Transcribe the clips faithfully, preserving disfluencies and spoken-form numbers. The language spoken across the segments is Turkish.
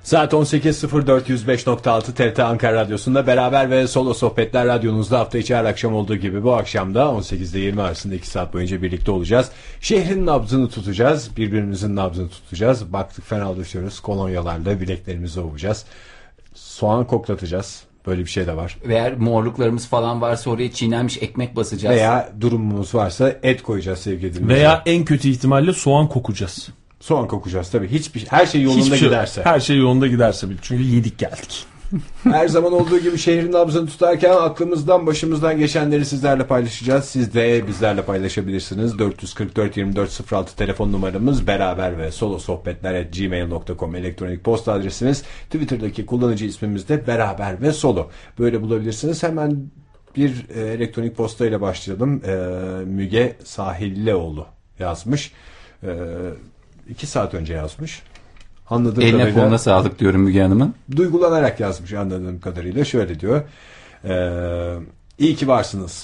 Saat on sekiz sıfır dört yüz beş nokta altı T R T Ankara Radyosu'nda beraber ve solo sohbetler radyonuzda hafta içi her akşam olduğu gibi bu akşam da on sekizde yirmi arasında iki saat boyunca birlikte olacağız. Şehrin nabzını tutacağız, birbirimizin nabzını tutacağız. Baktık fenalaşıyoruz, kolonyalarla bileklerimizi ovacağız. Soğan koklatacağız. Böyle bir şey de var. Eğer morluklarımız falan varsa oraya çiğnenmiş ekmek basacağız. Veya durumumuz varsa et koyacağız sevgili dinleyiciler. Veya en kötü ihtimalle soğan kokacağız. Soğan kokacağız tabii. Hiçbir her şey yolunda Hiçbir şey, giderse. Her şey yolunda giderse. Çünkü yedik geldik. Her zaman olduğu gibi şehrin nabzını tutarken aklımızdan başımızdan geçenleri sizlerle paylaşacağız. Siz de bizlerle paylaşabilirsiniz. dört kırk dört yirmi dört sıfır altı telefon numaramız, beraber ve solo sohbetler at gmail nokta com elektronik posta adresimiz. Twitter'daki kullanıcı ismimiz de beraber ve solo. Böyle bulabilirsiniz. Hemen bir e, elektronik posta ile başlayalım. E, Müge Sahillioğlu yazmış. E, iki saat önce yazmış. Anladığım Eline kadarıyla, koluna sağlık diyorum Müge Hanım'ın. Duygulanarak yazmış anladığım kadarıyla. Şöyle diyor. Ee, iyi ki varsınız.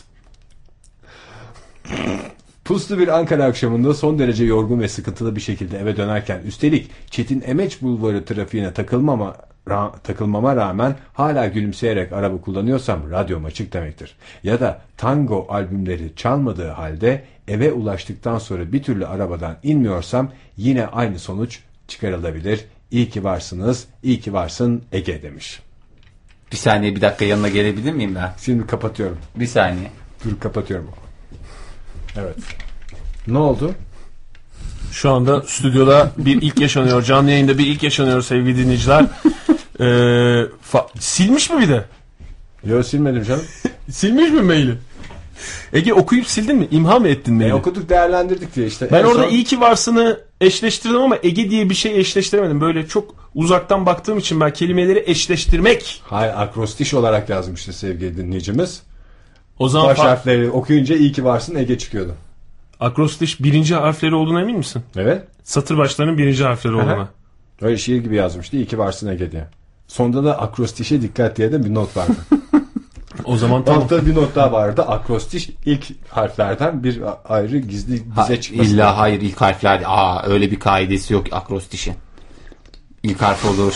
Puslu bir Ankara akşamında son derece yorgun ve sıkıntılı bir şekilde eve dönerken, üstelik Çetin Emeç Bulvarı trafiğine takılmama, ra, takılmama rağmen hala gülümseyerek araba kullanıyorsam radyom açık demektir. Ya da tango albümleri çalmadığı halde eve ulaştıktan sonra bir türlü arabadan inmiyorsam yine aynı sonuç çıkarılabilir. İyi ki varsınız, iyi ki varsın Ege demiş. Bir saniye, bir dakika yanına gelebilir miyim ben? Şimdi kapatıyorum. Bir saniye. Dur kapatıyorum. Evet. Ne oldu? Şu anda stüdyoda bir ilk yaşanıyor. Canlı yayında bir ilk yaşanıyor sevgili dinleyiciler. Ee, fa- silmiş mi bir de? Yok, silmedim canım. Silmiş mi maili? Ege, okuyup sildin mi? İmha mı ettin maili? E, okuduk, değerlendirdik diye işte. Ben en orada son... iyi ki varsını eşleştirdim ama Ege diye bir şey eşleştiremedim. Böyle çok uzaktan baktığım için ben kelimeleri eşleştirmek. Hayır, akrostiş olarak yazmıştı sevgili dinleyicimiz. O zaman baş fa- harfleri okuyunca iyi ki varsın Ege çıkıyordu. akrostiş birinci harfleri olduğuna emin misin? Evet. Satır başlarının birinci harfleri olduğuna. Öyle şiir gibi yazmıştı. İyi ki varsın Ege diye. Sonunda da akrostişe dikkat diye de bir not vardı. O zaman tamam. Altta bir not daha vardı. Akrostiş ilk harflerden bir ayrı gizli dize Ha, çıkması. İlla lazım. hayır, ilk harfler. Aa, öyle bir kaidesi yok akrostişin. İlk harf olur.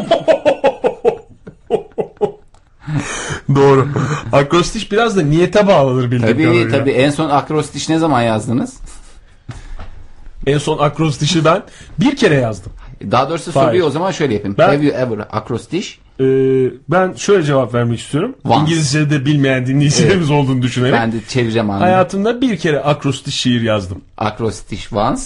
Doğru. Akrostiş biraz da niyete bağlıdır bildiğim Tabii kadarıyla. tabii. En son akrostiş ne zaman yazdınız? En son akrostişi ben bir kere yazdım. Daha doğrusu Hayır. soruyu o zaman şöyle yapayım. Ben- Have you ever akrostiş? Ee, ben şöyle cevap vermek istiyorum. Once. İngilizce'de bilmeyen dinleyicilerimiz Evet. olduğunu düşünerek. Ben de çevireceğim anlamı. Hayatımda bir kere akrostiş şiir yazdım. Akrostiş once.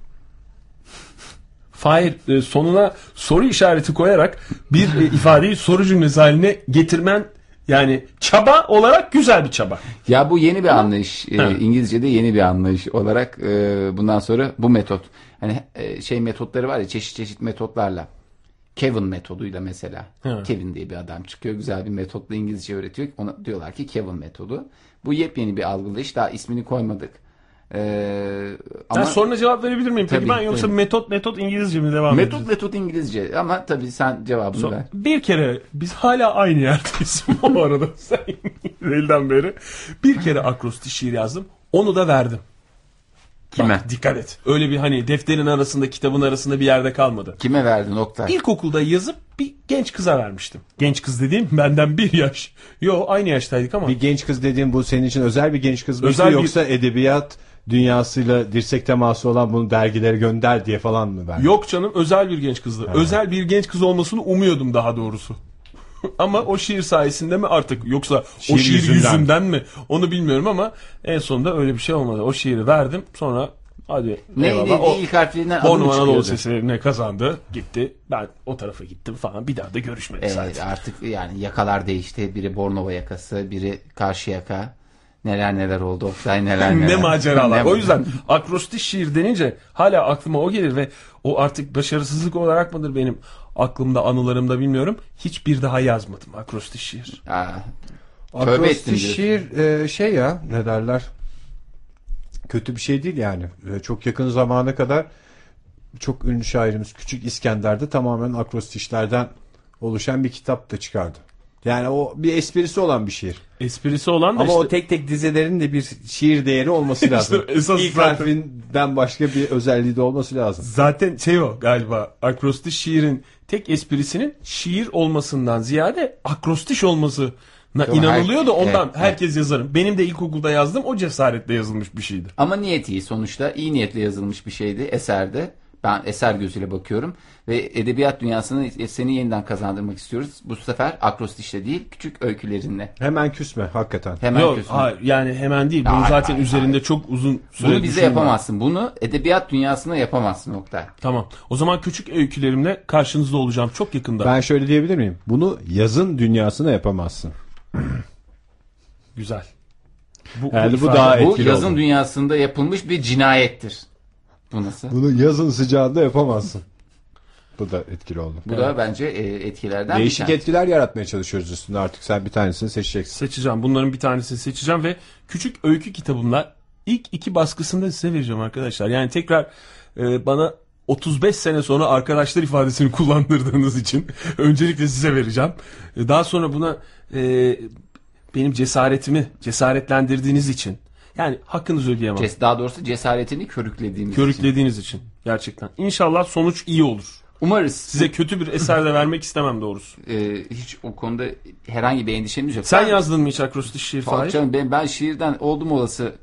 Fahir, e, sonuna soru işareti koyarak bir e, ifadeyi soru cümlesi haline getirmen, yani çaba olarak güzel bir çaba. Ya bu yeni bir anlayış. Ee, Evet. İngilizce'de yeni bir anlayış olarak e, bundan sonra bu metot. Hani e, şey metotları var ya, çeşit çeşit metotlarla. Kevin metoduyla mesela. Evet. Kevin diye bir adam çıkıyor. Güzel bir metotla İngilizce öğretiyor. Ona diyorlar ki Kevin metodu. Bu yepyeni bir algılayış. Daha ismini koymadık. Ee, ama Ben soruna cevap verebilir miyim? Peki Tabii, ben yoksa tabii. metot metot İngilizce mi devam metot edeceğiz? metot İngilizce. Ama tabii sen cevabını So- ver. bir kere biz hala aynı yerdeyiz bu arada. Sen İngilizce'den beri. Bir kere akrostiş şiir yazdım. Onu da verdim. Kime? Bak, dikkat et. Öyle bir hani defterin arasında, kitabın arasında bir yerde kalmadı. Kime verdin Oktay? İlkokulda yazıp bir genç kıza vermiştim. Genç kız dediğim benden bir yaş. Yo, aynı yaştaydık ama. Bir genç kız dediğim bu senin için özel bir genç kız mıydı, Özel bir- yoksa edebiyat dünyasıyla dirsek teması olan bunu dergilere gönder diye falan mı verdin? Yok canım, özel bir genç kızdı. Ha. Özel bir genç kız olmasını umuyordum daha doğrusu. Ama o şiir sayesinde mi artık, yoksa Şiir o şiir yüzünden. yüzünden. mi onu bilmiyorum ama en sonunda öyle bir şey olmadı. O şiiri verdim, sonra hadi Neydi? eyvallah. O İlk harflerinden adı mı Bornova Anadolu çıkıyordu? Sesi ne kazandı, gitti. Ben o tarafa gittim falan, bir daha da görüşmedik Evet, zaten. artık yani yakalar değişti. Biri Bornova yakası, biri Karşıyaka. Neler neler oldu Oktay, neler neler. Ne maceralar. Ne- O yüzden akrostiş şiir denince hala aklıma o gelir ve o artık başarısızlık olarak mıdır benim aklımda, anılarımda bilmiyorum. Hiçbir daha yazmadım akrostiş şiir. Aa, tövbe ettim Akrostiş diyorsun. şiir e, şey ya, ne derler, kötü bir şey değil yani. E, çok yakın zamana kadar çok ünlü şairimiz Küçük İskender'de tamamen akrostişlerden oluşan bir kitap da çıkardı. Yani o bir esprisi olan bir şiir. Esprisi olan da Ama işte... o tek tek dizelerin de bir şiir değeri olması lazım. İşte esas İlk zaten- harfinden başka bir özelliği de olması lazım. Zaten şey o galiba, akrostiş şiirin tek esprisinin şiir olmasından ziyade akrostiş olmasına Doğru, inanılıyor da her- ondan evet, herkes yazarım. Benim de ilkokulda yazdım, o cesaretle yazılmış bir şeydi. Ama niyet iyi sonuçta. İyi niyetle yazılmış bir şeydi eserde. Ben eser gözüyle bakıyorum. Ve edebiyat dünyasını seni yeniden kazandırmak istiyoruz. Bu sefer akrostişle değil, küçük öykülerinle. Hemen küsme hakikaten. Hemen Yok, küsme. hayır, yani hemen değil. Bunu Hayır, zaten hayır, üzerinde çok uzun süre Bunu bize düşündüm. yapamazsın. Bunu edebiyat dünyasına yapamazsın Oktay. Tamam. O zaman küçük öykülerimle karşınızda olacağım çok yakında. Ben şöyle diyebilir miyim? Bunu yazın dünyasına yapamazsın. Güzel. Bu, Yani bu ifade- daha Bu etkili yazın oldu. dünyasında yapılmış bir cinayettir. Bu nasıl? Bunu yazın sıcağında yapamazsın. Bu da etkili oldu. Bu da bence e, etkilerden bir Değişik tanesi. etkiler yaratmaya çalışıyoruz üstünde, artık sen bir tanesini seçeceksin. Seçeceğim. Bunların bir tanesini seçeceğim ve küçük öykü kitabımla ilk iki baskısını da size vereceğim arkadaşlar. Yani tekrar e, bana otuz beş sene sonra arkadaşlar ifadesini kullandırdığınız için öncelikle size vereceğim. E, daha sonra buna e, benim cesaretimi cesaretlendirdiğiniz için, yani hakkınızı ödeyemem. Ces- Daha doğrusu cesaretini körüklediğimiz için. Körüklediğiniz için gerçekten. İnşallah sonuç iyi olur. Umarız. Size kötü bir eser de vermek istemem doğrusu. e, hiç o konuda herhangi bir endişemiz yok. Sen Ben- yazdın mı hiç akrostiş şiir Falan Fahir? canım, ben, ben şiirden oldum olası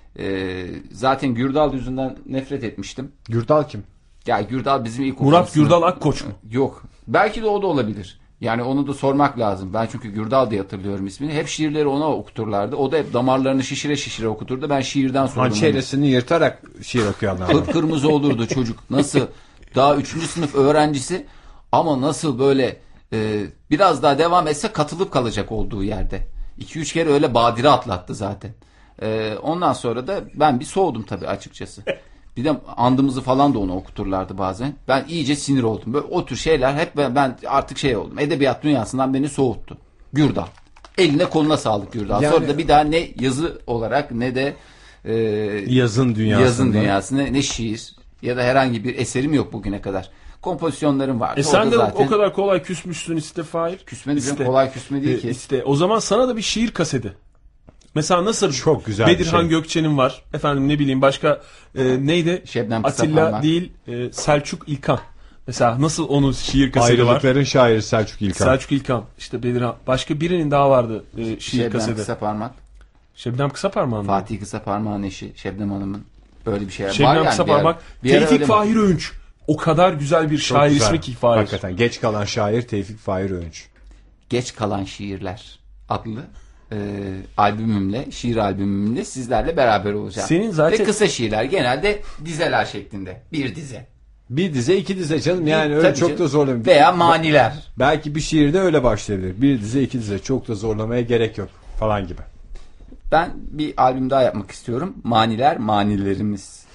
e, zaten Gürdal yüzünden nefret etmiştim. Gürdal kim? Ya Gürdal bizim ilkokul Murat sınıf- Gürdal Akkoç mu? Yok. Belki de o da olabilir. Yani onu da sormak lazım. Ben çünkü Gürdal diye hatırlıyorum ismini. Hep şiirleri ona okuturlardı. O da hep damarlarını şişire şişire okuturdu. Ben şiirden sordum. Hançeresini yırtarak şiir okuyanlar var. Kıpkırmızı olurdu çocuk. Nasıl? Daha üçüncü sınıf öğrencisi ama nasıl böyle e, biraz daha devam etse katılıp kalacak olduğu yerde. iki üç kere öyle badire atlattı zaten. E, ondan sonra da ben bir soğudum tabii açıkçası. Bir de andımızı falan da ona okuturlardı bazen. Ben iyice sinir oldum. Böyle o tür şeyler hep ben, ben artık şey oldum. Edebiyat dünyasından beni soğuttu. Gürdal. Eline koluna sağlık Gürdal. Yani- Sonra da bir daha ne yazı olarak ne de e, Yazın dünyasında. yazın dünyası ne, ne şiir ya da herhangi bir eserim yok bugüne kadar. Kompozisyonlarım vardı. E sen Orada de zaten o kadar kolay küsmüşsün iste Fahir. küsme diyeceğim, İste. kolay küsme değil E, ki. iste. O zaman sana da bir şiir kaseti. Mesela nasıl Çok güzel bir Bedirhan şey. Gökçe'nin var. Efendim ne bileyim başka e, neydi? Şebnem Atilla Kısaparmak. değil e, Selçuk İlkan. Mesela nasıl onun şiir kaseti var? Ayrılıkların şairi Selçuk İlkan. Selçuk İlkan. İşte Bedirhan. Başka birinin daha vardı e, şiir Şebnem kaseti. Kısaparmak. Şebnem Kısaparmak'ın. Fatih Kısaparmak'ın eşi Şebnem Hanım'ın böyle bir şey var. Şebnem yani Kısaparmak. bir ara- bir ara Tevfik öyle- Fahir Öğünç. O kadar güzel bir Çok şair güzel. ismi ki Fahir. Hakikaten geç kalan şair Tevfik Fahir Öğünç. Geç Kalan Şiirler adlı e, albümümle, şiir albümümle sizlerle beraber olacağım. Senin zaten- Ve kısa şiirler genelde dizeler şeklinde. Bir dize. Bir dize iki dize canım, yani öyle Tabii çok canım. da zorlamayın. Veya maniler. Belki bir şiirde öyle başlayabilir. Bir dize iki dize, çok da zorlamaya gerek yok falan gibi. Ben bir albüm daha yapmak istiyorum. Maniler, manilerimiz.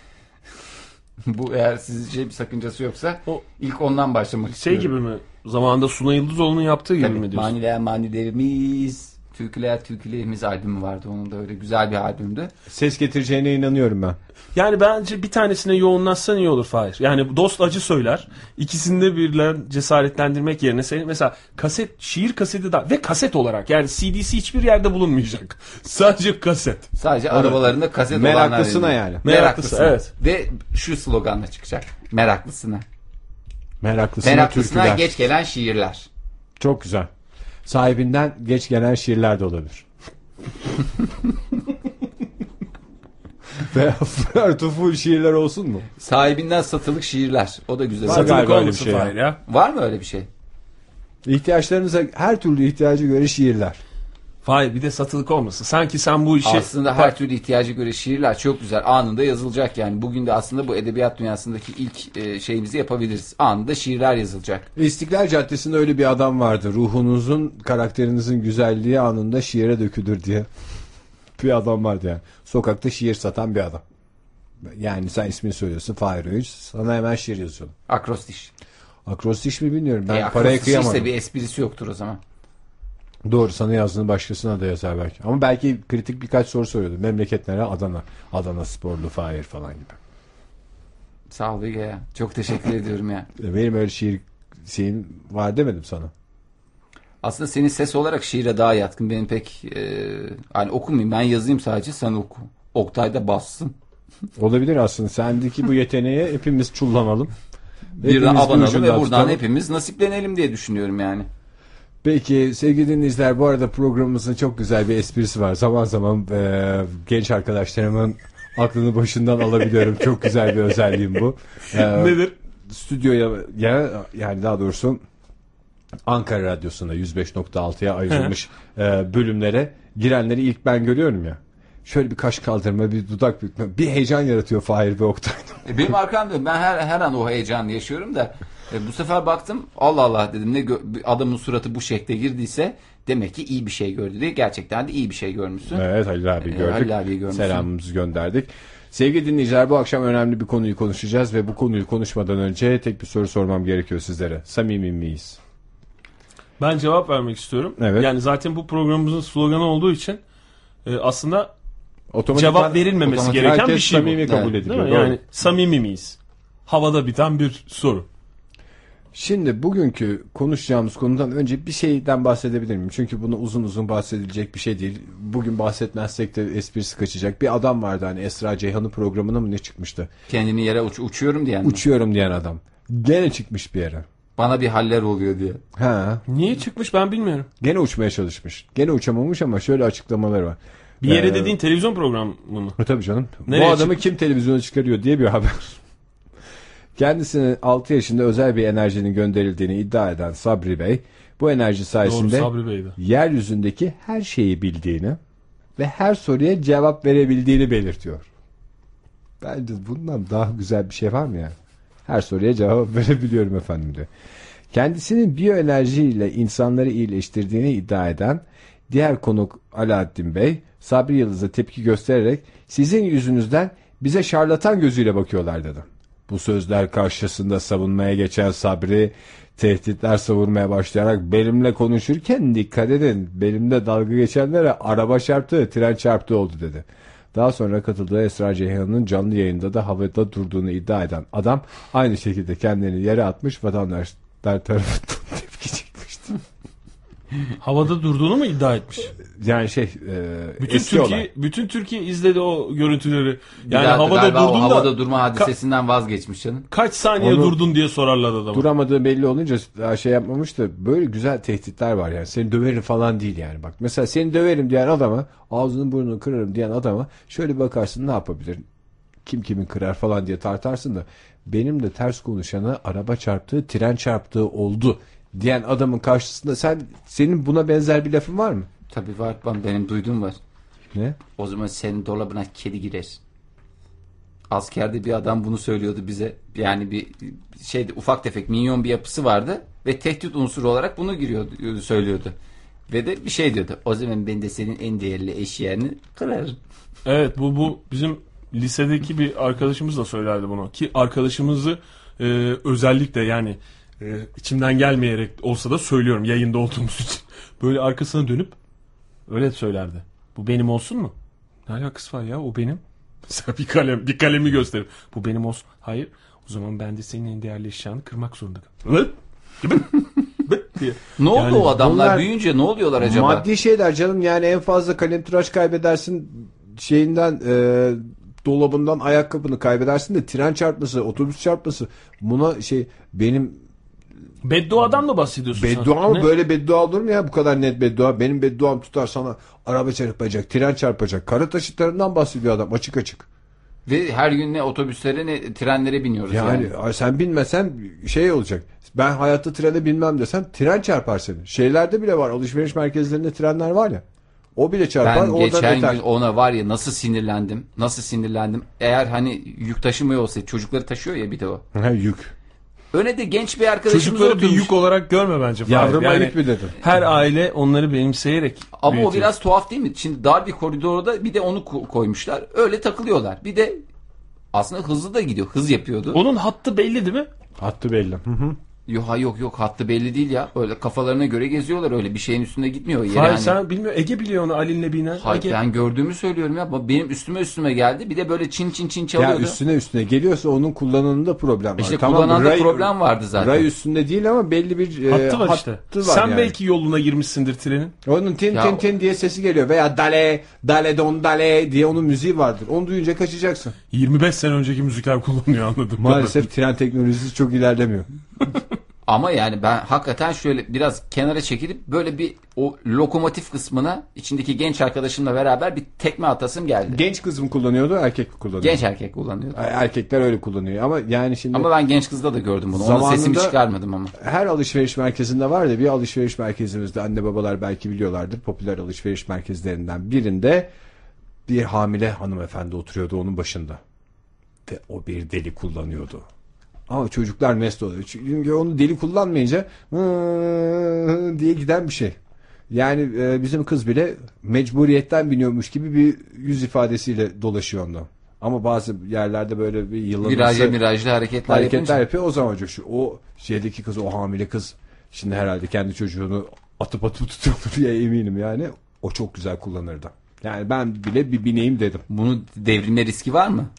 Bu eğer sizce bir sakıncası yoksa O- ilk ondan başlamak Şey istiyorum. gibi mi? Zamanında Suna Yıldızoğlu'nun yaptığı gibi Tabii, mi diyorsun? Maniler, manilerimiz, türküler, türkülerimiz albümü vardı. Onun da öyle güzel bir albümdü. Ses getireceğine inanıyorum ben. Yani bence bir tanesine yoğunlaşsan iyi olur Fahir. Yani dost acı söyler. İkisinde birler cesaretlendirmek yerine senin mesela kaset, şiir kaseti da ve kaset olarak, yani C D'si hiçbir yerde bulunmayacak. Sadece kaset. Sadece arabalarında kaset olanlar. Meraklısına yani. Meraklısı, evet. Ve şu sloganla çıkacak. Meraklısına. Meraklısına, Meraklısına türküler. geç gelen şiirler. Çok güzel. Sahibinden geç gelen şiirler de olabilir. Veya Flörtü full şiirler olsun mu? Sahibinden satılık şiirler. O da güzel. Var Satılık- galiba öyle bir olmasın şey ya. Fahir ya. Var mı öyle bir şey? İhtiyaçlarınıza, her türlü ihtiyaca göre şiirler. Fahir bir de satılık olmasın. Sanki sen bu işi... Aslında her türlü ihtiyaca göre şiirler çok güzel. Anında yazılacak yani. Bugün de aslında bu edebiyat dünyasındaki ilk e, şeyimizi yapabiliriz. Anında şiirler yazılacak. İstiklal Caddesi'nde öyle bir adam vardı. Ruhunuzun, karakterinizin güzelliği anında şiire dökülür diye. Bir adam vardı yani. Sokakta şiir satan bir adam. Yani sen ismini söylüyorsun, Fahir Öğünç. Sana hemen şiir yazıyorum. Akrostiş. Akrostiş mi bilmiyorum. Ben e, paraya akrostiş kıyamadım. ise bir esprisi yoktur o zaman. Doğru, sana yazdığını başkasına da yazar belki. Ama belki kritik birkaç soru soruyordu. Memleketlere Adana. Adana sporlu Fahir falan gibi. Sağ ol Ege ya. Çok teşekkür ediyorum ya. Benim öyle şiir şeyim var demedim sana. Aslında senin ses olarak şiire daha yatkın. Benim pek e, hani okumayayım, ben yazayım sadece, sen oku. Oktay da bassın. Olabilir aslında. Sendeki bu yeteneğe hepimiz çullanalım. Bir de Hepimiz abanalım ucundan ve buradan tutalım. hepimiz nasiplenelim diye düşünüyorum yani. Peki sevgili dinleyiciler, bu arada programımızın çok güzel bir esprisi var. Zaman zaman e, genç arkadaşlarımın aklını başından alabiliyorum. Çok güzel bir özelliğim bu. E, Nedir? Stüdyoya ya, yani daha doğrusu Ankara Radyosu'nda yüz beş nokta altıya ayrılmış e, bölümlere girenleri ilk ben görüyorum ya. Şöyle bir kaş kaldırma, bir dudak bükme, bir heyecan yaratıyor Fahir ve Oktay. E benim arkamda, ben her her an o heyecanı yaşıyorum da e, bu sefer baktım, Allah Allah dedim, ne gö- adamın suratı bu şekle girdiyse demek ki iyi bir şey gördü diye. Gerçekten de iyi bir şey görmüşsün. Evet, Halil abi E, gördük. Halil abiyi görmüşsün. Selamımızı gönderdik. Sevgili dinleyiciler, bu akşam önemli bir konuyu konuşacağız ve bu konuyu konuşmadan önce tek bir soru sormam gerekiyor sizlere. Samimi miyiz? Ben cevap vermek istiyorum. Evet. Yani zaten bu programımızın sloganı olduğu için e, aslında Otomatik cevap verilmemesi otomatik gereken herkes bir şey bu. samimi kabul Evet, ediliyor. Değil mi? Doğru. Yani samimi miyiz? Havada biten bir soru. Şimdi bugünkü konuşacağımız konudan önce bir şeyden bahsedebilir miyim? Çünkü bunu uzun uzun bahsedilecek bir şey değil. Bugün bahsetmezsek de esprisi kaçacak. Bir adam vardı, hani Esra Ceyhan'ın programına mı ne çıkmıştı? Kendini yere uç, uçuyorum diyen mi? Uçuyorum diyen adam. Gene çıkmış bir yere. Bana bir haller oluyor diye. Ha, Niye çıkmış ben bilmiyorum. gene uçmaya çalışmış. Gene uçamamış ama şöyle açıklamaları var. Bir yere Ee, dediğin televizyon programı mı? E tabii canım. Nereye Bu adamı kim televizyona çıkarıyor diye bir haber. Kendisine altı yaşında özel bir enerjinin gönderildiğini iddia eden Sabri Bey, bu enerji Doğru, sayesinde Sabri Bey'di. yeryüzündeki her şeyi bildiğini ve her soruya cevap verebildiğini belirtiyor. Bence bundan daha güzel bir şey var mı yani? Her soruya cevap verebiliyorum efendim diyor. Kendisinin biyoenerjiyle insanları iyileştirdiğini iddia eden diğer konuk Alaaddin Bey, Sabri Yıldız'a tepki göstererek sizin yüzünüzden bize şarlatan gözüyle bakıyorlar dedi. Bu sözler karşısında savunmaya geçen Sabri tehditler savurmaya başlayarak benimle konuşurken dikkat edin, benimle dalga geçenlere araba çarptı, tren çarptı oldu dedi. Daha sonra katıldığı Esra Ceyhan'ın canlı yayında da havada durduğunu iddia eden adam aynı şekilde kendini yere atmış, vatandaşlar tarafından tepki çekmişti. Havada durduğunu mu iddia etmiş? Yani şey e, Bütün eski Türkiye olay. bütün Türkiye izledi o görüntüleri. Bir Yani daha da havada galiba o durdun da havada durma hadisesinden vazgeçmiş canım. kaç saniye Onu- durdun diye sorarlar adama. Duramadığı belli olunca daha şey yapmamış da böyle güzel tehditler var yani. Seni döverim falan değil yani. Bak mesela seni döverim diyen adama, ağzını burnunu kırarım diyen adama şöyle bir bakarsın, ne yapabilir? Kim kimin kırar falan diye tartarsın da benim de ters konuşana araba çarptığı, tren çarptığı oldu diyen adamın karşısında sen senin buna benzer bir lafın var mı? Tabii var, ben benim duyduğum var. Ne? O zaman senin dolabına kedi girer. Askerde bir adam bunu söylüyordu bize. Yani bir şeydi, ufak tefek minyon bir yapısı vardı ve tehdit unsuru olarak bunu giriyordu, söylüyordu. Ve de bir şey diyordu. O zaman ben de senin en değerli eşyanı kırarım. Evet, bu bu bizim lisedeki bir arkadaşımız da söylerdi bunu. Ki arkadaşımızı e, özellikle yani e, içimden gelmeyerek olsa da söylüyorum yayında olduğumuz için. Böyle arkasına dönüp öyle söylerdi. Bu benim olsun mu? Ne alakası var ya, o benim. Mesela bir kalem, bir kalemi gösterip bu benim olsun. Hayır. O zaman ben de senin en değerli eşyanı kırmak zorunda kalırım. diye. Ne oldu Yani o adamlar bunlar büyüyünce, ne oluyorlar acaba? Maddi şeyler canım, yani en fazla kalemtıraş kaybedersin şeyinden, e, dolabından ayakkabını kaybedersin de tren çarpması, otobüs çarpması, buna şey benim Bedduadan mı bahsediyorsun sen? beddua mı, Ne? böyle beddua olur mu ya, bu kadar net beddua? Benim bedduam tutar, sana araba çarpacak, tren çarpacak. Kara taşıtlarından bahsediyor adam açık açık. Ve her gün ne otobüslere ne trenlere biniyoruz yani. Yani sen bilmesen şey olacak. Ben hayatta trene binmem desem tren çarpar seni. Şeylerde bile var, alışveriş merkezlerinde trenler var ya. O bile çarpar. Ben oradan geçen öter. gün ona var ya nasıl sinirlendim. Nasıl sinirlendim. Eğer hani yük taşımıyor olsaydı, çocukları taşıyor ya bir de o. Ha, yük. Öne de genç bir arkadaşımız Çocukları bir oturmuş. yük olarak görme bence. Fahir. Yavruma Yani yük mü dedim? her aile onları benimseyerek Ama o büyütüyor. biraz tuhaf değil mi? Şimdi dar bir koridorda bir de onu ko- koymuşlar. Öyle takılıyorlar. Bir de aslında hızlı da gidiyor. Hız yapıyordu. Onun hattı belli değil mi? Hattı belli. Hı hı. Yok ha yok yok hattı belli değil ya. Öyle kafalarına göre geziyorlar, öyle bir şeyin üstünde gitmiyor. Yeri Hayır hani... sen bilmiyor. Ege biliyor onu, Ali'nle binen. Hayır, Ege. ben gördüğümü söylüyorum ya. Benim üstüme üstüme geldi. Bir de böyle çin çin çin çalıyordu. Ya üstüne üstüne geliyorsa onun kullanımında problem var. İşte Tamam, kullananda ray- problem vardı zaten. Ray üstünde değil ama belli bir e, Hattı var işte. hattı var Sen yani. belki yoluna girmişsindir trenin. Onun tin Ya tin o- tin diye sesi geliyor veya dale dale don dale diye onun müziği vardır. Onu duyunca kaçacaksın. yirmi beş sene önceki müzikler kullanıyor, anladım. Maalesef tren teknolojisi çok ilerlemiyor. Ama yani ben hakikaten şöyle biraz kenara çekilip böyle bir o lokomotif kısmına içindeki genç arkadaşımla beraber bir tekme atasım geldi. Genç kız mı kullanıyordu, erkek mi kullanıyordu? Genç erkek kullanıyordu. Erkekler öyle kullanıyor ama yani şimdi Ama ben genç kızda da gördüm bunu. Onun Zamanında- sesimi çıkarmadım ama. her alışveriş merkezinde var da bir alışveriş merkezimizde, anne babalar belki biliyorlardır, popüler alışveriş merkezlerinden birinde bir hamile hanımefendi oturuyordu onun başında. Ve o bir deli kullanıyordu. Ama çocuklar mest oluyor. Çünkü onu deli kullanmayınca "Hı" diye giden bir şey. Yani e, bizim kız bile mecburiyetten biniyormuş gibi bir yüz ifadesiyle dolaşıyor ondan. Ama bazı yerlerde böyle bir yıllanırsa Virajlı mirajlı hareketler, hareketler yapınca. yapıyor, o zaman coşuyor. O şeydeki kız, o hamile kız şimdi herhalde kendi çocuğunu atıp atıp tutuyordur diye eminim yani. O çok güzel kullanırdı. Yani ben bile bir bineyim dedim. Bunu devrilme riski var mı?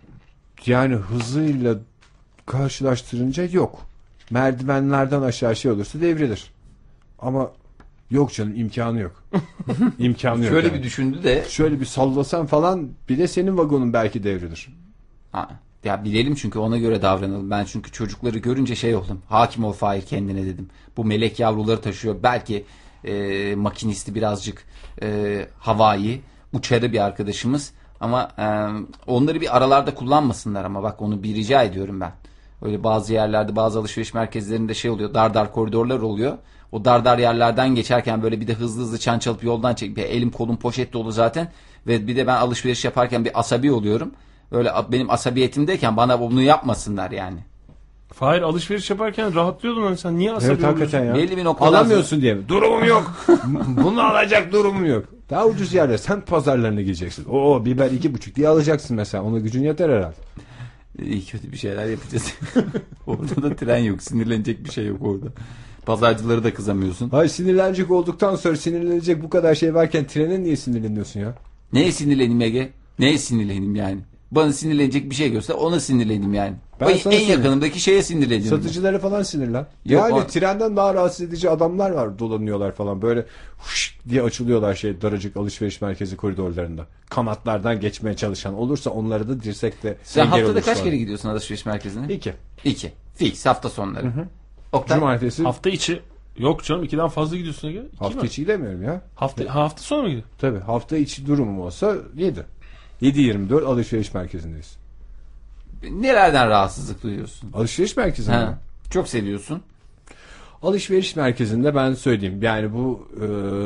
Yani hızıyla karşılaştırınca yok. Merdivenlerden aşağı şey olursa devrilir. Ama yok canım, imkanı yok. İmkanı yok. Şöyle yani. bir düşündü de Şöyle bir sallasan falan bile senin vagonun belki devrilir. ha, ya bilelim çünkü ona göre davranalım. Ben çünkü çocukları görünce şey oldum. Hakim ol Fahir kendine dedim. Bu melek yavruları taşıyor. Belki e, makinisti birazcık e, havai, uçarı bir arkadaşımız. Ama e, onları bir aralarda kullanmasınlar ama bak onu bir rica ediyorum ben. Öyle bazı yerlerde, bazı alışveriş merkezlerinde şey oluyor. Dar dar koridorlar oluyor. O dar dar yerlerden geçerken böyle bir de hızlı hızlı çan çalıp yoldan çek. Bir elim kolum poşet dolu zaten. Ve bir de ben alışveriş yaparken bir asabi oluyorum. Öyle benim asabiyetimdeyken bana bunu yapmasınlar yani. Fahir, alışveriş yaparken rahatlıyordun hani, sen niye asabi Evet hakikaten ya. Belli bir noktadan Alamıyorsun diye mi? Durumum yok. Bunu alacak durumum yok. Daha ucuz yerler. Sen pazarlarına gideceksin. Oo, biber iki buçuk diye alacaksın mesela. Ona gücün yeter herhalde. İyi kötü bir şeyler yapacağız. Orada da tren yok. Sinirlenecek bir şey yok orada. Pazarcıları da kızamıyorsun. Hayır, sinirlenecek olduktan sonra sinirlenecek bu kadar şey varken trene niye sinirleniyorsun ya? Neye sinirleneyim Ege? Neye sinirleneyim yani? Bana sinirlenecek bir şey göster, ona sinirleneyim yani. Ben O sana en söyleyeyim. yakınımdaki şeye sinirleniyorum. Satıcılara falan sinirlen. Yok, yani o- trenden daha rahatsız edici adamlar var, dolanıyorlar falan. Böyle huş diye açılıyorlar şey daracık alışveriş merkezi koridorlarında. Kanatlardan geçmeye çalışan olursa onları da dirsekle Sen engel haftada olursa kaç var. kere gidiyorsun alışveriş merkezine? İki. İki. Fix hafta sonları. Oktay, Cumartesi Hafta içi yok canım, ikiden fazla gidiyorsun Ege. İki hafta mi? içi gidemiyorum ya. Hafta, ha, hafta sonu mu gidiyor? Tabii hafta içi durumum olsa yedi. yedi yirmi dört alışveriş merkezindeyiz. nelerden rahatsızlık duyuyorsun? Alışveriş merkezinde. mi? Ha, çok seviyorsun. Alışveriş merkezinde ben söyleyeyim. Yani bu e,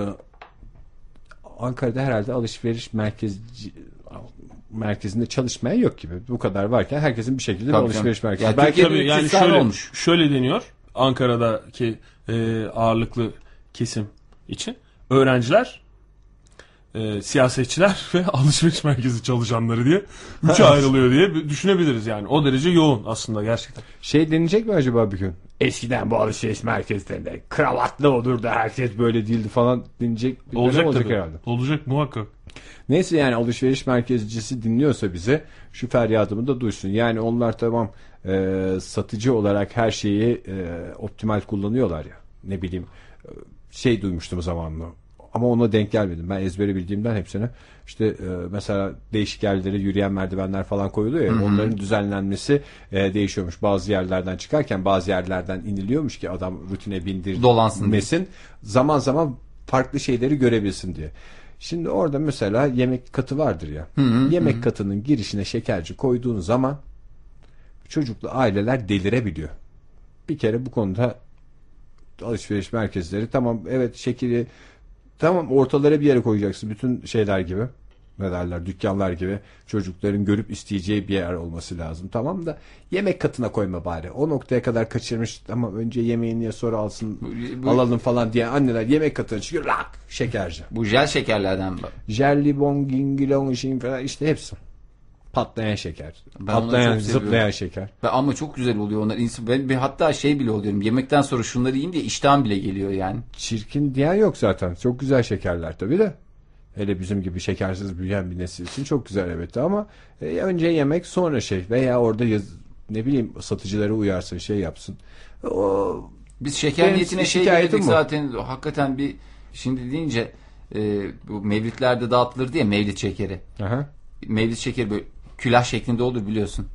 Ankara'da herhalde alışveriş merkezi merkezinde çalışmayan yok gibi. Bu kadar varken herkesin bir şekilde Tabii bir alışveriş canım. merkezi. Ya Belki Türkiye'de Tabii yani üç yüz tane şöyle, olmuş. şöyle deniyor Ankara'daki e, ağırlıklı kesim için. Öğrenciler, e, siyasetçiler ve alışveriş merkezi çalışanları diye üçe ayrılıyor diye düşünebiliriz yani. O derece yoğun aslında gerçekten. şey deneyecek mi acaba bir gün? Eskiden bu alışveriş merkezlerinde kravatlı olurdu, herkes böyle değildi falan deneyecek bir Olacak dönem olacak tabii. herhalde. Olacak muhakkak. Neyse, yani alışveriş merkezcisi dinliyorsa bize şu feryadımı da duysun. Yani onlar tamam e, satıcı olarak her şeyi e, optimal kullanıyorlar ya. Ne bileyim e, şey duymuştum zamanında. Ama ona denk gelmedim. Ben ezbere bildiğimden hepsine işte e, mesela değişik yerlere yürüyen merdivenler falan koyuluyor ya. Hı hı. Onların düzenlenmesi e, değişiyormuş. Bazı yerlerden çıkarken bazı yerlerden iniliyormuş ki adam rutine bindirmesin. Zaman zaman farklı şeyleri görebilsin diye. Şimdi orada mesela yemek katı vardır ya. Hı hı, yemek hı. katının girişine şekerci koyduğun zaman çocuklu aileler delirebiliyor. Bir kere bu konuda alışveriş merkezleri tamam, evet şekeri tamam ortalara bir yere koyacaksın. Bütün şeyler gibi, ne derler, dükkanlar gibi çocukların görüp isteyeceği bir yer olması lazım. Tamam da yemek katına koyma bari. O noktaya kadar kaçırmış ama önce yemeğini ya sonra alsın bu, bu, alalım falan diye anneler yemek katına çıkıyor, lak şekerci. Bu jel şekerlerden mi? Jelly bon, gingilon, şey falan işte hepsi. Patlayan şeker. Ben onları Patlayan, çok seviyorum. zıplayan şeker. Ve ama çok güzel oluyor onlar. İnsan- Ben bir hatta şey bile oluyorum. Yemekten sonra şunları yiyeyim diye iştahım bile geliyor yani. Çirkin diyen yok zaten. Çok güzel şekerler tabii de. Hele bizim gibi şekersiz büyüyen bir nesil için çok güzel elbette ama e, önce yemek sonra şey veya orada yaz, ne bileyim satıcılara uyarsın şey yapsın. O Biz şeker Benim niyetine şey şikayetim dedik bu. zaten hakikaten bir şimdi deyince e, bu mevlitlerde dağıtılır diye mevlit şekeri. Aha. Mevlit şekeri böyle külah şeklinde olur biliyorsun.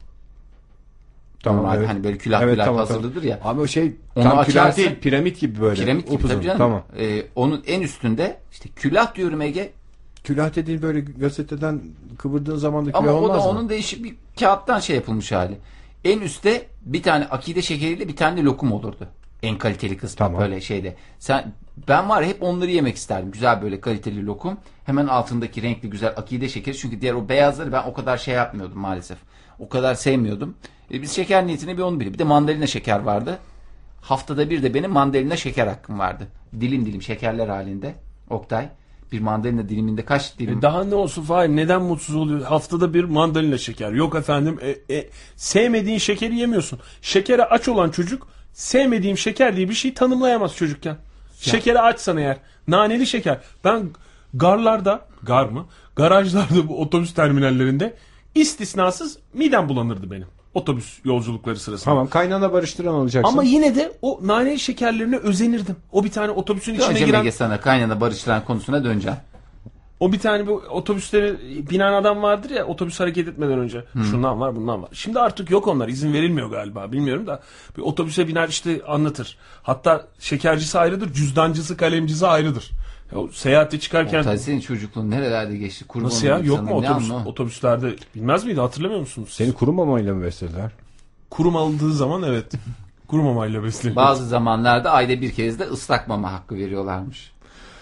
Tamam, Normal evet. hani böyle külah Evet, külah tamam, hazırlıdır ya. Ama o şey Onu tam külah açarsın. değil, piramit gibi böyle. Piramit gibi upuzun. tabii canım. Tamam. E, onun en üstünde işte külah diyorum Ege. Külah dediğin böyle gazeteden kıvırdığın zaman da külah Ama o olmaz da mı? onun değişik bir kağıttan şey yapılmış hali. En üstte bir tane akide şekeriyle bir tane de lokum olurdu. En kaliteli kısmı Tamam. böyle şeyde. Sen ben var ya hep onları yemek isterdim. Güzel böyle kaliteli lokum. Hemen altındaki renkli güzel akide şekeri. Çünkü diğer o beyazları ben o kadar şey yapmıyordum maalesef. O kadar sevmiyordum. E, biz şeker niyetine bir onu biliyor. Bir de mandalina şeker vardı. Haftada bir de benim mandalina şeker hakkım vardı. Dilim dilim şekerler halinde. Oktay. Bir mandalina diliminde kaç dilim? E daha ne olsun Fahir, neden mutsuz oluyor? Haftada bir mandalina şeker. Yok efendim e, e, sevmediğin şekeri yemiyorsun. Şekere aç olan çocuk sevmediğim şeker diye bir şey tanımlayamaz çocukken. Şekere açsan eğer. Naneli şeker. Ben garlarda, gar mı? Garajlarda bu otobüs terminallerinde istisnasız midem bulanırdı benim. Otobüs yolculukları sırasında. Tamam, kaynana barıştıran olacaksın. Ama yine de o naneli şekerlerine özenirdim. O bir tane otobüsün içine Döneceğim giren... Ege sana kaynana barıştıran konusuna döneceğim. O bir tane bu otobüsleri binen adam vardır ya, otobüs hareket etmeden önce. Şundan var, bundan var. Şimdi artık yok onlar. İzin verilmiyor galiba. Bilmiyorum da. Bir otobüse biner işte anlatır. Hatta şekercisi ayrıdır, cüzdancısı, kalemcisi ayrıdır. Ya, o seyahate çıkarken... Oktay senin çocukluğun nerelerde geçti? Kurban Nasıl ya? olayım Yok sana. mu Ne otobüs, anla? otobüslerde? Bilmez miydi? Hatırlamıyor musunuz? Seni kuru mamayla mı beslediler? Kurum aldığı zaman evet. Kuru mamayla besleniyor. Bazı zamanlarda ayda bir kez de ıslak mama hakkı veriyorlarmış.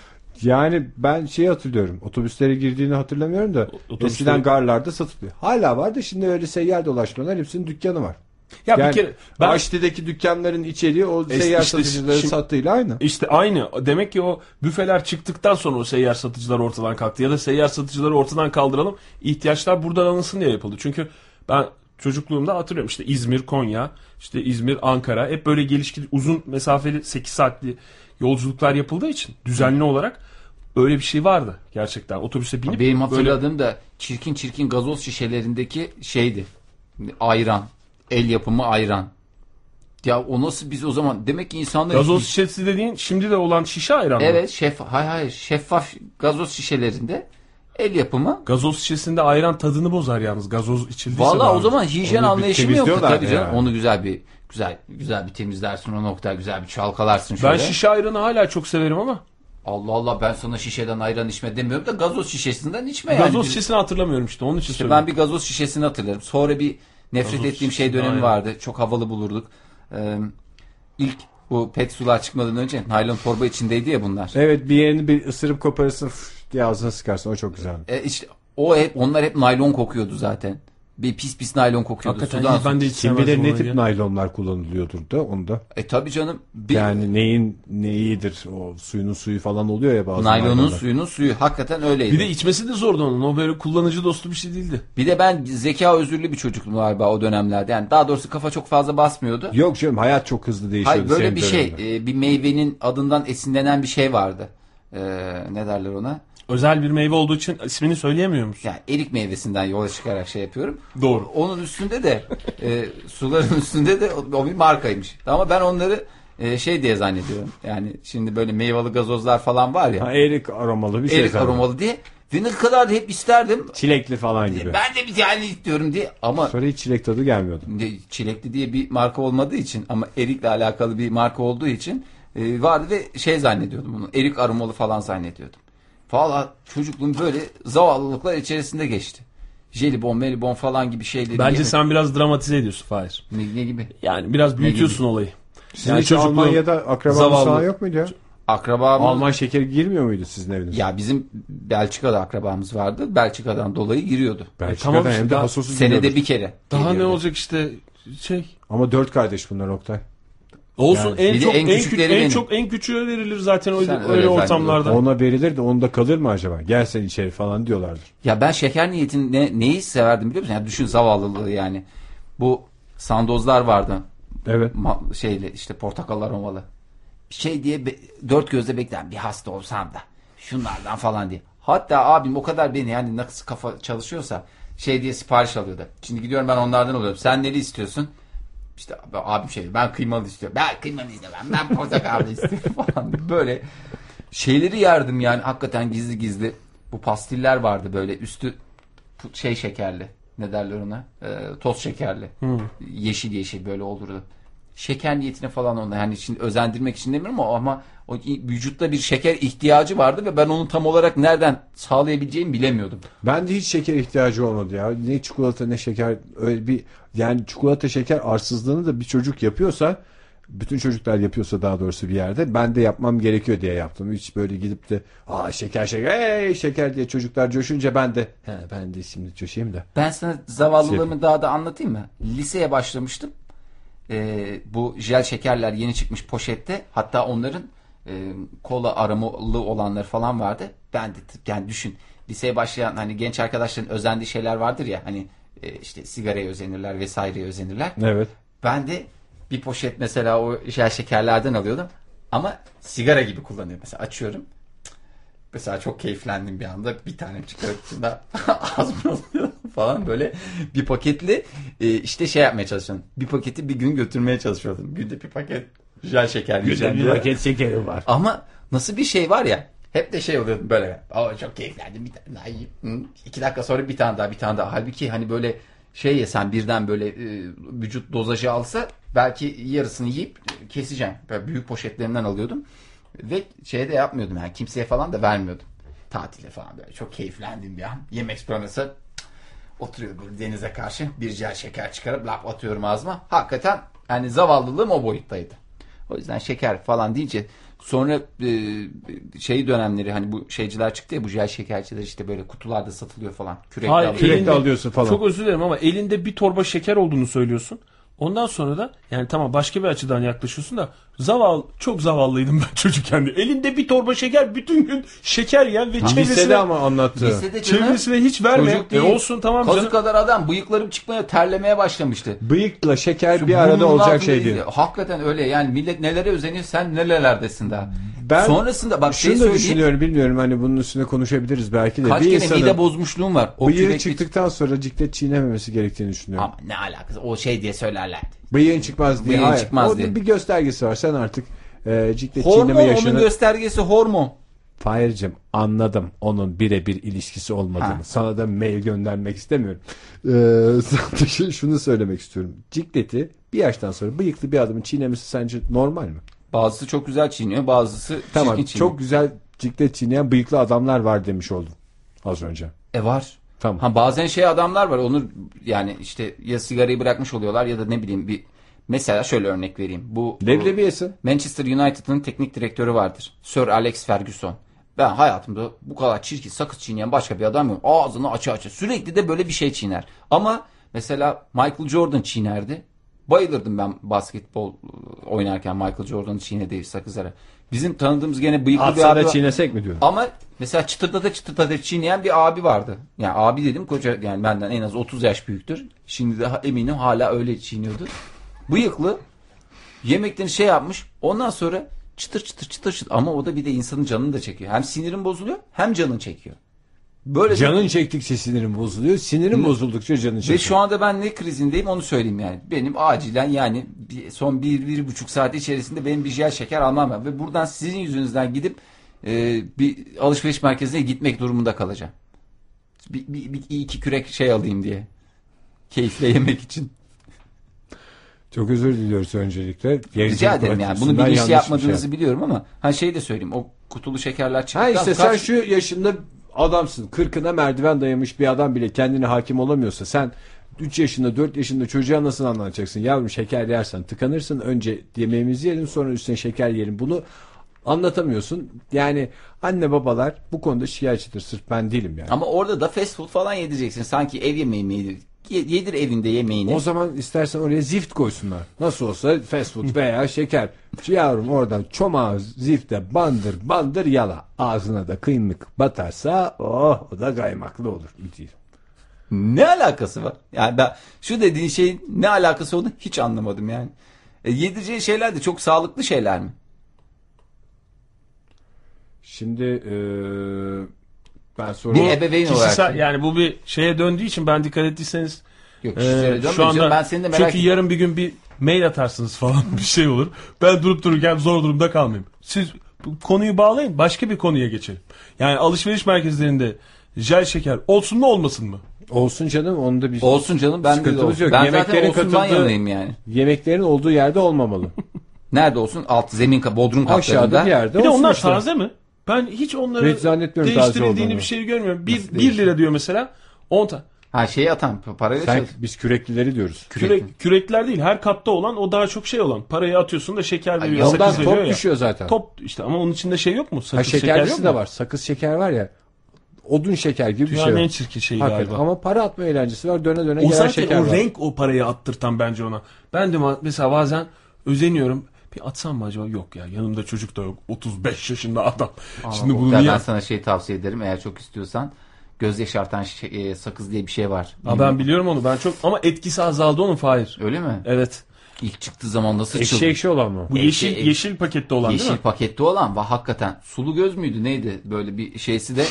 Yani ben şeyi hatırlıyorum. Otobüslere girdiğini hatırlamıyorum da Otobüsleri- eskiden garlarda satılıyor. Hala var da şimdi öyle seyyar dolaşmalar hepsinin dükkanı var. Ya Yani bir kere ben Aşti'deki dükkanların içeriği o Es- seyyar işte satıcıların şimdi- sattığıyla aynı. İşte aynı. Demek ki o büfeler çıktıktan sonra o seyyar satıcılar ortadan kalktı. Ya da seyyar satıcıları ortadan kaldıralım. İhtiyaçlar buradan alınsın diye yapıldı. Çünkü ben çocukluğumda hatırlıyorum işte İzmir, Konya, işte İzmir, Ankara hep böyle gelişki uzun mesafeli sekiz saatli yolculuklar yapıldığı için düzenli olarak öyle bir şey vardı gerçekten. Otobüse binip Benim böyle hatırladığım da çirkin çirkin gazoz şişelerindeki şeydi. Ayran. El yapımı ayran. Ya o nasıl biz o zaman demek ki insanlar gazoz şişesi dediğin şimdi de olan şişe ayran mı? Evet, şef hayır hayır şeffaf gazoz şişelerinde el yapımı. Gazoz şişesinde ayran tadını bozar yalnız gazoz içildiyse. Vallahi daha o önce. zaman hijyen Onu bir anlayışı mı yoktu temizliyorlar tabii canım. yani. Onu güzel bir güzel güzel bir temizlersin o nokta güzel bir çalkalarsın şöyle. Ben şişe ayranı hala çok severim ama Allah Allah ben sana şişeden ayran içme demiyorum da gazoz şişesinden içme yani. gazoz Biz- şişesini hatırlamıyorum işte onun için İşte söylüyorum. ben bir gazoz şişesini hatırlarım. Sonra bir nefret Gazoz ettiğim şey şişesi, dönemi aynen. vardı. Çok havalı bulurduk. Ee, ilk bu pet sular çıkmadan önce naylon torba içindeydi ya bunlar. Evet, bir yerini bir ısırıp koparırsın fıf diye ağzına sıkarsın, o çok güzel. E işte o hep onlar hep naylon kokuyordu zaten. Bir pis pis naylon kokuyordu. Hakikaten Sudan iyi, ben de hiç Kim bilir sevmezdim ne onu tip ya. naylonlar kullanılıyordur da onu da. E tabii canım. Bir Yani neyin neyidir, o suyunun suyu falan oluyor ya bazı naylonun naylonlar. suyunun suyu hakikaten öyleydi. Bir de içmesi de zordu onun. O böyle kullanıcı dostu bir şey değildi. Bir de ben zeka özürlü bir çocuktum galiba o dönemlerde. Yani daha doğrusu kafa çok fazla basmıyordu. Yok canım, hayat çok hızlı değişiyordu. Hayır böyle senin bir şey döneminde. e, bir meyvenin adından esinlenen bir şey vardı. E, ne derler ona? Özel bir meyve olduğu için ismini söyleyemiyor musun? Yani erik meyvesinden yola çıkarak şey yapıyorum. Doğru. Onun üstünde de e, suların üstünde de o, o bir markaymış. Ama ben onları e, şey diye zannediyorum. Yani şimdi böyle meyveli gazozlar falan var ya. Ha, erik aromalı bir şey. erik zaten. aromalı diye. Ve ne kadar da hep isterdim. Çilekli falan gibi. Ben de bir tane istiyorum diye. Ama Sonra hiç çilek tadı gelmiyordu. çilekli diye bir marka olmadığı için ama erikle alakalı bir marka olduğu için e, vardı ve şey zannediyordum bunu. Erik aromalı falan zannediyordum. Valla çocukluğum böyle zavallılıklar içerisinde geçti. Jelibon, melibon falan gibi şeyleri. Bence yemek- sen biraz dramatize ediyorsun Fahir. Ne, ne gibi? Yani biraz büyütüyorsun olayı. Sizin Yani hiç çocukluğun Almanya'da akrabanız zavallı. falan yok muydu ya? Akrabamız. Alman şekeri girmiyor muydu sizin evinize? Ya bizim Belçika'da akrabamız vardı. Belçika'dan dolayı giriyordu. Belçika'dan tamam hem işte, de daha- hasosu Senede giriyordur. bir kere. Daha ne geliyordu. olacak işte şey. Ama dört kardeş bunlar, Oktay. Olsun Yani en bir de çok en en, küçük küçükleri en benim. çok en küçüğe verilir zaten öyle, Sen öyle, öyle ortamlarda. Ona verilir de onda kalır mı acaba? Gel sen içeri falan diyorlardır. Ya ben şeker niyetinde neyi severdim biliyor musun? Yani düşün zavallılığı yani. Bu sandozlar vardı. Evet. Ma- şeyle işte portakal aromalı. Şey diye be- dört gözle bekleyen bir hasta olsam da şunlardan falan diye. Hatta abim o kadar beni yani nasıl kafa çalışıyorsa şey diye sipariş alıyordu. Şimdi gidiyorum ben onlardan alıyorum. Sen neli istiyorsun? İşte abim şey ben kıymalı istiyorum. Ben kıymalı istemem. Ben portakallı istiyorum falan. Böyle şeyleri yerdim yani hakikaten gizli gizli. Bu pastiller vardı böyle üstü pu- şey şekerli. Ne derler ona? Ee, toz şekerli. Yeşil yeşil böyle olurdu. Şeker niyetine falan onda. Yani şimdi özendirmek için demiyorum ama, ama o vücutta bir şeker ihtiyacı vardı ve ben onu tam olarak nereden sağlayabileceğimi bilemiyordum. Ben de hiç şeker ihtiyacı olmadı ya. Ne çikolata ne şeker öyle bir yani çikolata şeker arsızlığını da bir çocuk yapıyorsa bütün çocuklar yapıyorsa daha doğrusu bir yerde ben de yapmam gerekiyor diye yaptım. Hiç böyle gidip de aa şeker şeker hey şeker diye çocuklar coşunca ben de he, ben de şimdi coşayım da. Ben sana zavallılığımı daha da anlatayım mı? Liseye başlamıştım. Ee, bu jel şekerler yeni çıkmış poşette. Hatta onların e, kola aromalı olanları falan vardı. Ben de yani düşün. Liseye başlayan hani genç arkadaşların özendiği şeyler vardır ya. Hani e, işte sigaraya özenirler vesaireye özenirler. Evet. Ben de bir poşet mesela o jel şekerlerden alıyordum. Ama sigara gibi kullanıyorum. Mesela açıyorum. Mesela çok keyiflendim bir anda. Bir tane çıkarıp da ağzıma alıyorum falan böyle bir paketli e, işte şey yapmaya çalışıyorum. Bir paketi bir gün götürmeye çalışıyordum. Günde bir paket jel şeker yiyeceğim diye. şekeri var. Ama nasıl bir şey var ya. Hep de şey oluyordu böyle. Aa, çok keyiflendim bir tane daha yiyeyim. Hı. İki dakika sonra bir tane daha bir tane daha. Halbuki hani böyle şey yesen birden böyle e, vücut dozajı alsa belki yarısını yiyip keseceğim. Böyle büyük poşetlerinden alıyordum. Ve şey de yapmıyordum yani kimseye falan da vermiyordum. Tatile falan böyle çok keyiflendim bir an. Yemek sonrası oturuyordum böyle denize karşı bir jel şeker çıkarıp lap atıyorum ağzıma. Hakikaten yani zavallılığım o boyuttaydı. O yüzden şeker falan deyince sonra e, şey dönemleri hani bu şeyciler çıktı ya bu jel şekerciler işte böyle kutularda satılıyor falan. Kürekle Hayır, alıyor. Kürekle alıyorsun falan. Çok özür dilerim ama elinde bir torba şeker olduğunu söylüyorsun. Ondan sonra da yani tamam başka bir açıdan yaklaşıyorsun da zavallı çok zavallıydım ben çocukken de. Elinde bir torba şeker bütün gün şeker yiyen ve Lisede çevresine, ama anlattı. Lisede canım, çevresine hiç vermeyen. çocuk E değil. olsun tamam Kazı canım. kadar adam bıyıklarım çıkmaya terlemeye başlamıştı. Bıyıkla şeker bir arada Burnunun olacak altında şey izle- değil. Hakikaten öyle yani millet nelere özeniyor sen nerelerdesin daha. Ben Sonrasında bak şey şunu da söyleyeyim. düşünüyorum bilmiyorum hani bunun üstüne konuşabiliriz belki de. Kaç bir kere insanın mide bozmuşluğum var. O bıyığı kürekli- çıktıktan sonra ciklet çiğnememesi gerektiğini düşünüyorum. Ama ne alakası o şey diye söylerlerdi. Bıyığın çıkmaz diye. Bıyığın Hayır. çıkmaz Onun diye. bir göstergesi var. Sen artık e, ciklet Hormon çiğneme yaşını... onun göstergesi hormon. Fahir'cim anladım onun birebir ilişkisi olmadığını. Ha. Sana da mail göndermek istemiyorum. Ee, sadece şunu söylemek istiyorum. Cikleti bir yaştan sonra bıyıklı bir adamın çiğnemesi sence normal mi? Bazısı çok güzel çiğniyor bazısı Tamam çirkin çiğniyor. çok güzel ciklet çiğneyen bıyıklı adamlar var demiş oldum az önce. E var. Tamam. Ha bazen şey adamlar var onu yani işte ya sigarayı bırakmış oluyorlar ya da ne bileyim bir mesela şöyle örnek vereyim. Bu Leblebi yesin. Manchester United'ın teknik direktörü vardır. Sir Alex Ferguson. Ben hayatımda bu kadar çirkin sakız çiğneyen başka bir adam yok. Ağzını açı açı. Sürekli de böyle bir şey çiğner. Ama mesela Michael Jordan çiğnerdi. Bayılırdım ben basketbol oynarken Michael Jordan'ın çiğnediği sakızlara. Bizim tanıdığımız gene bıyıklı bir abi Atsana var. çiğnesek mi diyorum. Ama mesela çıtırdadı çıtırdadı çiğneyen bir abi vardı. Yani abi dedim koca yani benden en az otuz yaş büyüktür. Şimdi de eminim hala öyle çiğniyordu. Bıyıklı yemeklerini şey yapmış. Ondan sonra çıtır çıtır çıtır çıtır ama o da bir de insanın canını da çekiyor. Hem sinirin bozuluyor hem canın çekiyor. Böyle Canın çektikçe sinirin bozuluyor. Sinirin bozuldukça canın çekiyor. ve şu anda ben ne krizindeyim onu söyleyeyim yani. Benim acilen yani bir, son bir, bir buçuk saat içerisinde benim bir jel şeker almam var. Ve buradan sizin yüzünüzden gidip e, bir alışveriş merkezine gitmek durumunda kalacağım. Bir, bir, bir iki kürek şey alayım diye. Keyifle yemek için. Çok özür diliyoruz öncelikle. Rica ederim yani. Bunu açısından bilinçli yanlış bir yapmadığınızı şey. biliyorum ama ha şey de söyleyeyim. O kutulu şekerler çıktı. Ha işte sen şu yaşında adamsın. Kırkına merdiven dayamış bir adam bile kendine hakim olamıyorsa sen üç yaşında dört yaşında çocuğa nasıl anlatacaksın? Yavrum şeker yersen tıkanırsın. Önce yemeğimizi yiyelim sonra üstüne şeker yiyelim. Bunu anlatamıyorsun. Yani anne babalar bu konuda şikayetçidir. Sırf ben değilim yani. Ama orada da fast food falan yedireceksin. Sanki ev yemeği mi yedir evinde yemeğini. O zaman istersen oraya zift koysunlar. Nasıl olsa fast food veya şeker. Yavrum oradan çomağı zifte bandır bandır yala. Ağzına da kıymık batarsa oh o da kaymaklı olur. Müthiş. Ne alakası var? Yani ben şu dediğin şeyin ne alakası olduğunu hiç anlamadım yani. E, yedireceği şeyler de çok sağlıklı şeyler mi? Şimdi ee, ben Bir sonra ebeveyn Kişisel, olarak. yani bu bir şeye döndüğü için ben dikkat ettiyseniz Yok, e, kişisel şu anda ben seni de merak çünkü ettim. yarın bir gün bir mail atarsınız falan bir şey olur. Ben durup dururken zor durumda kalmayayım. Siz bu konuyu bağlayın, başka bir konuya geçelim. Yani alışveriş merkezlerinde jel şeker olsun mu olmasın mı? olsun canım onda bir Olsun canım, ben de sıkıntımız olsun. yok. Ben Yemeklerin zaten olsundan katıldığı- yanayım yani. Yemeklerin olduğu yerde olmamalı. Nerede olsun? Alt zemin ka- bodrum Aşağıda katlarında. bir yerde Bir de olsun onlar işte. taze mi? Ben hiç onları Hiç zannetmiyorum taze değiştirildiğini olduğunu. bir şey görmüyorum. Nasıl Bir, bir lira diyor mesela on tane. Ha şeyi atan parayla Sen, çalış. biz küreklileri diyoruz. Kürek, kürekler değil, her katta olan o daha çok şey olan. Parayı atıyorsun da şeker veriyor, Ay, sakız Ondan veriyor top ya. düşüyor zaten. Top işte, ama onun içinde şey yok mu? Ha, Sakız şeker yok şekerlisi mu? de var. Sakız şeker var ya. Odun şeker gibi bir Dünyanın şey en var. çirkin şeyi Hakikaten. galiba. Ama para atma eğlencesi var. Döne döne O gelen zaten şeker o var. renk o parayı attırtan bence ona. Ben de ma- mesela bazen özeniyorum. Bir atsam mı acaba? Yok ya, yanımda çocuk da yok. otuz beş yaşında adam. Şimdi bunu ben, niye? ben sana şey tavsiye ederim eğer çok istiyorsan. Göz yaşartan şey- e, sakız diye bir şey var. Ha, ben biliyorum onu. Ben çok ama etkisi azaldı onun, Fahir. Öyle mi? Evet. İlk çıktığı zaman nasıl Ekşi çıldı? ekşi olan mı? Bu Ekşi- yeşil ekşi- yeşil pakette olan Yeşil değil mi? pakette olan ve hakikaten sulu göz müydü neydi? Böyle bir şeysi de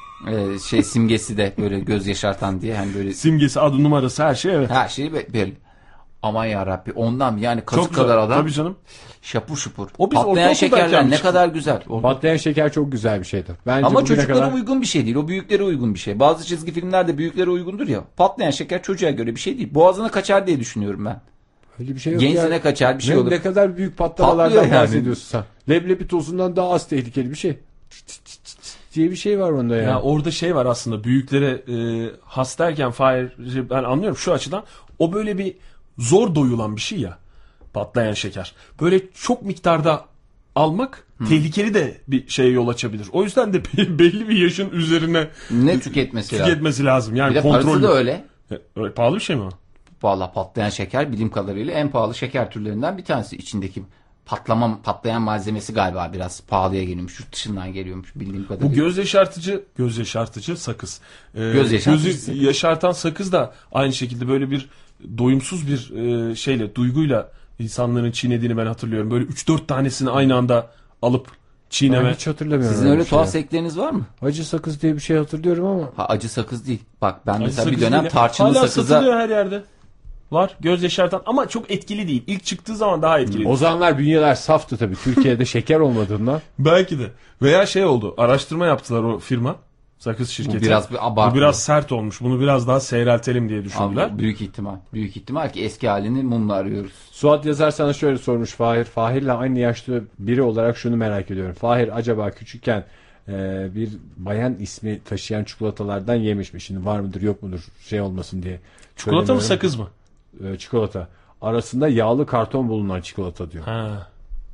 e, şey simgesi de böyle göz yaşartan diye hani böyle Simgesi, adı, numarası, her şey, evet. her şeyi be- böyle. Aman yarabbi ondan yani kazık Çok güzel. kadar adam Tabii canım. şapur şupur. O biz Patlayan ortaokuldayken şekerler mi ne çıktı? kadar güzel. O- Patlayan şeker çok güzel bir şeydi. Bence Ama bugüne çocuklara kadar... uygun bir şey değil. O büyüklere uygun bir şey. Bazı çizgi filmler de büyüklere uygundur ya. Patlayan şeker çocuğa göre bir şey değil. Boğazına kaçar diye düşünüyorum ben. Öyle bir şey yok Genzine ya. kaçar bir şey ne, olur. ne kadar büyük patlamalardan Patlıyor yani. bahsediyorsun sen. Leblebi tozundan daha az tehlikeli bir şey. Çıt çıt çıt çıt diye bir şey var onda ya. Ya orada şey var aslında, büyüklere e, has derken Fahir, ben anlıyorum şu açıdan. O böyle bir zor doyulan bir şey ya. Patlayan şeker. Böyle çok miktarda almak tehlikeli de bir şeye yol açabilir. O yüzden de belli bir yaşın üzerine Ne tüketmesi lazım. tüketmesi lazım. Yani Bir de parası kontrollü. da öyle. E, öyle pahalı bir şey mi o? Vallahi patlayan şeker bilim kadarıyla en pahalı şeker türlerinden bir tanesi. İçindeki patlama patlayan malzemesi galiba biraz pahalıya geliyormuş. Yurt dışından geliyormuş bildiğim kadarıyla. Bu göz yaşartıcı, göz yaşartıcı sakız. Ee, Göz yaşartıcı gözü sakız. yaşartan sakız da aynı şekilde böyle bir doyumsuz bir e, şeyle, duyguyla insanların çiğnediğini ben hatırlıyorum. Böyle üç dört tanesini aynı anda alıp Ben çiğneme. hiç hatırlamıyorum. Sizin öyle bir şey tuhaf ya. zevkleriniz var mı? Acı sakız diye bir şey hatırlıyorum ama. Ha, acı sakız değil. Bak ben Acı mesela bir sakız dönem değil. tarçınlı Hala sakıza... satılıyor her yerde. Var göz yaşartan ama çok etkili değil. İlk çıktığı zaman daha etkili. O zamanlar bünyeler saftı tabii. Türkiye'de şeker olmadığından. Belki de. Veya şey oldu. Araştırma yaptılar o firma. Sakız şirketi. biraz bir abartı. Bu biraz sert olmuş. Bunu biraz daha seyreltelim diye düşündüler. Abi, büyük ihtimal. Büyük ihtimal ki eski halini mumla arıyoruz. Suat Yazar sana şöyle sormuş Fahir. Fahir'le aynı yaşta biri olarak şunu merak ediyorum. Fahir acaba küçükken e, bir bayan ismi taşıyan çikolatalardan yemiş mi? Şimdi var mıdır yok mudur şey olmasın diye. Çikolata mı Söylemiyorum. sakız mı? E, çikolata. Arasında yağlı karton bulunan çikolata diyor. Ha.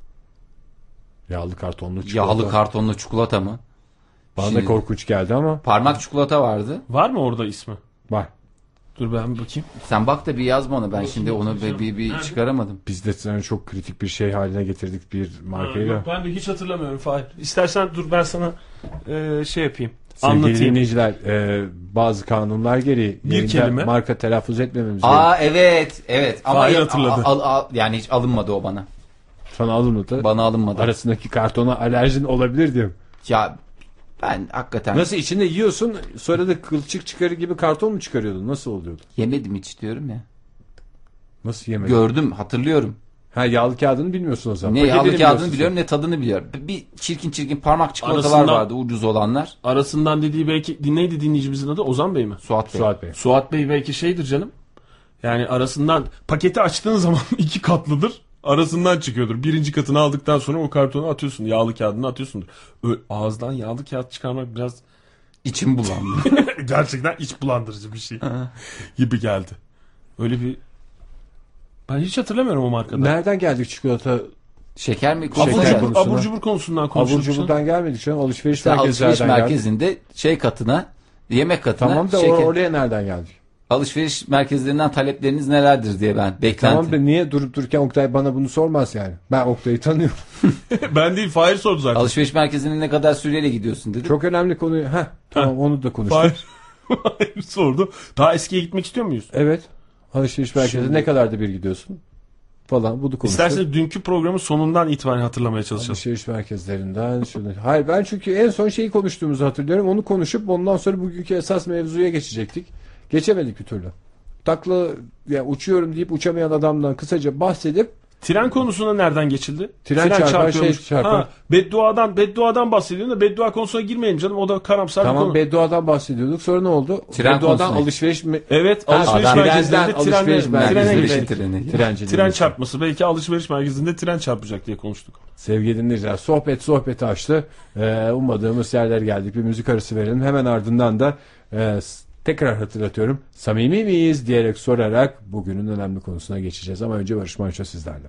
Yağlı kartonlu çikolata. Yağlı kartonlu çikolata mı? Bana da Şimdi- korkunç geldi ama Parmak çikolata vardı. Var mı orada ismi? var. Dur ben bir bakayım. Sen bak da bir yazma onu. Ben şimdi onu bir, bir, bir çıkaramadım. Biz de sana çok kritik bir şey haline getirdik bir markayı da. Yok, ben de hiç hatırlamıyorum Fahir. İstersen dur ben sana e, şey yapayım. Sevgili Anlatayım. dinleyiciler e, bazı kanunlar gereği Bir yayında kelime. marka telaffuz etmememiz gerekiyor. Aa evet. Evet. Ama Fahir ya- hatırladı. al- al- yani hiç alınmadı o bana. Sana alınmadı. Bana alınmadı. Arasındaki kartona alerjin olabilir diyorum. Ya ben hakikaten Nasıl içinde yiyorsun sonra da kılçık çıkarır gibi karton mu çıkarıyordun? Nasıl oluyordu? yemedim hiç diyorum ya. Nasıl yemedin? Gördüm, hatırlıyorum. Ha yağlı kağıdını bilmiyorsun o zaman. Ne Paketini yağlı biliyorsun kağıdını sen. biliyorum ne tadını biliyorum. Bir çirkin çirkin parmak çikolatalar Arasından- vardı ucuz olanlar. Arasından dediği belki neydi dinleyicimizin adı? Ozan Bey mi? Suat Bey. Suat Bey. Suat Bey belki şeydir canım. Yani arasından paketi açtığın zaman iki katlıdır. Arasından çıkıyordur. Birinci katını aldıktan sonra o kartonu atıyorsun. Yağlı kağıdını atıyorsundur. Ö- ağızdan yağlı kağıt çıkarmak biraz İçim bulandı. gerçekten iç bulandırıcı bir şey gibi geldi. Öyle bir... Ben hiç hatırlamıyorum o markadan. Nereden geldik çikolata? Şeker mi? Abur, Şeker Konuşalım. cubur, konusuna. abur cubur konusundan Abur konuştuk. cuburdan gelmedik canım. Alışveriş Sen merkezlerden alışveriş geldik. merkezinde şey katına, yemek katına Tamam da şeker. or- oraya nereden geldik? alışveriş merkezlerinden talepleriniz nelerdir diye ben beklenti. Tamam da niye durup dururken Oktay bana bunu sormaz yani? Ben Oktay'ı tanıyorum. Ben değil, Fahir sordu zaten. Alışveriş merkezine ne kadar süreyle gidiyorsun dedi. Çok önemli konuyu. Heh, tamam Heh. onu da konuştuk. Fahir, Fahir sordu. Daha eskiye gitmek istiyor muyuz? Evet. Alışveriş merkezine Şimdi- ne kadarda bir gidiyorsun? Falan bunu konuştuk. İsterseniz dünkü programın sonundan itibaren hatırlamaya çalışalım. Alışveriş merkezlerinden şunu. Hayır ben çünkü en son şeyi konuştuğumuzu hatırlıyorum. Onu konuşup ondan sonra bugünkü esas mevzuya geçecektik. Geçemedik bir türlü. Takla ya uçuyorum deyip uçamayan adamdan kısaca bahsedip Tren konusuna nereden geçildi? Tren çarpan, çarpıyormuş. şey çarpan. Ha, bedduadan, bedduadan bahsediyorsun da beddua konusuna girmeyelim canım. O da karamsar bir tamam konu. bedduadan bahsediyorduk. Sonra ne oldu? Tren Bedduadan konusuna. alışveriş mi? Evet, Ha, alışveriş adam- merkezlerinde Trenden alışveriş trenle, merkezinde trene Alışveriş geçti. treni. Trenciliğimiz. Tren çarpması. Belki alışveriş merkezinde tren çarpacak diye konuştuk. Sevgili dinleyiciler sohbet sohbeti açtı. Ee, ummadığımız yerlere geldik. Bir müzik arası verelim. Hemen ardından da e, s- tekrar hatırlatıyorum. Samimi miyiz diyerek sorarak bugünün önemli konusuna geçeceğiz. Ama önce Barış Manço sizlerle.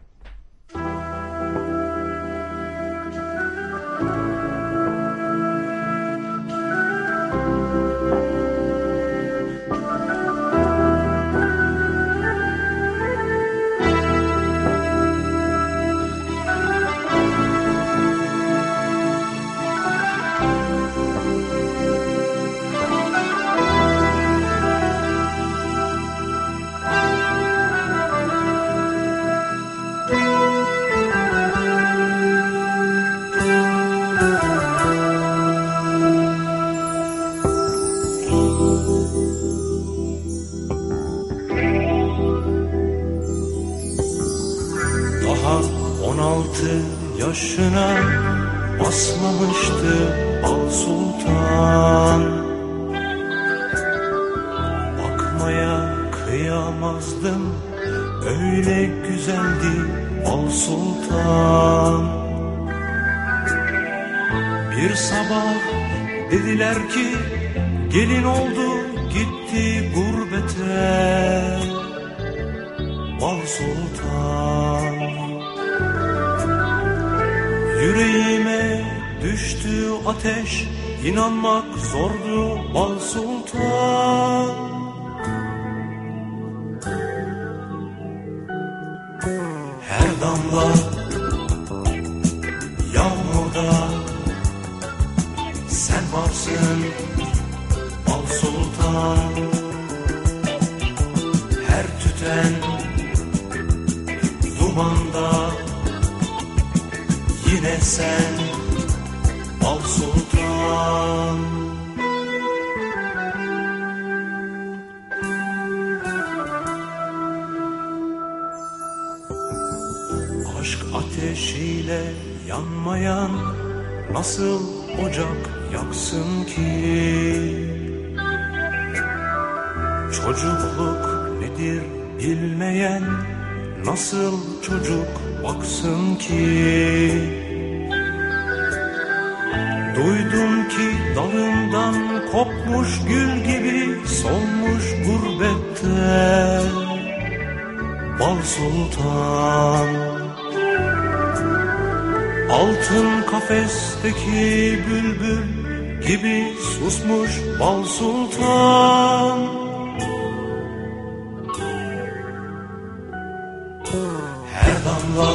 Daha on altı yaşına basmamıştı Al Sultan. Bakmaya kıyamazdım, öyle güzeldi Al Sultan. Bir sabah dediler ki gelin oldu gitti gurbete Al Sultan. Yüreğime düştü ateş, inanmak zordu Bal Sultan. Her damla yağmurda sen varsın Bal Sultan. Her tüten dumanda yine sen Bal Sultan. Aşk ateşiyle yanmayan nasıl ocak yaksın ki? Çocukluk nedir bilmeyen nasıl çocuk baksın ki? Duydum ki dalından kopmuş gül gibi solmuş gurbette Bal Sultan. Altın kafesteki bülbül gibi susmuş Bal Sultan. Her damla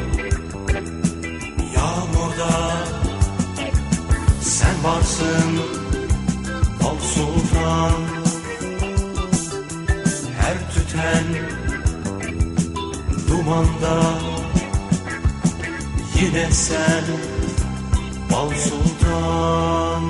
yağmurda sen varsın Bal Sultan. Her tüten dumanda yine sen Bal Sultan.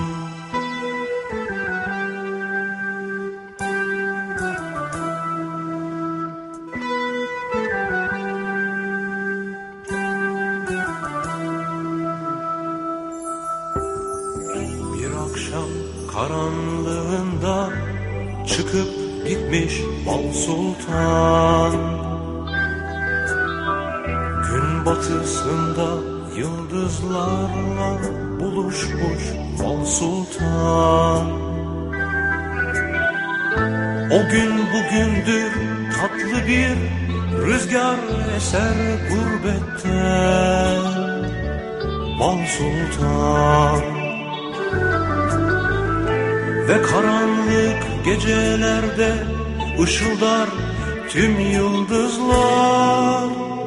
Bir akşam karanlığında çıkıp gitmiş Bal Sultan. Gün batısında yıldızlarla buluşmuş Bal Sultan. O gün bugündür tatlı bir rüzgar eser gurbette Bal Sultan. Ve karanlık gecelerde ışıldar tüm yıldızlar.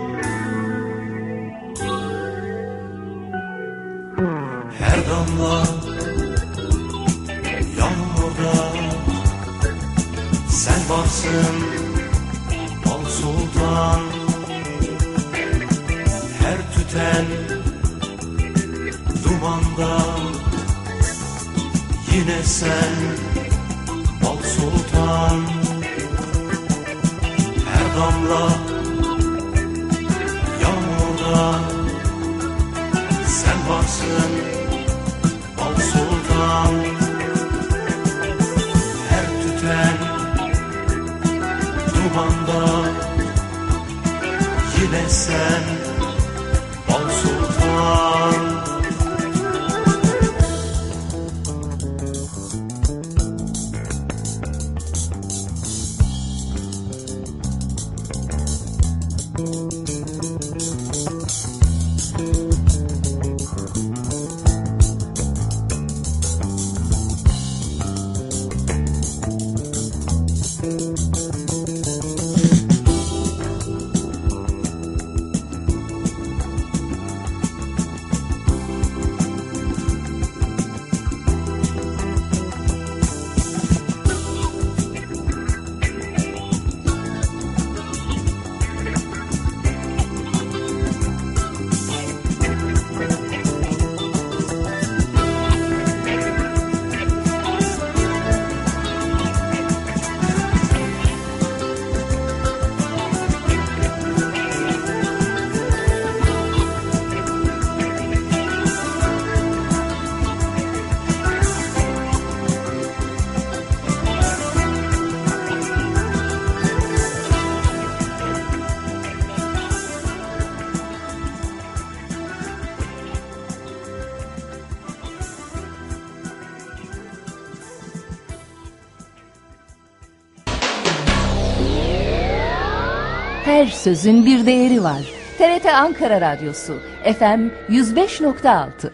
Her damla yağmurda sen varsın Bal Sultan. Her tüten dumanda yine sen Bal Sultan. Her damla yağmurda sen varsın Bal Sultan. Her tüten dumanda yine sen Bal Sultan. Her sözün bir değeri var. T R T Ankara Radyosu F M yüz beş nokta altı.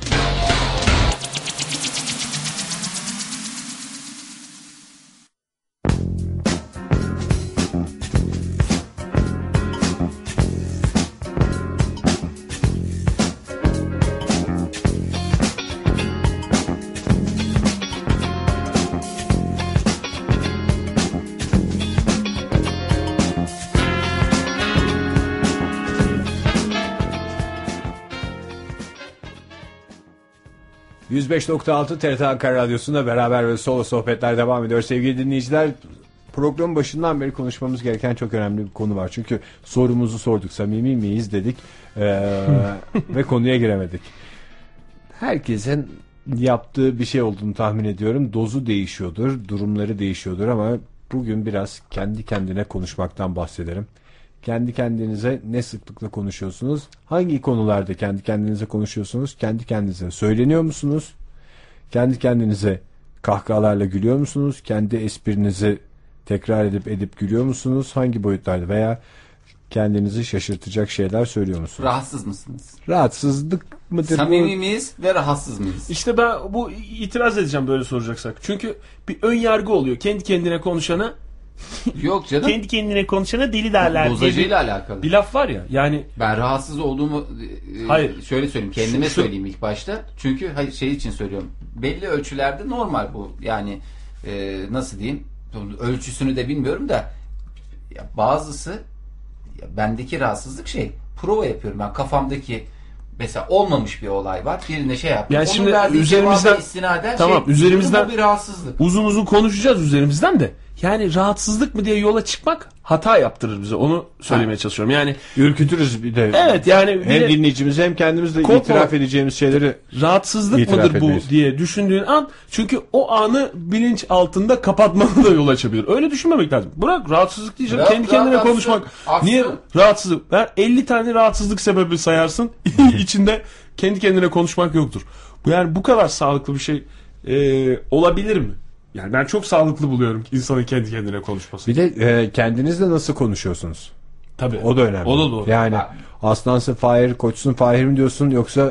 yüz beş nokta altı T R T Ankara Radyosu'nda beraber ve solo sohbetler devam ediyor. Sevgili dinleyiciler, programın başından beri konuşmamız gereken çok önemli bir konu var. Çünkü sorumuzu sorduk, samimi miyiz dedik ee, ve konuya giremedik. Herkesin yaptığı bir şey olduğunu tahmin ediyorum. Dozu değişiyordur, durumları değişiyordur ama bugün biraz kendi kendine konuşmaktan bahsedelim. Kendi kendinize ne sıklıkla konuşuyorsunuz? Hangi konularda kendi kendinize konuşuyorsunuz? Kendi kendinize söyleniyor musunuz? Kendi kendinize kahkahalarla gülüyor musunuz? Kendi esprinizi tekrar edip edip gülüyor musunuz? Hangi boyutlarda veya kendinizi şaşırtacak şeyler söylüyor musunuz? Rahatsız mısınız? Rahatsızlık mıdır? Samimi miyiz ve rahatsız mıyız? İşte ben bu itiraz edeceğim böyle soracaksak. Çünkü bir ön yargı oluyor. Kendi kendine konuşana Yok canım. kendi kendine konuşana deli derler diye Dozajıyla bir, alakalı. bir laf var ya. Yani Ben rahatsız olduğumu e, Hayır. şöyle söyleyeyim. Kendime Şu- şu- söyleyeyim ilk başta. Çünkü hayır, şey için söylüyorum. Belli ölçülerde normal bu. Yani e, nasıl diyeyim? Ölçüsünü de bilmiyorum da ya bazısı ya bendeki rahatsızlık şey. Prova yapıyorum ben kafamdaki. Mesela olmamış bir olay var. Birine şey yaptım. Yani Onun şimdi verdiği üzerimizden- cevaba istinaden Tamam, şey, üzerimizden- bu bir rahatsızlık. uzun uzun konuşacağız üzerimizden de. Yani rahatsızlık mı diye yola çıkmak hata yaptırır bize. Onu söylemeye çalışıyorum. Yani Ürkütürüz bir de. evet yani Hem bile- dinleyicimizi hem kendimizle Korkma. itiraf edeceğimiz şeyleri rahatsızlık İtiraf mıdır bu etmeyiz. diye düşündüğün an, çünkü o anı bilinç altında kapatmanı da yol açabilir. Öyle düşünmemek lazım. Bırak rahatsızlık diyeceğim. Bırak, Kendi kendine rahat konuşmak. aksın. Niye Aksın. rahatsızlık? Ben elli tane rahatsızlık sebebi sayarsın. İçinde kendi kendine konuşmak yoktur. Bu yani bu kadar sağlıklı bir şey e, olabilir mi? Yani ben çok sağlıklı buluyorum insanın kendi kendine konuşması. bir de e, kendinizle nasıl konuşuyorsunuz? Tabii. O da önemli. O da doğru. Yani Ha. aslansın Fahir, koçsun Fahir mi diyorsun yoksa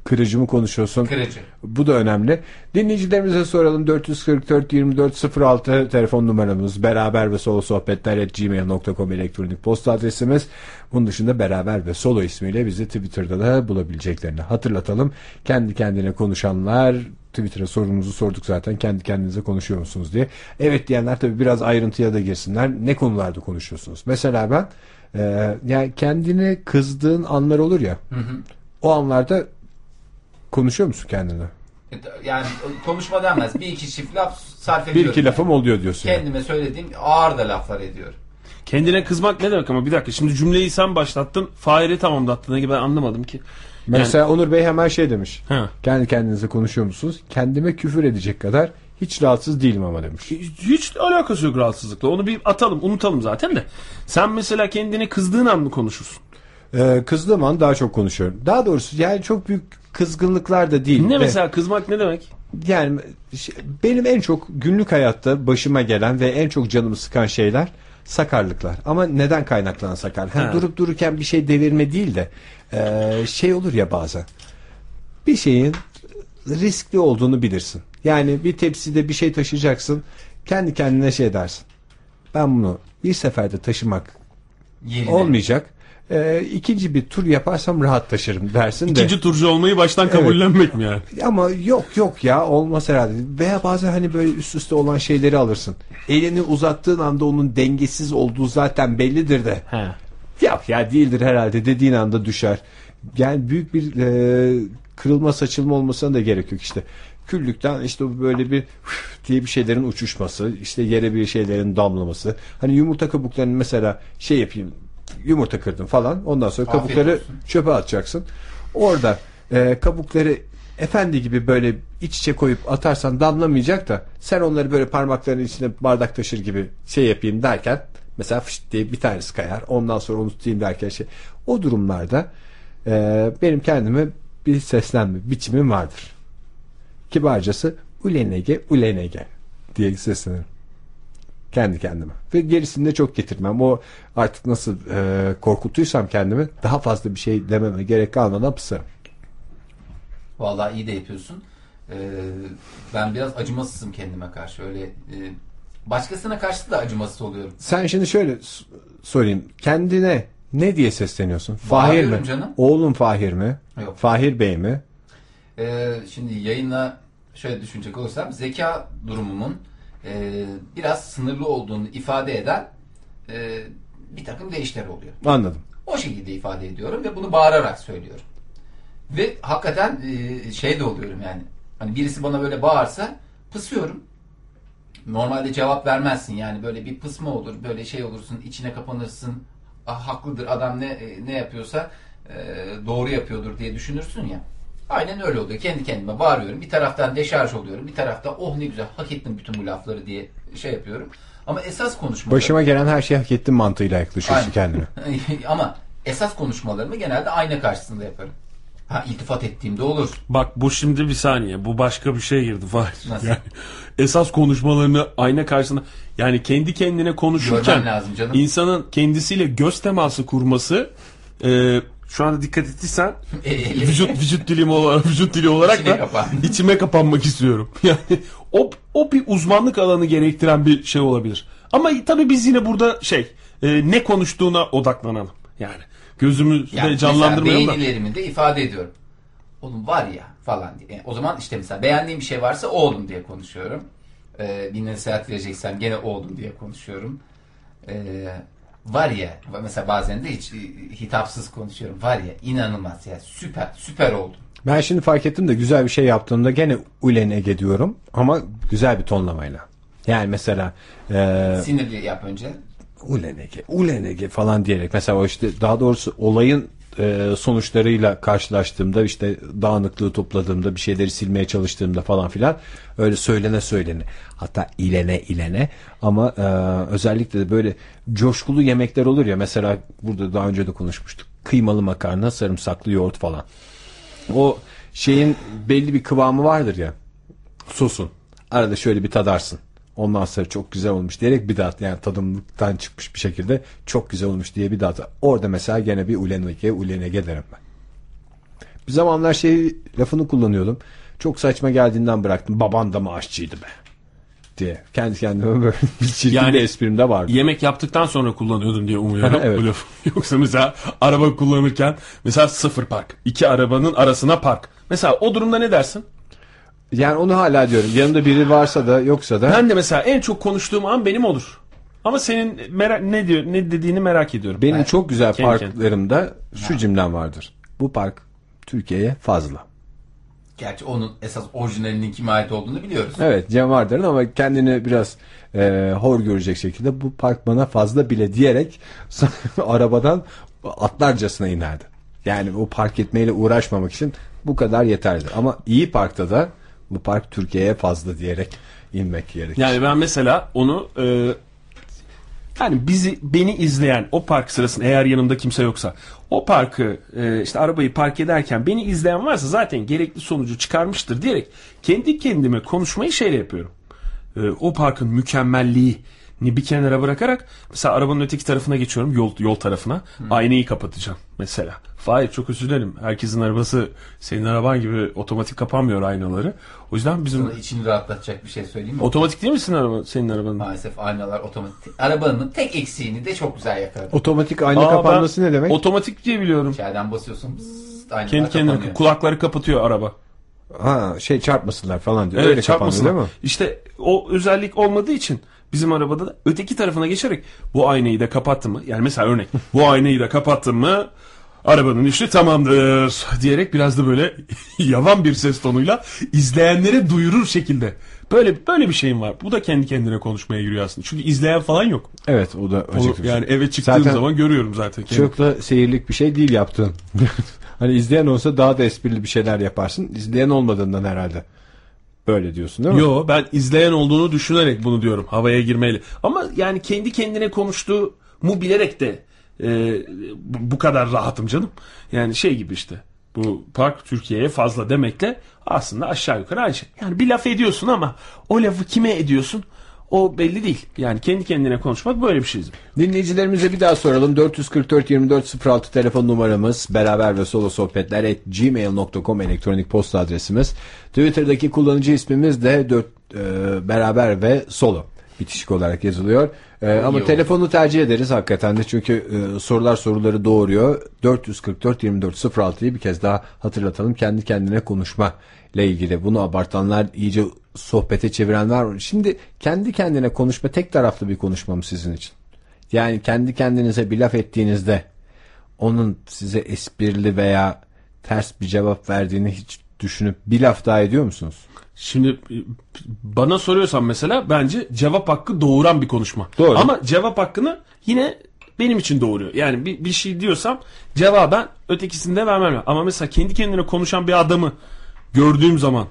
kırıcı mı konuşuyorsun? Kırıcı. Bu da önemli. Dinleyicilerimize soralım. dört yüz kırk dört yirmi dört sıfır altı telefon numaramız. Beraber ve solo sohbetler at gmail nokta com elektronik posta adresimiz. Bunun dışında Beraber ve Solo ismiyle bizi Twitter'da da bulabileceklerini hatırlatalım. Kendi kendine konuşanlar, Twitter'a sorumuzu sorduk zaten, kendi kendinize konuşuyor musunuz diye. Evet diyenler tabii biraz ayrıntıya da girsinler. Ne konularda konuşuyorsunuz? Mesela ben e, yani kendine kızdığın anlar olur ya. Hı hı. O anlarda konuşuyor musun kendine? Yani konuşma denmez. Bir iki çift laf sarf Bir ediyorum. iki lafım oluyor diyorsun. Kendime yani söylediğim ağır da laflar ediyorum. Kendine kızmak ne demek ama bir dakika. Şimdi cümleyi sen başlattın. Fahir'i tamamlattın gibi ben anlamadım ki. Mesela yani... Onur Bey hemen şey demiş. Ha. Kendi kendinize konuşuyor musunuz? Kendime küfür edecek kadar hiç rahatsız değilim ama demiş. Hiç alakası yok rahatsızlıkla. Onu bir atalım, unutalım zaten de. Sen mesela kendini kızdığın an mı konuşursun? Ee, kızdığım an daha çok konuşuyorum. Daha doğrusu yani çok büyük kızgınlıklar da değil. Ne mesela kızmak ne demek? Yani benim en çok günlük hayatta başıma gelen ve en çok canımı sıkan şeyler sakarlıklar. Ama neden kaynaklanan sakar? Yani durup dururken bir şey devirme değil de e, şey olur ya bazen. Bir şeyin riskli olduğunu bilirsin. Yani bir tepside bir şey taşıyacaksın. Kendi kendine şey dersin. Ben bunu bir seferde taşımak Yerine. olmayacak. E, ikinci bir tur yaparsam rahat taşırım dersin İkinci de. İkinci turcu olmayı baştan kabullenmek evet. mi yani? Ama yok yok ya olmaz herhalde. Veya bazen hani böyle üst üste olan şeyleri alırsın. Elini uzattığın anda onun dengesiz olduğu zaten bellidir de. He. Yok ya değildir herhalde dediğin anda düşer. Yani büyük bir e, kırılma saçılma olmasına da gerek yok işte. Küllükten işte böyle bir diye bir şeylerin uçuşması, işte yere bir şeylerin damlaması. Hani yumurta kabuklarını mesela şey yapayım, yumurta kırdın falan. Ondan sonra Afiyet kabukları olsun. çöpe atacaksın. Orada e, kabukları efendi gibi böyle iç içe koyup atarsan damlamayacak da sen onları böyle parmaklarının içine bardak taşır gibi şey yapayım derken mesela fışt diye bir tanesi kayar. Ondan sonra onu tutayım derken şey. O durumlarda e, benim kendime bir seslenme biçimim vardır. Kibarcası ulenege ulenege diye seslenirim. Kendi kendime. Ve gerisini de çok getirmem. O artık nasıl e, korkutuysam kendimi daha fazla bir şey dememe gerek kalmadan pısarım. Vallahi iyi de yapıyorsun. Ee, ben biraz acımasızım kendime karşı. Öyle e, başkasına karşı da acımasız oluyorum. Sen şimdi şöyle sorayım. Kendine ne diye sesleniyorsun? Fahir mi? Canım. Oğlum Fahir mi? Yok. Fahir Bey mi? Ee, şimdi yayına şöyle düşünecek olursam zeka durumumun e, biraz sınırlı olduğunu ifade eden e, bir takım deyişler oluyor. Anladım. O şekilde ifade ediyorum ve bunu bağırarak söylüyorum. Ve hakikaten e, şey de oluyorum yani. Hani birisi bana böyle bağırsa pısıyorum. Normalde cevap vermezsin yani böyle bir pısma olur, böyle şey olursun, içine kapanırsın. Ah, haklıdır adam ne ne yapıyorsa e, doğru yapıyordur diye düşünürsün ya. Aynen öyle oluyor. Kendi kendime bağırıyorum. Bir taraftan deşarj oluyorum. Bir tarafta oh ne güzel hak ettim bütün bu lafları diye şey yapıyorum. Ama esas konuşmalarım... Başıma gelen her şeyi hak ettim mantığıyla yaklaşıyorsun kendine. Ama esas konuşmalarımı genelde ayna karşısında yaparım. Ha iltifat ettiğimde olur. Bak bu şimdi bir saniye. Bu başka bir şey girdi. Nasıl? Yani, esas konuşmalarını ayna karşısında yani kendi kendine konuşurken lazım canım. insanın kendisiyle göz teması kurması e, şu anda dikkat ettiysen vücut vücut dilim olarak vücut dili olarak İçine da kapan. içime kapanmak istiyorum. Yani o o bir uzmanlık alanı gerektiren bir şey olabilir. Ama tabii biz yine burada şey e, ne konuştuğuna odaklanalım. Yani gözümüzde yani canlandırmayalım da. Beğenilerimi de ifade ediyorum. Oğlum var ya falan diye. Yani o zaman işte mesela beğendiğim bir şey varsa oğlum diye konuşuyorum. Ee, bir nasihat vereceksem gene oğlum diye konuşuyorum. Ee, var ya mesela bazen de hiç hitapsız konuşuyorum. Var ya inanılmaz ya süper süper oldu. Ben şimdi fark ettim de güzel bir şey yaptığımda gene ulen ege diyorum ama güzel bir tonlamayla. Yani mesela e, sinirli yap önce. Ulen ege, ulen ege falan diyerek mesela o işte daha doğrusu olayın e, sonuçlarıyla karşılaştığımda işte dağınıklığı topladığımda bir şeyleri silmeye çalıştığımda falan filan öyle söylene söylene hatta ilene ilene ama e, özellikle de böyle coşkulu yemekler olur ya mesela burada daha önce de konuşmuştuk kıymalı makarna sarımsaklı yoğurt falan o şeyin belli bir kıvamı vardır ya sosun arada şöyle bir tadarsın. Ondan sonra çok güzel olmuş diyerek bir daha yani tadımlıktan çıkmış bir şekilde çok güzel olmuş diye bir daha orada mesela gene bir ulenege ulenege derim ben. Bir zamanlar şey lafını kullanıyordum. Çok saçma geldiğinden bıraktım. Baban da mı aşçıydı be diye. Kendi kendime böyle bir çirkin Yani bir esprim de vardı. Yemek yaptıktan sonra kullanıyordun diye umuyorum. Evet. Bu lafı. Yoksa mesela araba kullanırken mesela sıfır park. İki arabanın arasına park. Mesela o durumda ne dersin? Yani onu hala diyorum. Yanımda biri varsa da yoksa da. Ben de mesela en çok konuştuğum an benim olur. Ama senin merak ne diyor ne dediğini merak ediyorum. Benim Evet. çok güzel Kendi parklarımda şu cümlem vardır. Bu park Türkiye'ye fazla. Gerçi onun esas orijinalinin kime ait olduğunu biliyoruz. Evet, Cem Vardar'ın ama kendini biraz e, hor görecek şekilde bu park bana fazla bile diyerek arabadan atlarcasına inerdi. Yani o park etmeyle uğraşmamak için bu kadar yeterli. Ama iyi parkta da bu park Türkiye'ye fazla diyerek inmek gerekir. Yani ben mesela onu e, yani bizi beni izleyen o park sırasında eğer yanımda kimse yoksa o parkı e, işte arabayı park ederken beni izleyen varsa zaten gerekli sonucu çıkarmıştır diyerek kendi kendime konuşmayı şeyle yapıyorum. E, o parkın mükemmelliğini bir kenara bırakarak mesela arabanın öteki tarafına geçiyorum yol yol tarafına hmm. aynayı kapatacağım mesela. Hayır çok özür dilerim. Herkesin arabası senin araban gibi otomatik kapanmıyor aynaları. O yüzden bizim... Sana içini rahatlatacak bir şey söyleyeyim mi? Otomatik değil misin araba, senin arabanın? Maalesef aynalar otomatik. Arabanın tek eksiğini de çok güzel yakaladım. Otomatik ayna Aa, kapanması ben ne demek? Otomatik diye biliyorum. İçeriden basıyorsun bzzz, aynalar Kendi kendine kapanıyor. kulakları kapatıyor araba. Ha, şey çarpmasınlar falan diyor. Evet, Öyle kapanıyor çarpmasın. değil mi? İşte o özellik olmadığı için bizim arabada da öteki tarafına geçerek bu aynayı da kapattın mı? Yani mesela örnek bu aynayı da kapattın mı? Arabanın işi tamamdır diyerek biraz da böyle yavan bir ses tonuyla izleyenlere duyurur şekilde. Böyle böyle bir şeyim var. Bu da kendi kendine konuşmaya giriyor aslında. Çünkü izleyen falan yok. Evet, o da O, acıklı bir yani şey. eve çıktığım Zaten zaman görüyorum zaten. Kendimi. çok da seyirlik bir şey değil yaptığın. Hani izleyen olsa daha da esprili bir şeyler yaparsın. İzleyen olmadığından herhalde. Böyle diyorsun değil mi? Yo, ben izleyen olduğunu düşünerek bunu diyorum. Havaya girmeyle. Ama yani kendi kendine konuştuğu mu bilerek de e, bu, bu kadar rahatım canım. Yani şey gibi işte. Bu park Türkiye'ye fazla demekle aslında aşağı yukarı aynı şey. Yani bir laf ediyorsun ama o lafı kime ediyorsun? O belli değil. Yani kendi kendine konuşmak böyle bir şey. Dinleyicilerimize bir daha soralım. dört yüz kırk dört yirmi dört sıfır altı telefon numaramız. Beraber ve solo sohbetler at gmail nokta com elektronik posta adresimiz. Twitter'daki kullanıcı ismimiz de dört, e, beraber ve solo bitişik olarak yazılıyor. E, ama oldu. telefonu tercih ederiz hakikaten de. Çünkü e, sorular soruları doğuruyor. dört yüz kırk dört yirmi dört sıfır altıyı bir kez daha hatırlatalım. Kendi kendine konuşma ile ilgili. Bunu abartanlar, iyice sohbete çevirenler var. Şimdi kendi kendine konuşma tek taraflı bir konuşma mı sizin için? Yani kendi kendinize bir laf ettiğinizde onun size esprili veya ters bir cevap verdiğini hiç düşünüp bir laf daha ediyor musunuz? Şimdi bana soruyorsan mesela bence cevap hakkı doğuran bir konuşma. Doğru. Ama cevap hakkını yine benim için doğuruyor. Yani bir, bir şey diyorsam cevaben ötekisini de vermem. Ama mesela kendi kendine konuşan bir adamı gördüğüm zaman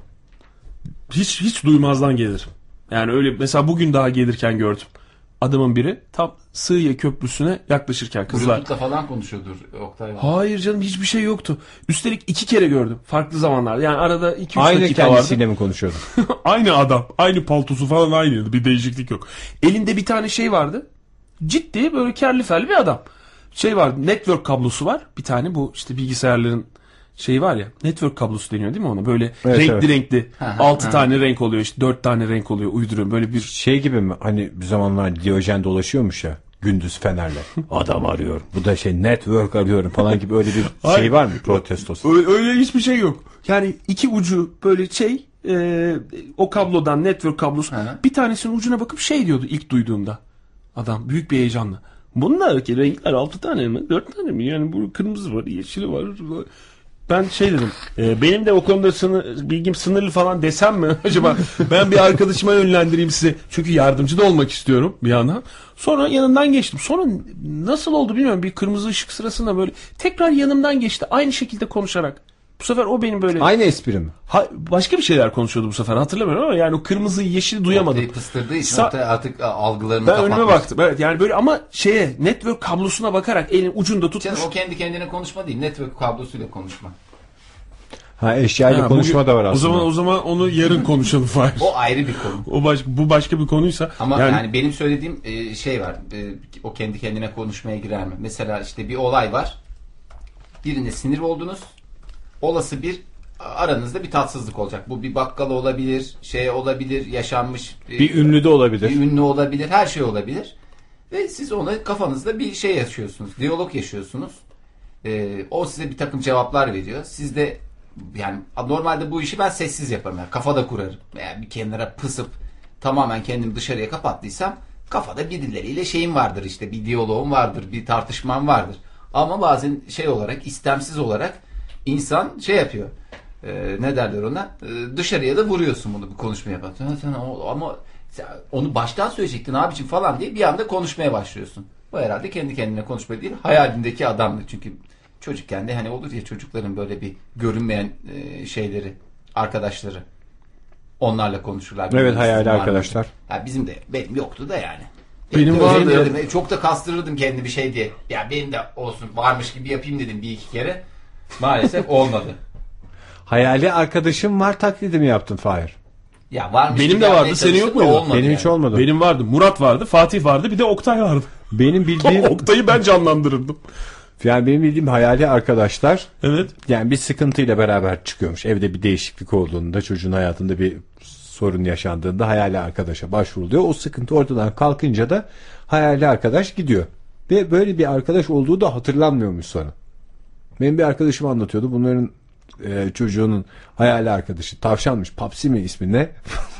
hiç hiç duymazdan gelirim. Yani öyle mesela bugün daha gelirken gördüm. Adamın biri tam Sığıye Köprüsü'ne yaklaşırken kızlar. Bluetooth'la falan konuşuyordur Oktay. Hayır canım hiçbir şey yoktu. Üstelik iki kere gördüm. Farklı zamanlarda. Yani arada iki üç Aynı dakika vardı. kendisiyle mi konuşuyordu? Aynı adam. Aynı paltosu falan aynıydı. Bir değişiklik yok. Elinde bir tane şey vardı. Ciddi böyle kerli felli bir adam. Şey vardı. Network kablosu var. Bir tane bu işte bilgisayarların şey var ya. Network kablosu deniyor değil mi ona? Böyle Evet, renkli evet. renkli. altı tane renk oluyor işte. dört tane renk oluyor. Uyduruyorum. Böyle bir Şey gibi mi? Hani bir zamanlar Diyojen dolaşıyormuş ya. Gündüz fenerle. Adam arıyorum. Bu da şey network arıyorum falan gibi öyle bir Ay. şey var mı? Protestosu. Öyle, öyle hiçbir şey yok. Yani iki ucu böyle şey e, o kablodan network kablosu. Hı. Bir tanesinin ucuna bakıp şey diyordu ilk duyduğumda. Adam büyük bir heyecanla. Bunlar renkler altı tane mi? Dört tane mi? Yani bu kırmızı var, yeşili var. Ben şey dedim. E, benim de o konuda sınır, bilgim sınırlı falan desem mi acaba? Ben bir arkadaşıma yönlendireyim size. Çünkü yardımcı da olmak istiyorum bir yana. Sonra yanından geçtim. Sonra nasıl oldu bilmiyorum. Bir kırmızı ışık sırasında böyle tekrar yanımdan geçti. Aynı şekilde konuşarak. Bu sefer o benim böyle... Aynı espri mi? Ha, başka bir şeyler konuşuyordu bu sefer hatırlamıyorum ama yani o kırmızı yeşili duyamadım. Ortayı pıstırdığı için Sa- Oktay artık algılarını Ben kapatmış. önüme baktım. Evet yani böyle ama şeye network kablosuna bakarak elin ucunda tutmuş. Canım, o kendi kendine konuşma değil. Network kablosuyla konuşma. Ha, eşyayla Ha, konuşma bugün- da var aslında. O zaman o zaman onu yarın konuşalım Fahir. O ayrı bir konu. O baş, bu başka bir konuysa Ama yani, yani, benim söylediğim e, şey var. E, o kendi kendine konuşmaya girer mi? Mesela işte bir olay var. Birine sinir oldunuz. olası bir aranızda bir tatsızlık olacak. Bu bir bakkal olabilir, şey olabilir, yaşanmış Bir ünlü de olabilir. bir ünlü olabilir, her şey olabilir. Ve siz ona kafanızda bir şey yaşıyorsunuz, diyalog yaşıyorsunuz. Ee, o size bir takım cevaplar veriyor. Siz de yani normalde bu işi ben sessiz yaparım. Yani kafada kurarım. Veya bir kenara pısıp tamamen kendimi dışarıya kapattıysam kafada birileriyle şeyim vardır işte. Bir diyaloğum vardır, bir tartışmam vardır. Ama bazen şey olarak, istemsiz olarak insan şey yapıyor. Ee, ne derler ona? Ee, dışarıya da vuruyorsun bunu bir konuşma yaparken. Ama onu baştan söyleyecektin abicim falan diye bir anda konuşmaya başlıyorsun. Bu herhalde kendi kendine konuşma değil, hayalindeki adamdı. Çünkü çocukken de hani olur ya çocukların böyle bir görünmeyen e, şeyleri, arkadaşları. Onlarla konuşurlar. Evet, hayali arkadaşlar. Ya bizim de, benim yoktu da yani. Benim Hep vardı. öyle dedim. Çok da kastırırdım kendi bir şey diye. Ya benim de olsun, varmış gibi yapayım dedim bir iki kere. Maalesef olmadı. Hayali arkadaşım var taklidi mi yaptın Fahir? Ya varmış Benim gibi de vardı, yapmaya senin yok çalıştım da muydu? olmadı Benim yani. hiç olmadı. Benim vardı. Murat vardı, Fatih vardı, bir de Oktay vardı. Benim bildiğim Oktay'ı ben canlandırırdım. yani benim bildiğim hayali arkadaşlar Evet. yani bir sıkıntıyla beraber çıkıyormuş. Evde bir değişiklik olduğunda, çocuğun hayatında bir sorun yaşandığında hayali arkadaşa başvuruluyor. O sıkıntı ortadan kalkınca da hayali arkadaş gidiyor. Ve böyle bir arkadaş olduğu da hatırlanmıyormuş sonra. Benim bir arkadaşım anlatıyordu. Bunların e, çocuğunun hayali arkadaşı tavşanmış. Papsi mi ismi ne?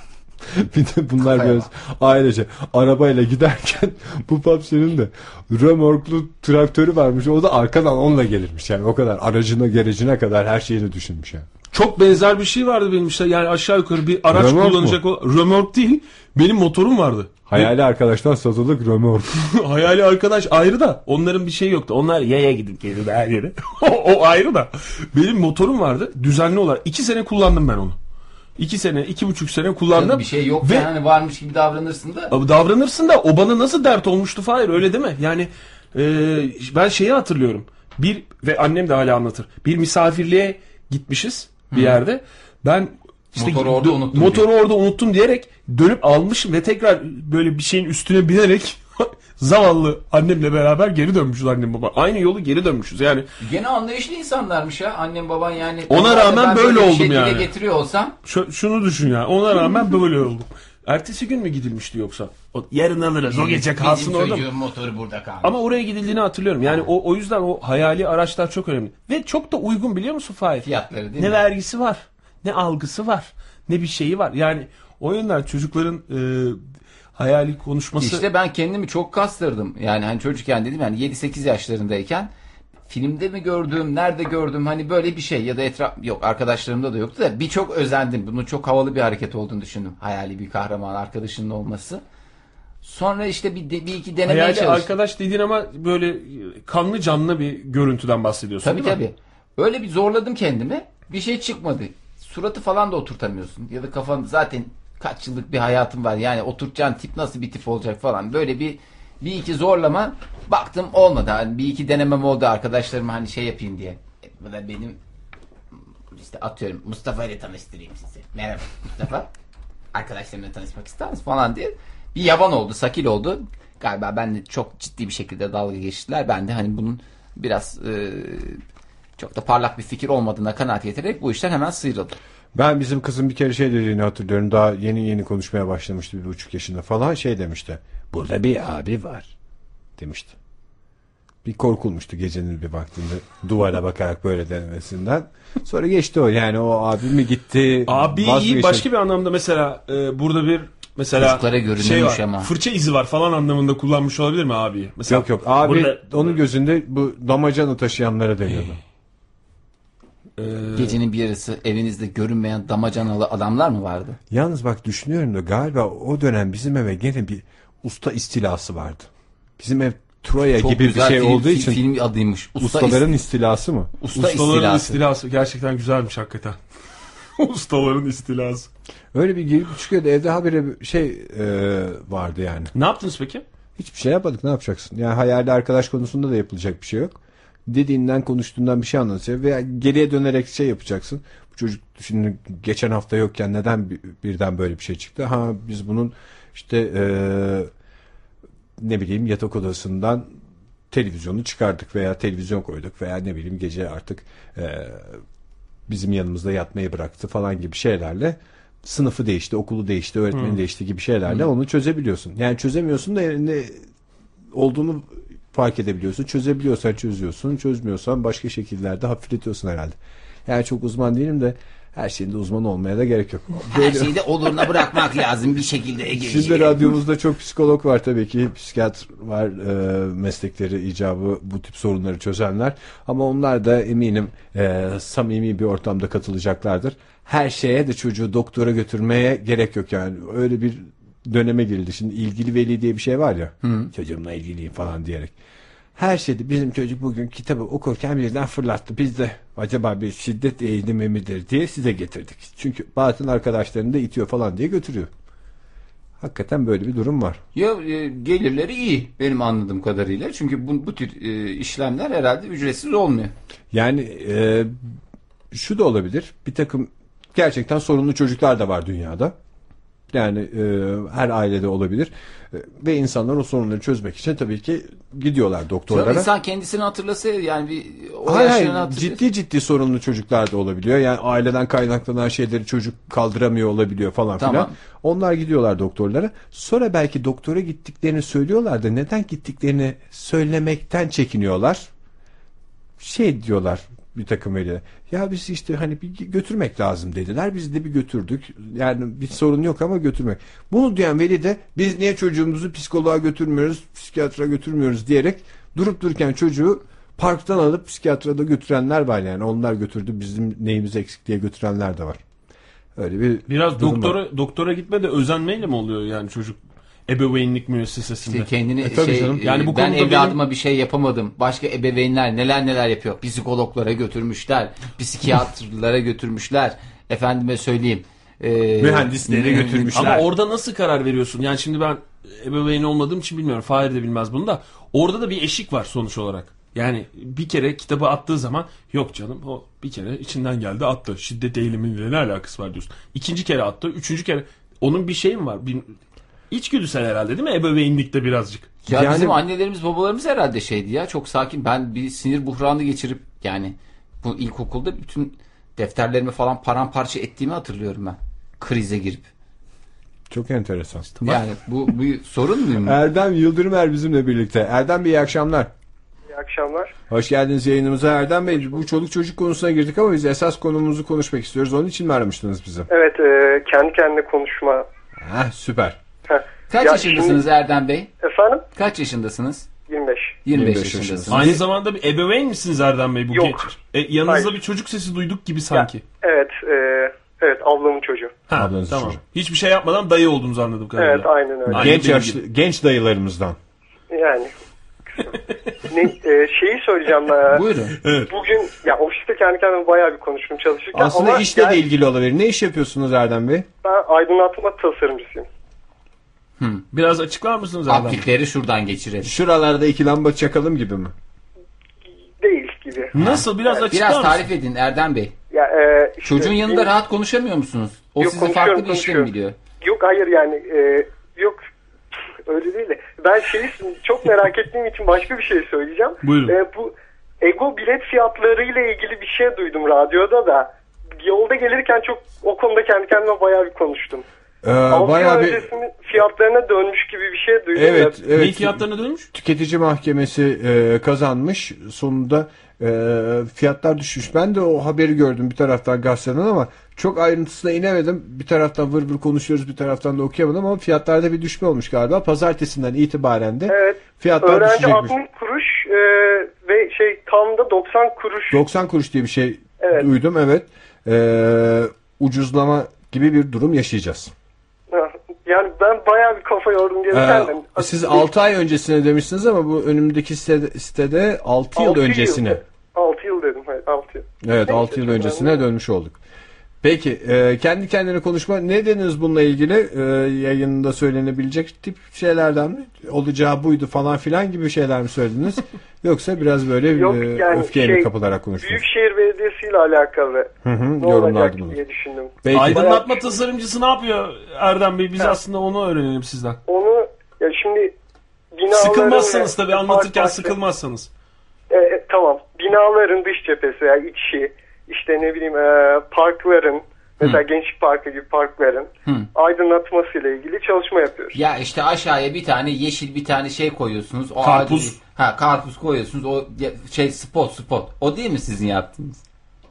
Bir de bunlar böyle ailece arabayla giderken bu Papsi'nin de römorklu traktörü varmış. O da arkadan onunla gelirmiş. Yani o kadar aracına gerecine kadar her şeyini düşünmüş yani. Çok benzer bir şey vardı benim işte. Yani aşağı yukarı bir araç Römork kullanacak o. Römork değil. Benim motorum vardı. Hayali arkadaştan satılık römork. Hayali arkadaş ayrı da onların bir şeyi yoktu. Onlar yaya gidip gelirdi her yere. o, o ayrı da. Benim motorum vardı. Düzenli olarak. iki sene kullandım ben onu. İki sene, iki buçuk sene kullandım. Canım bir şey yok Ve yani varmış gibi davranırsın da. Abi davranırsın da o bana nasıl dert olmuştu Fahir, öyle değil mi? Yani e, ben şeyi hatırlıyorum. Bir ve annem de hala anlatır. Bir misafirliğe gitmişiz bir yerde. Ben işte Motoru orada dö- unuttum Motoru diyor. orada unuttum diyerek dönüp almışım ve tekrar böyle bir şeyin üstüne binerek zavallı annemle beraber geri dönmüşüz, annem baba. Aynı yolu geri dönmüşüz yani. Gene anlayışlı insanlarmış ha annem baban yani. Ona Normalde rağmen ben böyle bir oldum şey dile yani. getiriyor olsam. Şu, şunu düşün ya, ona rağmen böyle oldum. Ertesi gün mü gidilmişti yoksa? O, yarın alırız, o gece kalsın Bizim orada mı? çocuğun motoru burada kalmış. Ama oraya gidildiğini hatırlıyorum. Yani o, o yüzden o hayali araçlar çok önemli. Ve çok da uygun, biliyor musun Fahir? Fiyatları değil Ne mi? vergisi var, ne algısı var, ne bir şeyi var. Yani o yönden çocukların e, hayali konuşması... İşte ben kendimi çok kastırdım. Yani hani çocukken dedim yani yedi sekiz yaşlarındayken filmde mi gördüm, nerede gördüm hani böyle bir şey ya da etraf yok arkadaşlarımda da yoktu da birçok özendim. Bunun çok havalı bir hareket olduğunu düşündüm. Hayali bir kahraman arkadaşının olması. Sonra işte bir, bir iki denemeye hayali çalıştım. arkadaş dediğin ama böyle kanlı canlı bir görüntüden bahsediyorsun, Tabii değil mi? tabii. Öyle bir zorladım kendimi. Bir şey çıkmadı. Suratı falan da oturtamıyorsun. Ya da kafan zaten kaç yıllık bir hayatım var. Yani oturtacağın tip nasıl bir tip olacak falan. Böyle bir bir iki zorlama baktım olmadı. Hani bir iki denemem oldu arkadaşlarıma hani şey yapayım diye. E, bu da benim işte atıyorum Mustafa ile tanıştırayım sizi. Merhaba Mustafa. Arkadaşlarımla tanışmak ister misin falan diye. Bir yaban oldu, sakil oldu. Galiba ben de çok ciddi bir şekilde dalga geçtiler. Ben de hani bunun biraz e, çok da parlak bir fikir olmadığına kanaat getirerek bu işten hemen sıyrıldım. Ben bizim kızın bir kere şey dediğini hatırlıyorum. Daha yeni yeni konuşmaya başlamıştı, bir buçuk yaşında falan, şey demişti. Burada bir abi var demişti. Bir korkulmuştu gecenin bir vaktinde duvara bakarak böyle denemesinden. Sonra geçti o, yani o abi mi gitti? Abi iyi başka bir anlamda mesela e, burada bir mesela Çocuklara görünürmüş şey var, ama. fırça izi var falan anlamında kullanmış olabilir mi abi? Mesela Yok yok abi burada- onun gözünde bu damacana taşıyanlara deniyordu. e, Gecenin bir yarısı evinizde görünmeyen damacanalı adamlar mı vardı? Yalnız bak düşünüyorum da galiba o dönem bizim eve gene bir usta istilası vardı. Bizim ev Troya Çok gibi bir güzel şey film, olduğu film, için film adıymış. Usta ustaların istilası mı? Usta ustaların istilası. istilası gerçekten güzelmiş hakikaten. Ustaların istilası. Öyle bir girip çıkıyordu evde, habire bir şey e, vardı yani. Ne yaptınız peki? Hiçbir şey yapmadık, ne yapacaksın? Yani hayali arkadaş konusunda da yapılacak bir şey yok. Dediğinden konuştuğundan bir şey anlatıyor veya geriye dönerek şey yapacaksın. Bu çocuk şimdi geçen hafta yokken neden birden böyle bir şey çıktı? Ha biz bunun işte e, ne bileyim yatak odasından televizyonu çıkardık veya televizyon koyduk veya ne bileyim gece artık e, bizim yanımızda yatmayı bıraktı falan gibi şeylerle, sınıfı değişti, okulu değişti, öğretmeni hmm. değişti gibi şeylerle hmm. onu çözebiliyorsun. Yani çözemiyorsun da ne olduğunu fark edebiliyorsun. Çözebiliyorsan çözüyorsun, çözmüyorsan başka şekillerde hafifletiyorsun herhalde. Yani çok uzman değilim de her şeyinde uzman olmaya da gerek yok. Böyle... Her şeyi de oluruna bırakmak lazım bir şekilde. Ege'ciğim. Şimdi radyomuzda çok psikolog var tabii ki. Psikiyatr var, e, meslekleri icabı bu tip sorunları çözenler. Ama onlar da eminim e, samimi bir ortamda katılacaklardır. Her şeye de çocuğu doktora götürmeye gerek yok yani. Öyle bir döneme girildi. Şimdi ilgili veli diye bir şey var ya. Hı. Çocuğumla ilgiliyim falan diyerek. Her şeyde bizim çocuk bugün kitabı okurken birden fırlattı. Biz de acaba bir şiddet eğilimi midir diye size getirdik. Çünkü bazen arkadaşlarını da itiyor falan diye götürüyor. Hakikaten böyle bir durum var. Ya e, gelirleri iyi benim anladığım kadarıyla. Çünkü bu, bu tür e, işlemler herhalde ücretsiz olmuyor. Yani e, şu da olabilir. Bir takım gerçekten sorunlu çocuklar da var dünyada. Yani e, her ailede olabilir. E, ve insanlar o sorunları çözmek için tabii ki gidiyorlar doktorlara. Tabii insan kendisini hatırlasa yani bir o hayır, yaşlarını hayır, hatırlıyor. ciddi ciddi sorunlu çocuklar da olabiliyor. Yani aileden kaynaklanan şeyleri çocuk kaldıramıyor olabiliyor falan tamam. filan. Onlar gidiyorlar doktorlara. Sonra belki doktora gittiklerini söylüyorlar da neden gittiklerini söylemekten çekiniyorlar. Şey diyorlar bir takım öyle. Ya biz işte hani bir götürmek lazım dediler. Biz de bir götürdük. Yani bir sorun yok ama götürmek. Bunu diyen veli de biz niye çocuğumuzu psikoloğa götürmüyoruz, psikiyatra götürmüyoruz diyerek durup dururken çocuğu parktan alıp psikiyatra da götürenler var yani. Onlar götürdü, bizim neyimiz eksik diye götürenler de var. Öyle bir biraz doktora var. Doktora gitme de özenmeyle mi oluyor yani çocuk? Ebeveynlik müessesesinde. İşte kendini e, şey, canım. Yani bu ben evladıma benim... bir şey yapamadım. Başka ebeveynler neler neler yapıyor. Psikologlara götürmüşler. Psikiyatrlara götürmüşler. Efendime söyleyeyim. E, mühendislere götürmüşler. Ama orada nasıl karar veriyorsun? Yani şimdi ben ebeveyn olmadığım için bilmiyorum. Fahir de bilmez bunu da. Orada da bir eşik var sonuç olarak. Yani bir kere kitabı attığı zaman yok canım o bir kere içinden geldi attı. Şiddet eğilimiyle ne alakası var diyorsun. İkinci kere attı. Üçüncü kere onun bir şeyi mi var? Bir... İçgüdüsel herhalde değil mi ebeveynlikte birazcık? Ya yani... bizim annelerimiz babalarımız herhalde şeydi ya çok sakin. Ben bir sinir buhranı geçirip yani bu ilkokulda bütün defterlerimi falan paramparça ettiğimi hatırlıyorum ben. Krize girip. Çok enteresan. Yani bu, bu sorun mu? Erdem Yıldırımer bizimle birlikte. Erdem Bey iyi akşamlar. İyi akşamlar. Hoş geldiniz yayınımıza Erdem Bey. Bu çoluk çocuk konusuna girdik ama biz esas konumuzu konuşmak istiyoruz. Onun için mi aramıştınız bizi? Evet e, kendi kendine konuşma. Heh, süper. Kaç ya yaşındasınız şimdi... Erdem Bey? Efendim? Kaç yaşındasınız? yirmi beş. yirmi beş, yirmi beş yaşındasınız. Aynı zamanda bir ebeveyn misiniz Erdem Bey bu Yok. genç? E, yanınızda Hayır. bir çocuk sesi duyduk gibi sanki. Ya, evet. E, evet ablamın çocuğu. Ha, Ablanız tamam. çocuğu. Hiçbir şey yapmadan dayı olduğunuzu anladım kadarıyla. Evet aynen öyle. Aynen Genç benim yaşlı, gibi. genç dayılarımızdan. Yani. ne, e, şeyi söyleyeceğim. E, Buyurun. Evet. Bugün ya ofiste kendi kendime bayağı bir konuştum çalışırken. Aslında ama işle yani, de ilgili olabilir. Ne iş yapıyorsunuz Erdem Bey? ben aydınlatma tasarımcısıyım. Biraz açıklar mısınız Erdem? Aplikleri şuradan geçirelim. Şuralarda iki lamba çakalım gibi mi? Değil gibi. Nasıl biraz açıklar Biraz mısınız? tarif edin Erdem Bey. Ya, e, işte, Çocuğun yanında bir, rahat konuşamıyor musunuz? O Yok, size farklı konuşuyorum, bir işlem konuşuyorum. biliyor. Yok hayır yani e, yok öyle değil de ben şeyi çok merak ettiğim için başka bir şey söyleyeceğim. Buyurun. E, bu Ego bilet fiyatlarıyla ilgili bir şey duydum radyoda da yolda gelirken çok o konuda kendi kendime bayağı bir konuştum. Ee, altı bayağı yıl bir öncesinin fiyatlarına dönmüş gibi bir şey duydum. evet, ya. evet. Ne fiyatlarına dönmüş? Tüketici mahkemesi e, kazanmış. Sonunda e, fiyatlar düşmüş. Ben de o haberi gördüm bir taraftan gazeteden ama çok ayrıntısına inemedim. Bir taraftan vır vır konuşuyoruz, bir taraftan da okuyamadım ama fiyatlarda bir düşme olmuş galiba. Pazartesinden itibaren de Evet. fiyatlar Öğrenci düşecekmiş. altmış kuruş e, ve şey tam da doksan kuruş. doksan kuruş diye bir şey Evet. duydum, evet. E, ucuzlama gibi bir durum yaşayacağız. Yani ben bayağı bir kafa yordum gelirken. Ee, siz altı ay öncesine demişsiniz ama bu önümdeki sitede, sitede altı yıl öncesine. altı yıl dedim. Hayır, altı yıl. Evet, Neyse, altı yıl çok öncesine önemli. dönmüş olduk. Peki e, kendi kendine konuşma ne dediniz bununla ilgili? E, yayında söylenebilecek tip şeylerden mi? Olacağı buydu falan filan gibi şeyler mi söylediniz? Yoksa biraz böyle Yok, e, yani öfkeye şey, mi kapılarak konuştunuz? Büyükşehir Belediyesi ile alakalı Hı hı, ne olacak yorumlardı bunu. diye düşündüm. Belki Aydınlatma bayağı- tasarımcısı ne yapıyor Erdem Bey? Biz Evet. aslında onu öğrenelim sizden. Onu ya şimdi binaların Sıkılmazsanız ve- tabii anlatırken farklı- sıkılmazsanız. E, e, tamam. Binaların dış cephesi yani içi işte ne bileyim e, parkların, mesela Gençlik Parkı gibi parkların Hı. aydınlatmasıyla ilgili çalışma yapıyoruz. Ya işte aşağıya bir tane yeşil bir tane şey koyuyorsunuz. O Karpuz. ağacı- ha karpuz koyuyorsunuz. O ya- şey spot spot. O değil mi sizin yaptığınız?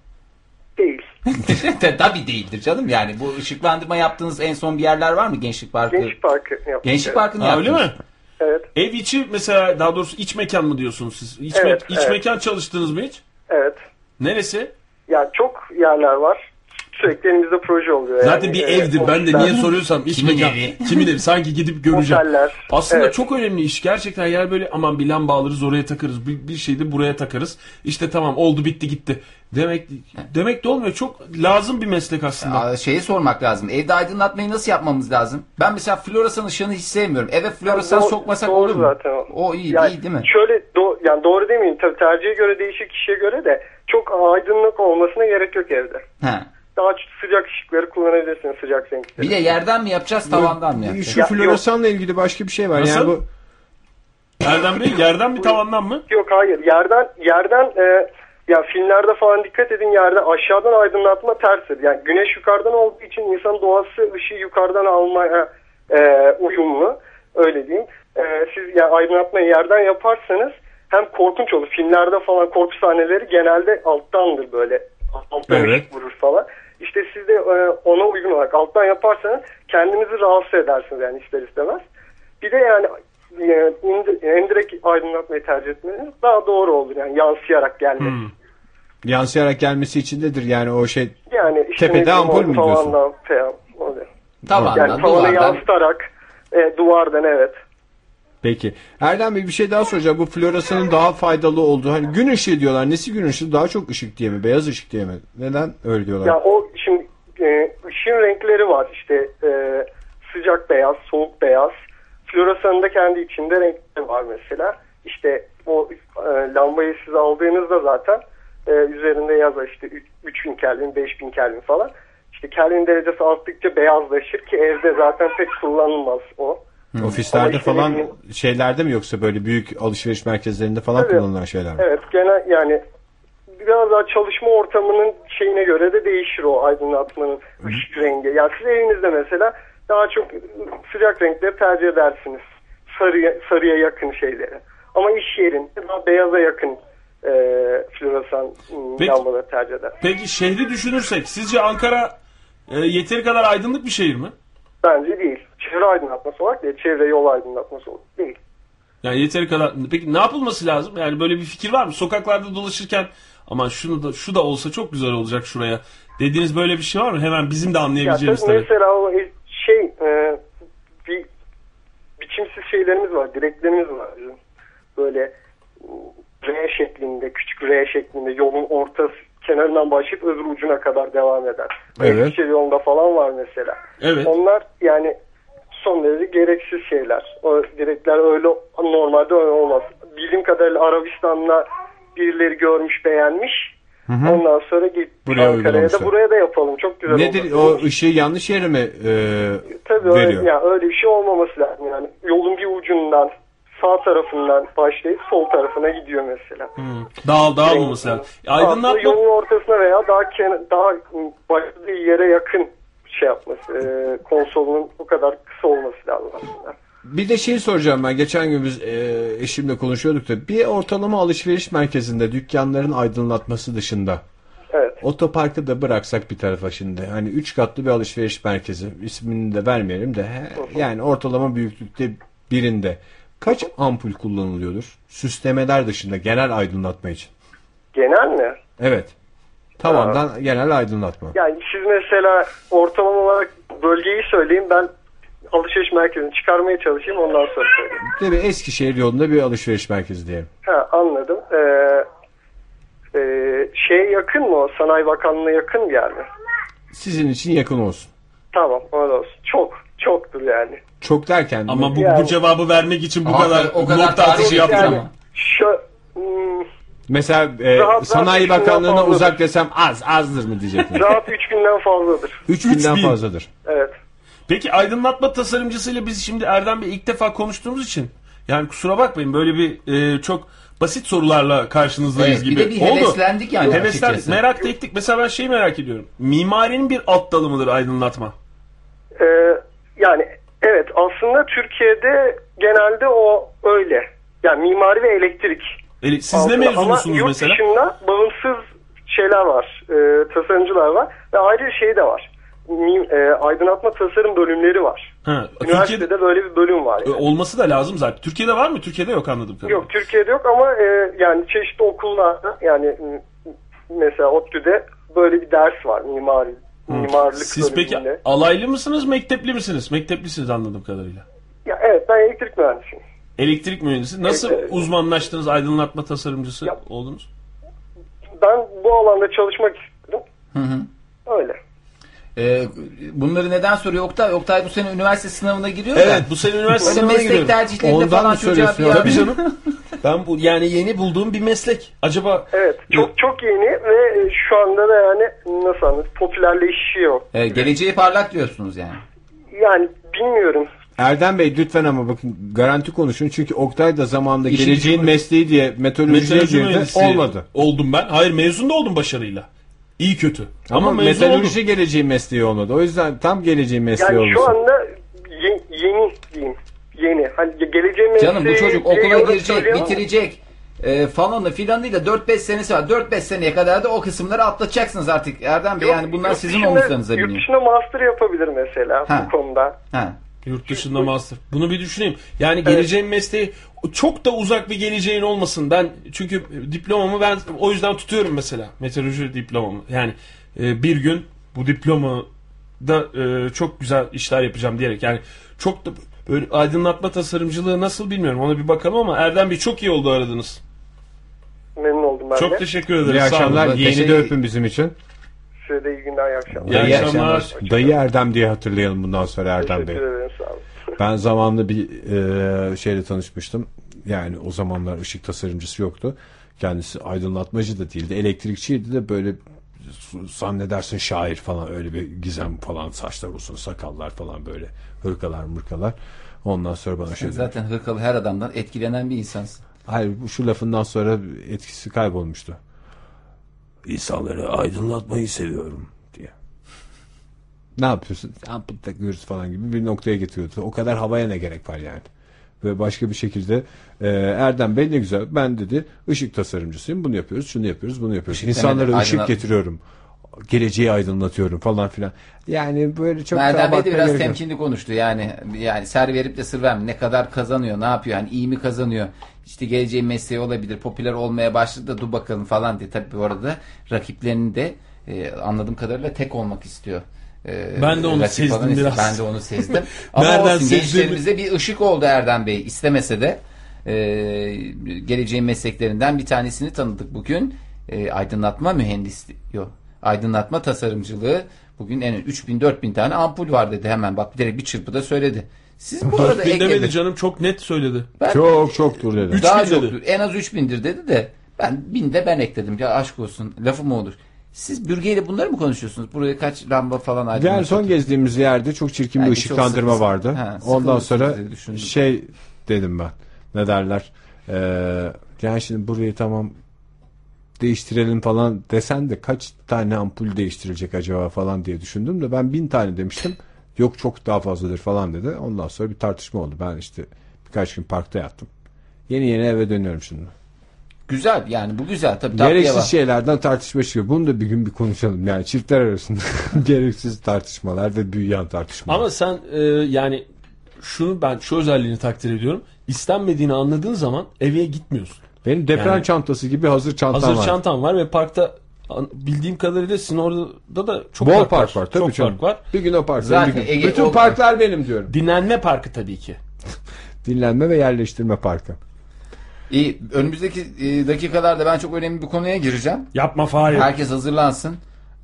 Değil. Tabii değildir canım. Yani bu ışıklandırma yaptığınız en son bir yerler var mı? Gençlik Parkı. Gençlik Parkı yaptık. Gençlik Parkı'nı Ha, öyle yaptınız. mi? Evet, Ev içi mesela, daha doğrusu iç mekan mı diyorsunuz siz? İç, Evet, me- iç evet. mekan çalıştınız mı hiç? evet. Neresi? Yani çok yerler var. Sürekli elimizde proje oluyor. Zaten yani. bir Ee, evdir. Ben de ofisler, niye soruyorsam iç Kimin mekan. evi? Kimin evi? Sanki gidip göreceğim. Oteller. Aslında Evet. çok önemli iş. Gerçekten yer böyle aman bir lamba alırız oraya takarız. Bir, bir şey de buraya takarız. İşte tamam oldu bitti gitti. Demek demek de olmuyor. Çok lazım bir meslek aslında. Aa, şeyi sormak lazım. Evde aydınlatmayı nasıl yapmamız lazım? Ben mesela floresan ışığını hiç sevmiyorum. Eve floresan Doğru- sokmasak doğru olur mu? zaten o. O iyi, Yani iyi değil mi? Şöyle do- yani doğru demeyeyim, tabii tercihe göre değişir, kişiye göre de çok aydınlık olmasına gerek yok evde. Ha. Daha sıcak ışıkları kullanabilirsiniz, sıcak renkleri. Bir de yerden mi yapacağız, tavandan mı yapacağız? Şu Ya, floresanla ilgili başka bir şey var. Nasıl? Yani bu Erdem Bey, yerden mi tavandan mı? Yok hayır, yerden yerden e, ya filmlerde falan dikkat edin, yerden aşağıdan aydınlatma tersidir. Yani güneş yukarıdan olduğu için insan doğası ışığı yukarıdan almaya e, uyumlu, öyle diyeyim. E, siz yani aydınlatmayı yerden yaparsanız hem korkunç olur. Filmlerde falan korku sahneleri genelde alttandır, böyle alttan Evet. ışık vurur falan. İşte siz de e, ona uygun olarak alttan yaparsanız kendinizi rahatsız edersiniz yani ister istemez. Bir de yani e, endirekt aydınlatmayı tercih etmeniz daha doğru olur, yani yansıyarak gelmesi. Hmm. yansıyarak gelmesi içindedir yani o şey. Yani işte Tepede ne bileyim, ampul mü diyorsun? tavandan falan, öyle. Tavandan, Yani tavana duvardan. yansıtarak e, duvardan, evet. Peki. Erdem Bey bir şey daha soracağım. Bu floresanın daha faydalı olduğu. Hani gün ışığı diyorlar. Nesi gün ışığı? Daha çok ışık diye mi? Beyaz ışık diye mi? Neden öyle diyorlar? Ya o şimdi e, ışığın renkleri var işte, e, sıcak beyaz, soğuk beyaz. Floresanın da kendi içinde renkleri var mesela. İşte o e, lambayı siz aldığınızda zaten e, üzerinde yazar işte üç bin Kelvin, beş bin Kelvin falan. İşte Kelvin derecesi arttıkça beyazlaşır ki evde zaten pek kullanılmaz o. Ofislerde Ama işte falan ne bileyim- şeylerde mi yoksa böyle büyük alışveriş merkezlerinde falan Tabii. kullanılan şeyler mi? Evet, genel yani biraz daha çalışma ortamının şeyine göre de değişir o aydınlatmanın ışık rengi. Yani siz evinizde mesela daha çok sıcak renkleri tercih edersiniz. Sarıya, sarıya yakın şeyleri. Ama iş yerinde daha beyaza yakın e, floresan Peki. lambaları tercih eder. Peki şehri düşünürsek sizce Ankara e, yeteri kadar aydınlık bir şehir mi? Bence değil. Çevre aydınlatması olarak değil. Çevre yol aydınlatması olarak değil. Yani yeteri kadar. Peki ne yapılması lazım? Yani böyle bir fikir var mı? Sokaklarda dolaşırken aman şunu da şu da olsa çok güzel olacak şuraya dediğiniz böyle bir şey var mı? Hemen bizim de Ya anlayabileceğimiz tabii tabii. mesela o şey e, bir biçimsiz şeylerimiz var, direklerimiz var bizim. Böyle R şeklinde, küçük R şeklinde yolun ortası kenarından başlayıp öbür ucuna kadar devam eder. Evet. Eskişehir yolunda falan var mesela. Evet. Onlar yani son derece gereksiz şeyler. O direkler öyle normalde öyle olmaz. Bildiğim kadarıyla Arabistan'la birileri görmüş, beğenmiş. Ondan sonra git Buraya Ankara'ya uygulamışlar. da buraya da yapalım. Çok güzel Nedir olur. o ışığı yanlış yere mi e, Tabii veriyor? öyle, yani öyle bir şey olmaması lazım yani. Yolun bir ucundan sağ tarafından başlayıp sol tarafına gidiyor mesela. Dağıl, dağılmaması lazım. Aslında Aydınlatma yolun ortasına veya daha kenar, daha başladığı yere yakın şey yapması, e, konsolunun o kadar kısa olması lazım aslında. Bir de şey soracağım ben. Geçen gün biz e, eşimle konuşuyorduk da bir ortalama alışveriş merkezinde dükkanların aydınlatması dışında Evet. otoparkı da bıraksak bir tarafa şimdi. Hani üç katlı bir alışveriş merkezi. İsmini de vermeyelim de he, yani ortalama büyüklükte birinde kaç ampul kullanılıyordur? Süslemeler dışında genel aydınlatma için. Genel mi? Evet. Tavandan genel aydınlatma. Yani siz mesela ortalama olarak bölgeyi söyleyin, ben alışveriş merkezini çıkarmaya çalışayım, ondan sonra söyleyeyim. Tabii Eskişehir yolunda bir alışveriş merkezi diyelim. Ha, anladım. Ee, e, şeye yakın mı o? Sanayi Bakanlığı'na yakın bir yer mi? Sizin için yakın olsun. Tamam, öyle olsun. Çok, çoktur yani. Çok derken ama bu, Yani- bu cevabı vermek için bu Hakikaten kadar o kadar nokta atışı tarih yaptım yani ama. şu hmm, mesela e, Rahat- Sanayi rahat Bakanlığı'na fazladır. uzak desem az azdır mı diyecekler. rahat üç binden fazladır. üç Üç binden bin. fazladır. Evet. Peki aydınlatma tasarımcısıyla biz şimdi Erdem Bey ilk defa konuştuğumuz için yani kusura bakmayın böyle bir e, çok basit sorularla karşınızdayız Evet, gibi. bir de bir Oldu. heveslendik yani Heveslendik. açıkçası. Merak da ettik. Mesela ben şeyi merak ediyorum. Mimarinin bir alt dalı mıdır aydınlatma? Ee, yani evet, aslında Türkiye'de genelde o öyle. Yani mimari ve elektrik. E, siz ne altında. mezunusunuz Ama yurt mesela? dışında bağımsız şeyler var. E, tasarımcılar var. Ve ayrıca şey de var. Mi, e, aydınlatma tasarım bölümleri var. Ha, Üniversitede Türkiye'de böyle bir bölüm var. e, Yani. olması da lazım zaten. Türkiye'de var mı? Türkiye'de yok anladım. Yok, Türkiye'de yok ama e, yani çeşitli okullarda, yani m, mesela ODTÜ'de böyle bir ders var, mimari. Mimarlık Siz peki bölümünde. alaylı mısınız, mektepli misiniz? Mekteplisiniz anladığım kadarıyla. Ya, evet, ben elektrik mühendisiyim. Elektrik mühendisi. Nasıl Evet, evet. uzmanlaştınız, aydınlatma tasarımcısı Ya- oldunuz? Ben bu alanda çalışmak istedim. Hı hı. Öyle. Ee, bunları neden soruyor Oktay? Oktay bu sene üniversite sınavına giriyor da. Evet, bu sene üniversite Böyle sınavına meslek giriyorum. tercihlerinde Ondan falan mı çocuğa bir söylüyorsun? yardım- Tabii canım. Ben bu yani yeni bulduğum bir meslek. Acaba Evet, çok çok yeni ve şu anda da yani nasıl anlatayım, popülerleşiyor. Ee, geleceği parlak diyorsunuz yani. Yani bilmiyorum. Erdem Bey lütfen ama bakın garanti konuşun. Çünkü Oktay da zamanında İşin geleceğin gücü- mesleği diye meteorolojiye meteoroloji girdi. mühendisi Olmadı. oldum ben. Hayır, mezun da oldum başarıyla. İyi kötü. Ama, Ama mezun meteoroloji oldum. geleceğin mesleği olmadı. O yüzden tam geleceğin mesleği Yani şu olması. anda ye- yeni diyeyim. Yeni. Hani geleceğin mesleği. Canım bu çocuk diye okula yola girecek, söylüyor ama bitirecek. E, falanı filanıyla dört beş senesi var. dört beş seneye kadar da o kısımları atlatacaksınız artık Erdem Bey. Yok, Yani bunlar yurt sizin dışında- omuzlarınıza Yurt biniyor. dışında master yapabilir mesela Ha. bu konuda. Ha. Yurt dışında master. Bunu bir düşüneyim. Yani geleceğin mesleği çok da uzak bir geleceğin olmasın. Ben çünkü diplomamı ben o yüzden tutuyorum mesela. Meteoroloji diplomamı. Yani e, bir gün bu diplomada e, çok güzel işler yapacağım diyerek. Yani çok da böyle aydınlatma tasarımcılığı nasıl bilmiyorum. Ona bir bakalım ama Erdem Bey çok iyi oldu aradınız. Memnun oldum ben Çok de. teşekkür ederiz. İyi Sağ olun. akşamlar. olun. Yeğeni de Teşekkür- öpün bizim için. Size de iyi günler, iyi akşamlar. İyi İyi akşamlar. akşamlar. Dayı Erdem diye hatırlayalım bundan sonra Erdem Bey. Teşekkür ederim, sağ olun. Ben zamanında bir e, şeyle tanışmıştım. Yani o zamanlar ışık tasarımcısı yoktu. Kendisi aydınlatmacı da değildi. Elektrikçiydi de böyle zannedersin şair falan, öyle bir gizem falan, saçlar uzun, sakallar falan, böyle hırkalar mırkalar. Ondan sonra bana şey dedi. Zaten hırkalı her adamdan etkilenen bir insansın. Hayır, bu şu lafından sonra etkisi kaybolmuştu. İnsanları aydınlatmayı seviyorum diye. Ne yapıyorsun? Ampul takıyoruz falan gibi bir noktaya getiriyordu. O kadar havaya ne gerek var yani? Ve başka bir şekilde e, Erdem Bey ne güzel, ben dedi ışık tasarımcısıyım, bunu yapıyoruz, şunu yapıyoruz, bunu yapıyoruz. Işık İnsanlara demedi, ışık aydınlat- getiriyorum. Geleceği aydınlatıyorum falan filan. Yani böyle çok Erdem Bey de abartmaya biraz gerek yok. temkinli konuştu. Yani yani ser verip de sır vermiyor. Ne kadar kazanıyor, ne yapıyor? Yani iyi mi kazanıyor? İşte geleceğin mesleği olabilir. Popüler olmaya başladı da dur bakalım falan diye. Tabii bu arada rakiplerinin de e, anladığım kadarıyla tek olmak istiyor. E, Ben de onu rakip sezdim falan istiyor. biraz. Ben de onu sezdim. Ama Nereden olsun, sezdiğimi- gençlerimize bir ışık oldu Erdem Bey. İstemese de e, geleceğin mesleklerinden bir tanesini tanıdık bugün. E, aydınlatma mühendisliği. Yok. Aydınlatma tasarımcılığı. Bugün en üç bin dört bin tane ampul var dedi hemen. Bak direkt bir çırpıda söyledi. Siz bu arada dört bin demedi ekledin. canım, çok net söyledi. Ben- Çok çoktur dedi. Üç Daha bin çok. dedi. En az üç bindir dedi de ben bin de ben ekledim. Ya aşk olsun. Lafı mı olur? Siz bürgeyle bunları mı konuşuyorsunuz? Buraya kaç lamba falan aydınlatıyor? Yani son gezdiğimiz yerde çok çirkin bir Belki çok ışıklandırma sıkı- vardı. Ha, Ondan sıkılırsınız sonra diye düşündüm. şey dedim ben. Ne derler? Ee, yani şimdi burayı tamam değiştirelim falan desen de kaç tane ampul değiştirilecek acaba falan diye düşündüm de ben bin tane demiştim. Yok çok daha fazladır falan dedi. Ondan sonra bir tartışma oldu. Ben işte birkaç gün parkta yattım. Yeni yeni eve dönüyorum şimdi. Güzel yani bu güzel. Tabii tatlıya Gereksiz bak. şeylerden tartışma çıkıyor. Bunu da bir gün bir konuşalım. Yani çiftler arasında gereksiz tartışmalar ve büyüyen tartışmalar. Ama sen e, yani şunu, ben şu özelliğini takdir ediyorum. İstenmediğini anladığın zaman eve gitmiyorsun. Benim deprem Yani- çantası gibi hazır çantam Hazır var. çantam var ve parkta an- bildiğim kadarıyla sizin orada da çok Bol park, park var. Tabii çok canım. park var. Bir gün o park. Zaten bir gün. Ege- Bütün o- parklar benim diyorum. Dinlenme parkı tabii ki. Dinlenme ve yerleştirme parkı. İyi, önümüzdeki e, dakikalarda ben çok önemli bir konuya gireceğim. Yapma Fahir. Herkes hazırlansın. Ee,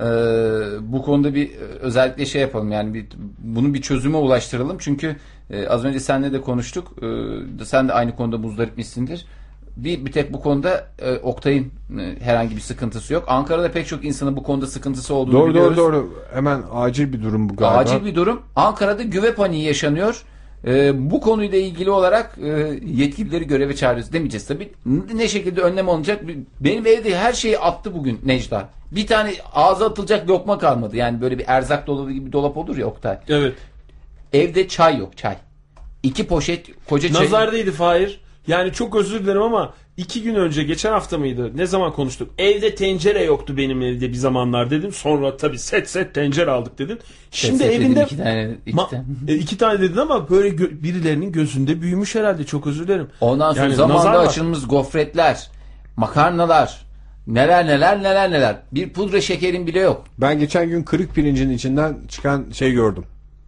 bu konuda bir e, özellikle şey yapalım yani bir, bunu bir çözüme ulaştıralım. Çünkü e, az önce seninle de konuştuk. E, sen de aynı konuda muzdaripmişsindir. Bir, bir tek bu konuda e, Oktay'ın e, herhangi bir sıkıntısı yok. Ankara'da pek çok insanın bu konuda sıkıntısı olduğunu Doğru biliyoruz. doğru doğru. Hemen acil bir durum bu galiba. Acil bir durum. Ankara'da güve paniği yaşanıyor. Ee, bu konuyla ilgili olarak e, yetkilileri göreve çağırıyoruz demeyeceğiz tabii. Ne şekilde önlem alınacak? Benim evde her şeyi attı bugün Necda. Bir tane ağza atılacak lokma kalmadı. Yani böyle bir erzak dolabı gibi bir dolap olur ya Oktay. Evet. Evde çay yok, çay. İki poşet koca çay. Nazardaydı Fahir. Yani çok özür dilerim ama iki gün önce, geçen hafta mıydı? Ne zaman konuştuk? Evde tencere yoktu benim evde bir zamanlar dedim. Sonra tabii set set tencere aldık dedin. Şimdi set evinde dedim, iki tane, iki Ma- tane. e, iki tane dedin ama böyle gö- birilerinin gözünde büyümüş herhalde. Çok özür dilerim. Ondan sonra Yani zamanda nazar var. açılmış gofretler, makarnalar, neler neler neler neler. Bir pudra şekerin bile yok. Ben geçen gün kırık pirincin içinden çıkan şey gördüm.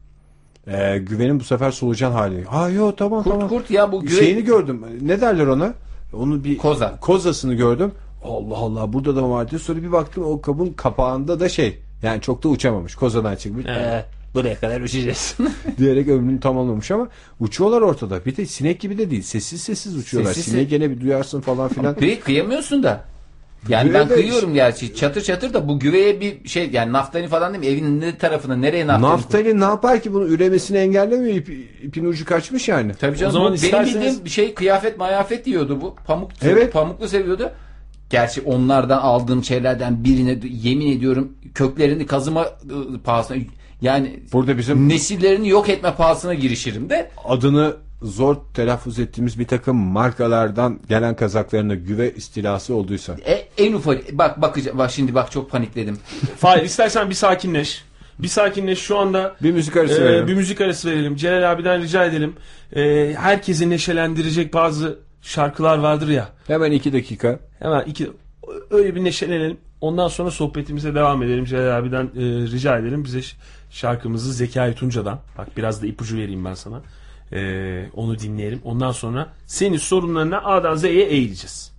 Ee, güvenin bu sefer solucan hali. Ha yo tamam Kurt tamam. kurt ya bu güve... Şeyini gördüm. Ne derler ona? Onu bir Koza. kozasını gördüm. Allah Allah burada da var diye. Sonra bir baktım o kabın kapağında da şey. Yani çok da uçamamış. Kozadan çıkmış. Evet. Ee, buraya kadar uçacağız. diyerek ömrünü tamamlamış ama uçuyorlar ortada. Bir de sinek gibi de değil. Sessiz sessiz uçuyorlar. Sessiz Sineği ses- gene bir duyarsın falan filan. Güveyi kıyamıyorsun da. Yani Güve ben de- kıyıyorum gerçi. Çatır çatır da bu güveye bir şey yani naftalin falan değil mi? Evin ne tarafına nereye naftalin? Naftalin ne yapar ki bunu üremesini engellemiyor. İp, ipin ucu kaçmış yani. Tabii canım. O zaman Bu isterseniz- Benim bildiğim bir şey kıyafet mayafet yiyordu bu. Pamuk, Evet. Pamuklu seviyordu. Gerçi onlardan aldığım şeylerden birine yemin ediyorum köklerini kazıma ıı, pahasına yani Burada bizim nesillerini yok etme pahasına girişirim de. adını zor telaffuz ettiğimiz bir takım markalardan gelen kazaklarına güve istilası olduysa. E, en ufak bak bakacağım bak şimdi bak çok panikledim. Fahir istersen bir sakinleş. Bir sakinleş şu anda. Bir müzik arası e, verelim. Bir müzik arası verelim. Celal abiden rica edelim. E, herkesi neşelendirecek bazı şarkılar vardır ya. Hemen iki dakika. Hemen iki öyle bir neşelenelim. Ondan sonra sohbetimize devam edelim. Celal abiden e, rica edelim. Bize ş- şarkımızı Zekai Tunca'dan. Bak biraz da ipucu vereyim ben sana. E, onu dinleyelim. Ondan sonra senin sorunlarına A'dan Z'ye eğileceğiz.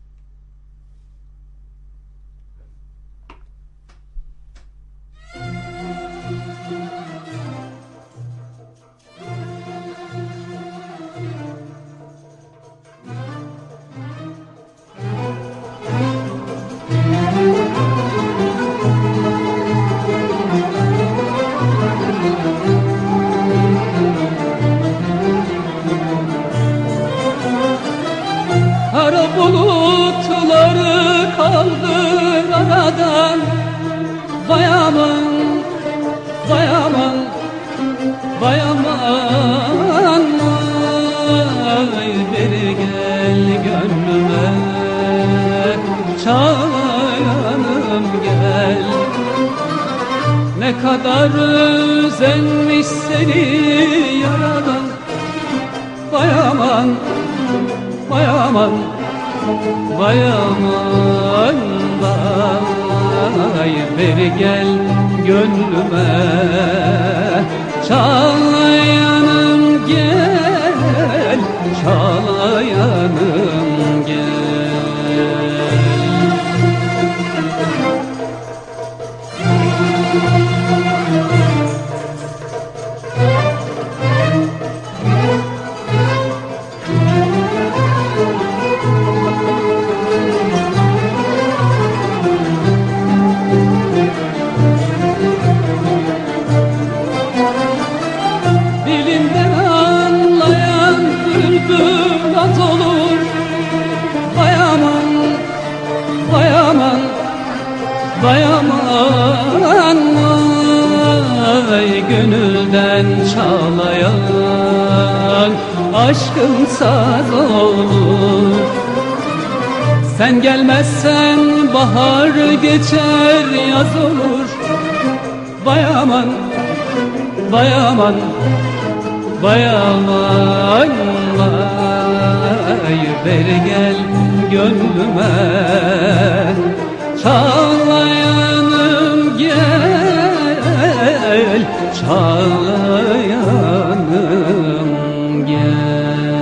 Kara bulutları kaldır aradan. Vay aman, vay aman, vay aman. Ay beri gel gönlüme, çağlayanım gel. Ne kadar özenmiş seni yaradan. Vay aman, vay aman, vay aman, vay beri gel gönlüme, çağlayanım gel, çağlayanım gel. Dilinden anlayan bülbül az olur. Vay aman, vay aman, vay aman, vay gönülden çağlayan aşkın saz olur. Sen gelmezsen bahar geçer yaz olur. Vay aman, vay aman, vay aman, vay beri gel gönlüme, çağlayanım gel, çağlayanım gel.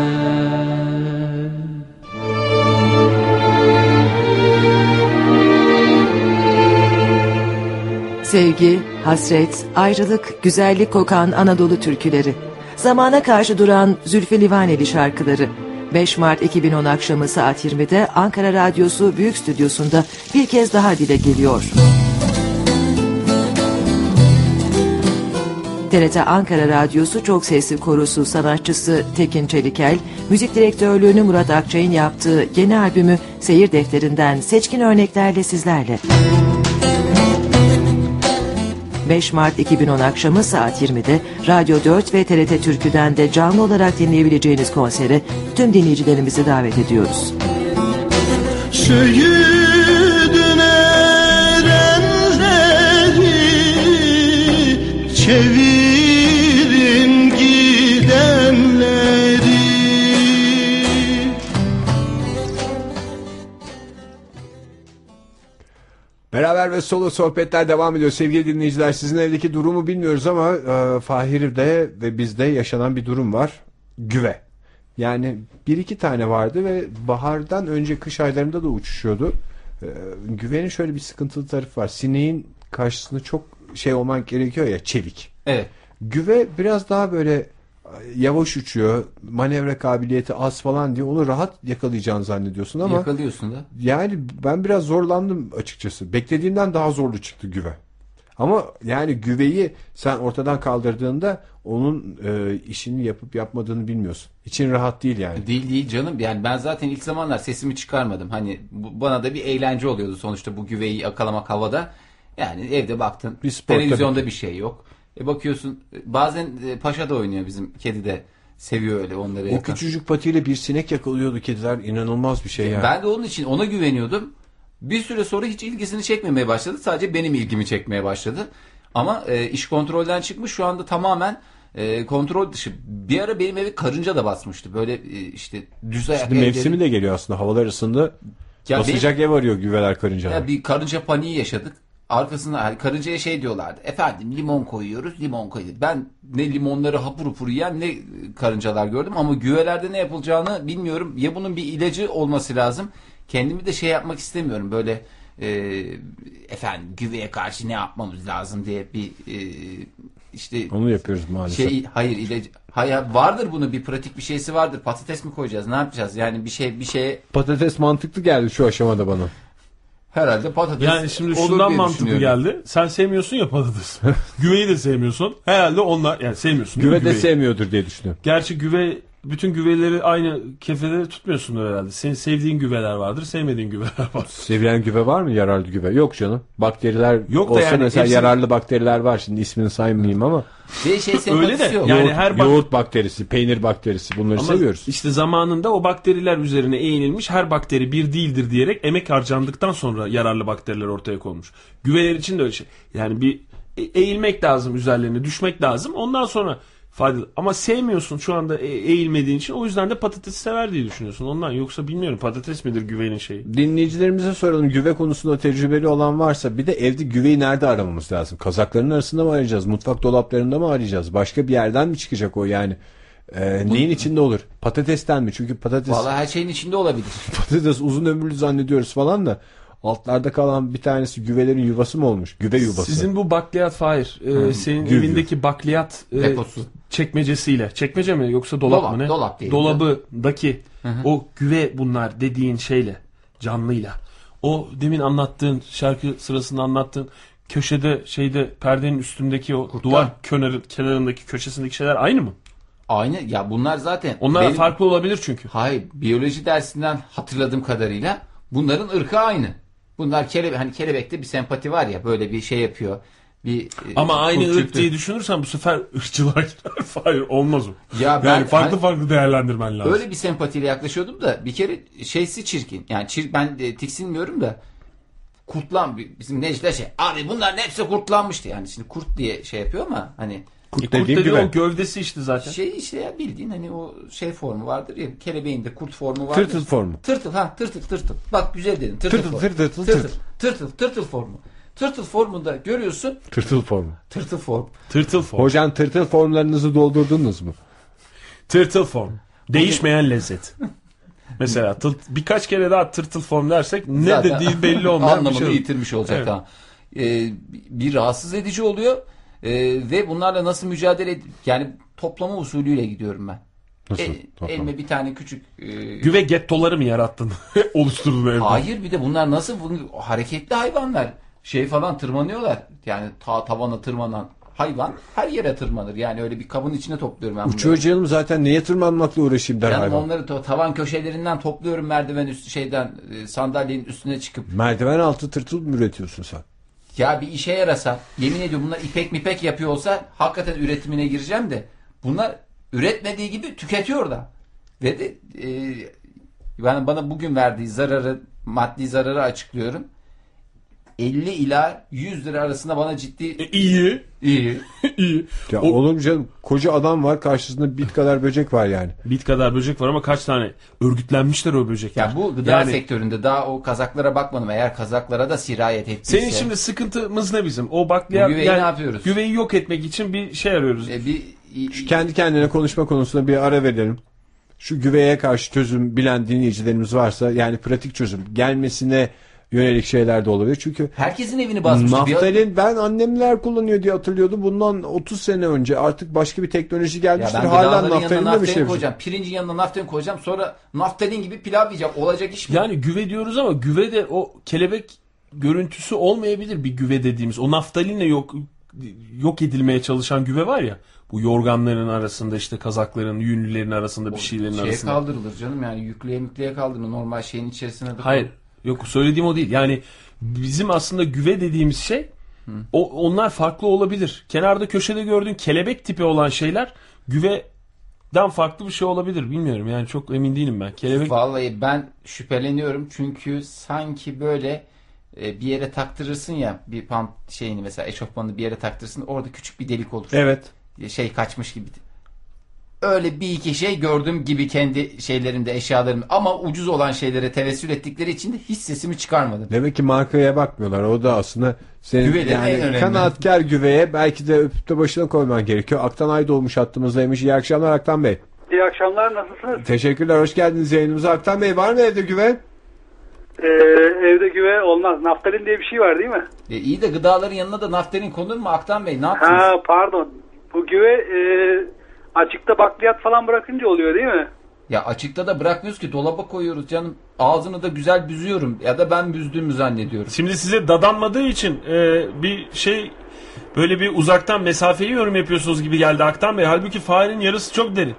Sevgi, hasret, ayrılık, güzellik kokan Anadolu türküleri. Zamana karşı duran Zülfü Livaneli şarkıları. beş Mart iki bin on akşamı saat yirmide Ankara Radyosu Büyük Stüdyosu'nda bir kez daha dile geliyor. T R T Ankara Radyosu Çok Sesli Korosu sanatçısı Tekin Çelikel, müzik direktörlüğünü Murat Akçay'ın yaptığı yeni albümü Seyir Defterinden seçkin örneklerle sizlerle. beş Mart iki bin on akşamı saat yirmide Radyo dört ve T R T Türkü'den de canlı olarak dinleyebileceğiniz konsere tüm dinleyicilerimizi davet ediyoruz. Söğüdün erenleri çevirin gidenleri. Beraber ve solo sohbetler devam ediyor sevgili dinleyiciler. Sizin evdeki durumu bilmiyoruz ama e, Fahir'de ve bizde yaşanan bir durum var. Güve. Yani bir iki tane vardı ve bahardan önce kış aylarında da uçuşuyordu. E, güvenin şöyle bir sıkıntılı tarafı var. Sineğin karşısında çok şey olman gerekiyor ya, çevik. Evet. Güve biraz daha böyle yavaş uçuyor, manevra kabiliyeti az falan diye onu rahat yakalayacağını zannediyorsun ama Yakalıyorsun da. yani ben biraz zorlandım açıkçası. Beklediğimden daha zorlu çıktı güve. Ama yani güveyi sen ortadan kaldırdığında onun e, işini yapıp yapmadığını bilmiyorsun. İçin rahat değil yani. Değil değil canım. Yani ben zaten ilk zamanlar sesimi çıkarmadım. Hani bu, bana da bir eğlence oluyordu sonuçta bu güveyi yakalamak havada. Yani evde baktın. Bir spor, televizyonda tabii. bir şey yok. E bakıyorsun bazen e, paşa da oynuyor, bizim kedi de seviyor öyle onları. O yakın. küçücük patiyle bir sinek yakalıyordu kediler, inanılmaz bir şey yani. Ben de onun için ona güveniyordum. Bir süre sonra hiç ilgisini çekmemeye başladı. Sadece benim ilgimi çekmeye başladı. Ama e, iş kontrolden çıkmış, şu anda tamamen e, kontrol dışı. Bir ara benim evi karınca da basmıştı. Böyle e, işte düz ayak Şimdi evleri. mevsimi de geliyor aslında, havalar ısındı. Ya basacak benim, ev arıyor güveler, karıncalar. ya bir karınca paniği yaşadık. Arkasında hani karıncaya şey diyorlardı. Efendim limon koyuyoruz, limon koyuyoruz. Ben ne limonları hapur hapur yiyen ne karıncalar gördüm ama güvelerde ne yapılacağını bilmiyorum. Ya bunun bir ilacı olması lazım. Kendimi de şey yapmak istemiyorum. Böyle e, efendim güveye karşı ne yapmamız lazım diye bir e, işte onu yapıyoruz maalesef. Şey, hayır ilacı, hayır vardır bunun bir pratik bir şeysi vardır. Patates mi koyacağız? Ne yapacağız? Yani bir şey bir şeye Patates mantıklı geldi şu aşamada bana. herhalde patates. Yani şimdi olur şundan diye mantıklı düşünüyorum. geldi. Sen sevmiyorsun ya patates. Güveyi de sevmiyorsun. Herhalde onlar yani sevmiyorsun. Güve de güveyi? sevmiyordur diye düşünüyorum. Gerçi güve, bütün güveleri aynı kefede tutmuyorsun herhalde. Senin sevdiğin güveler vardır, sevmediğin güveler var. Sevilen güve var mı, yararlı güve? Yok canım. Bakteriler Yok da olsa yani mesela hepsi- yararlı bakteriler var. Şimdi ismini saymayayım ama. Ve şey Öyle sempatisi de yok. yani yoğurt, her bak- yoğurt bakterisi, peynir bakterisi, bunları Ama seviyoruz. işte zamanında o bakteriler üzerine eğinilmiş, her bakteri bir değildir diyerek emek harcandıktan sonra yararlı bakteriler ortaya konmuş. Güveler için de öyle şey. Yani bir e- eğilmek lazım, üzerlerine düşmek lazım. Ondan sonra faydalı. Ama sevmiyorsun şu anda e- eğilmediğin için, o yüzden de patatesi sever diye düşünüyorsun ondan. Yoksa bilmiyorum, patates midir güvenin şeyi? Dinleyicilerimize soralım, güve konusunda tecrübeli olan varsa. Bir de evde güveyi nerede aramamız lazım? Kazakların arasında mı arayacağız? Mutfak dolaplarında mı arayacağız? Başka bir yerden mi çıkacak o yani? Ee, neyin içinde olur? Patatesten mi? Çünkü patates Vallahi her şeyin içinde olabilir. patates uzun ömürlü zannediyoruz falan da altlarda kalan bir tanesi güvelerin yuvası mı olmuş? Güve yuvası. Sizin bu bakliyat Fahir, e, senin Güv- evindeki bakliyat e, Deposu. çekmecesiyle. Çekmece mi yoksa dolap, Dolap, mı ne? dolap değil. Dolabıdaki o güve bunlar dediğin şeyle, canlıyla. O demin anlattığın şarkı sırasında anlattığın köşede şeyde perdenin üstündeki o Kurtlar. duvar kenarı, kenarındaki köşesindeki şeyler aynı mı? Aynı ya, bunlar zaten. Onlar benim- farklı olabilir çünkü. Hayır, biyoloji dersinden hatırladığım kadarıyla bunların ırkı aynı. Bunlar kelebek, hani kelebekte bir sempati var ya, böyle bir şey yapıyor. Bir e, Ama aynı kurt ırk çiftli- diye düşünürsen bu sefer ırkçılığa girer. Hayır, olmaz o. Ya ben Yani farklı hani- farklı değerlendirmen lazım. Öyle bir sempatiyle yaklaşıyordum da bir kere şeysi çirkin. Yani çir, ben de tiksinmiyorum da kurtlan bizim Necla şey. Abi bunların hepsi kurtlanmıştı. Yani şimdi kurt diye şey yapıyor ama hani Kurt, kurt dediğim dediğin güve. o gövdesi işte zaten. şey işte ya, bildiğin hani o şey formu vardır ya, kelebeğin de kurt formu vardır. Tırtıl formu. Tırtıl ha tırtıl tırtıl. Bak güzel dedin. Tırtıl Tırtıl, formu. tırtıl, tırtıl, tırtıl. tırtıl, tırtıl formu. Tırtıl formunda görüyorsun. Tırtıl formu. Tırtıl form. Tırtıl form. Hocam tırtıl formlarınızı doldurdunuz mu? Tırtıl form. Değişmeyen lezzet. Mesela tırt, birkaç kere daha tırtıl form dersek ne Zaten dediği belli olmayan bir anlamını şey. yitirmiş olacak Evet. ha. Ee, bir rahatsız edici oluyor. Ee, ve bunlarla nasıl mücadele ed- yani toplama usulüyle gidiyorum ben. Nasıl? E, Toplama. elime bir tane küçük e, Güve gettoları mı yarattın? Oluşturdun evde. hayır, bir de bunlar nasıl bu- hareketli hayvanlar, şey falan tırmanıyorlar. Yani ta tavana tırmanan hayvan her yere tırmanır. Yani öyle bir kabın içine topluyorum ben bunları. Uçuyor canım, zaten neye tırmanmakla uğraşayım der Canım hayvan. onları to- tavan köşelerinden topluyorum, merdiven üstü şeyden e, sandalyenin üstüne çıkıp. Merdiven altı tırtıl mı üretiyorsun sen? Ya bir işe yarasa, yemin ediyorum bunlar ipek mipek yapıyor olsa hakikaten üretimine gireceğim de bunlar üretmediği gibi tüketiyor da. Ve de e, ben bana bugün verdiği zararı, maddi zararı açıklıyorum. elli ila yüz lira arasında bana ciddi E, iyi. iyi. iyi. Ya O- oğlum canım, koca adam var karşısında, bit kadar böcek var yani. Bit kadar böcek var ama kaç tane örgütlenmişler o böcekler. Ya bu gıda Yani sektöründe daha o kazaklara bakmadım. Eğer kazaklara da sirayet ettiyse. senin şimdi sıkıntımız ne bizim? O bakliyat Bu güveyi ne yapıyoruz? Güveyi yok etmek için bir şey arıyoruz. E, bir Şu kendi kendine konuşma konusunda bir ara verelim. Şu güveye karşı çözüm bilen dinleyicilerimiz varsa, yani pratik çözüm gelmesine yönelik şeyler de olabilir. Çünkü herkesin evini basmış. naftalin ben annemler kullanıyor diye hatırlıyordum. Bundan otuz sene önce artık başka bir teknoloji Ya gelmiştir. ben Hala gıdaların yanına naftalin de bir naftalin şey. koyacağım. Pirincin yanına naftalin koyacağım. Sonra naftalin gibi pilav yiyeceğim. Olacak iş mi? Yani güve diyoruz ama güve de o kelebek görüntüsü olmayabilir bir güve dediğimiz. O naftalinle yok yok edilmeye çalışan güve var ya. Bu yorganların arasında, işte kazakların, yünlülerin arasında, bir şeylerin Şeye arasında. kaldırılır canım, yani yükleye mükleye kaldırılır. Normal şeyin içerisine de. Hayır. Yok, söylediğim o değil. Yani bizim aslında güve dediğimiz şey o, onlar farklı olabilir. Kenarda köşede gördüğün kelebek tipi olan şeyler güveden farklı bir şey olabilir. Bilmiyorum yani, çok emin değilim ben. Kelebek Vallahi ben şüpheleniyorum çünkü sanki böyle e, bir yere taktırırsın ya, bir pant şeyini mesela, eşofmanını bir yere taktırırsın, orada küçük bir delik olur. Evet. Şey kaçmış gibi. Öyle bir iki şey gördüm gibi kendi şeylerimde, eşyalarım, ama ucuz olan şeylere tevessül ettikleri için de hiç sesimi çıkarmadım. Demek ki markaya bakmıyorlar. O da aslında senin Güvelerin en yani önemli. kanaatkar güveye belki de öpüp de başına koyman gerekiyor. Aktan Aydoğmuş hattımızdaymış. İyi akşamlar Aktan Bey. İyi akşamlar, nasılsınız? Teşekkürler. Hoş geldiniz yayınımıza. Aktan Bey, var mı evde güve? Ee, evde güve olmaz. Naftalin diye bir şey var değil mi? E, iyi de gıdaların yanına da naftalin konur mu Aktan Bey? Ne yaptınız? Ha pardon. Bu güve e, açıkta bakliyat falan bırakınca oluyor değil mi? Ya açıkta da bırakmıyoruz ki, dolaba koyuyoruz canım. Ağzını da güzel büzüyorum. Ya da ben büzdüğümü zannediyorum. şimdi size dadanmadığı için e, bir şey, böyle bir uzaktan mesafeli yorum yapıyorsunuz gibi geldi Aktan Bey. Halbuki farenin yarısı çok derin.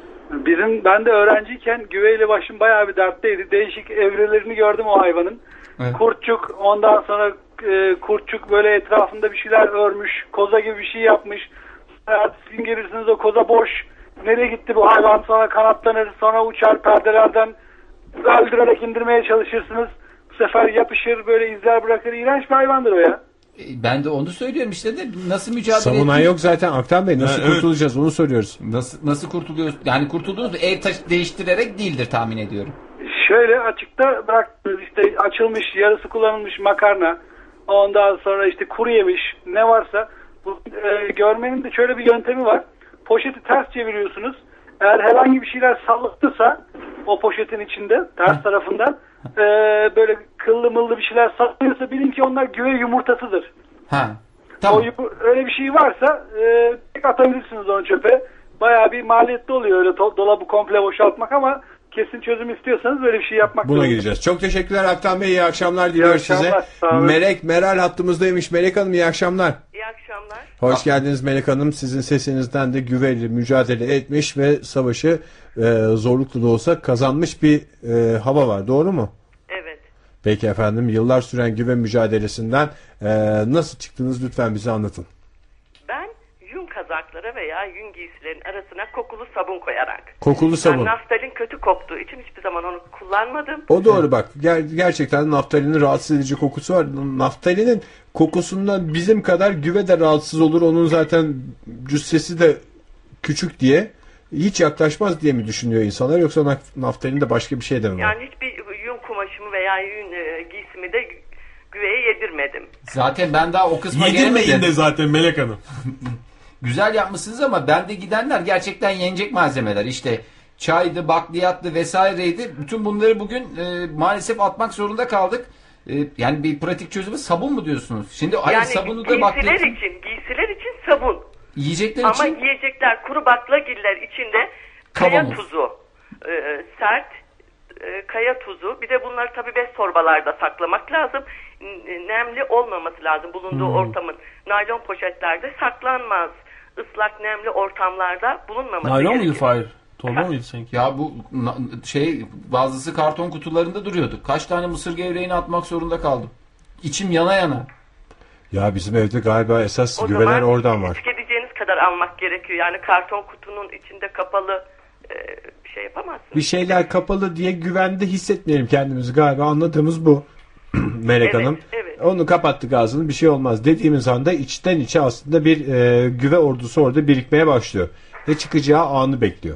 Bizim, ben de öğrenciyken güveyle başım bayağı bir dertteydi. Değişik evrelerini gördüm o hayvanın. Evet. Kurtçuk, ondan sonra e, kurtçuk böyle etrafında bir şeyler örmüş. Koza gibi bir şey yapmış. Ertesi gün gelirsiniz, o koza boş. Nereye gitti bu hayvan? Sonra kanatlanır, sonra uçar, perdelerden öldürerek indirmeye çalışırsınız. Bu sefer yapışır, böyle izler bırakır. İğrenç bir hayvandır o ya. E, ben de onu söylüyorum işte de, nasıl mücadele Savunan ettik? yok zaten Aktan Bey. Nasıl Ha, evet. kurtulacağız onu soruyoruz. Nasıl nasıl kurtuluyoruz? Yani kurtulduğunuz mu? Ev taş değiştirerek değildir tahmin ediyorum. Şöyle açıkta bıraktınız, işte açılmış, yarısı kullanılmış makarna, ondan sonra işte kuru yemiş, ne varsa. Bu, e, görmenin de şöyle bir yöntemi var. Poşeti ters çeviriyorsunuz. Eğer herhangi bir şeyler sallanırsa o poşetin içinde, ters tarafından e, böyle kıllı mıllı bir şeyler sallanıyorsa bilin ki onlar güve yumurtasıdır. Ha. O, Tamam. yu- öyle bir şey varsa e, tek atabilirsiniz onu çöpe. Bayağı bir maliyetli oluyor öyle do- dolabı komple boşaltmak, ama kesin çözüm istiyorsanız böyle bir şey yapmak Buna zorunda. gideceğiz. Çok teşekkürler Aktan Bey. İyi akşamlar diliyoruz akşamlar, size. sağ olun. Melek Meral hattımızdaymış. Melek Hanım, iyi akşamlar. İyi akşamlar. Hoş geldiniz Melek Hanım. Sizin sesinizden de güveyle mücadele etmiş ve savaşı e, zorluklu da olsa kazanmış bir e, hava var. Doğru mu? Evet. Peki efendim. Yıllar süren güve mücadelesinden e, nasıl çıktınız, lütfen bize anlatın. Ben yün kazaklara veya yün giysilerin arasına kokulu sabun koyarak. Kokulu sabun. Ben naftalin kötü koktuğu için hiçbir zaman onu kullanmadım. O doğru bak. Ger- gerçekten naftalinin rahatsız edici kokusu var. Naftalinin kokusundan bizim kadar güve de rahatsız olur. Onun zaten cüssesi de küçük diye hiç yaklaşmaz diye mi düşünüyor insanlar, yoksa naf- naftalinde başka bir şey de mi var? Yani hiçbir yün kumaşımı veya yün e, giysimi de güveye yedirmedim. Zaten ben daha o kısma Yedirmeyin gelemedim. de zaten Melek Hanım. Güzel yapmışsınız ama bende gidenler gerçekten yenecek malzemeler. İşte çaydı, bakliyatlı vesaireydi. Bütün bunları bugün e, maalesef atmak zorunda kaldık. E, yani bir pratik çözümü sabun mu diyorsunuz? Şimdi hayır, Yani sabunu da giysiler bakliyat. için, giysiler için sabun. Yiyecekler Ama için yiyecekler, kuru baklagiller içinde kaya Kavanoz. tuzu, e, sert e, kaya tuzu. Bir de bunları tabii bez torbalarda saklamak lazım. N- nemli olmaması lazım bulunduğu Hmm. ortamın. Naylon poşetlerde saklanmaz. Islak nemli ortamlarda bulunmaması Naylon muydu gerekiyor. Fahir? Torba mıydı sanki? Ya bu na- şey bazısı karton kutularında duruyordu. Kaç tane mısır gevreğini atmak zorunda kaldım. İçim yana yana. Ya bizim evde galiba esas O güveler zaman oradan var. tüketeceğiniz kadar almak gerekiyor. Yani karton kutunun içinde kapalı e, bir şey yapamazsınız. Bir şeyler kapalı diye güvende hissetmeyelim kendimizi galiba, anladığımız bu. Melek Evet, Hanım. evet. Onu kapattık ağzını, bir şey olmaz dediğimiz anda içten içe aslında bir e, güve ordusu orada birikmeye başlıyor. Ve çıkacağı anı bekliyor.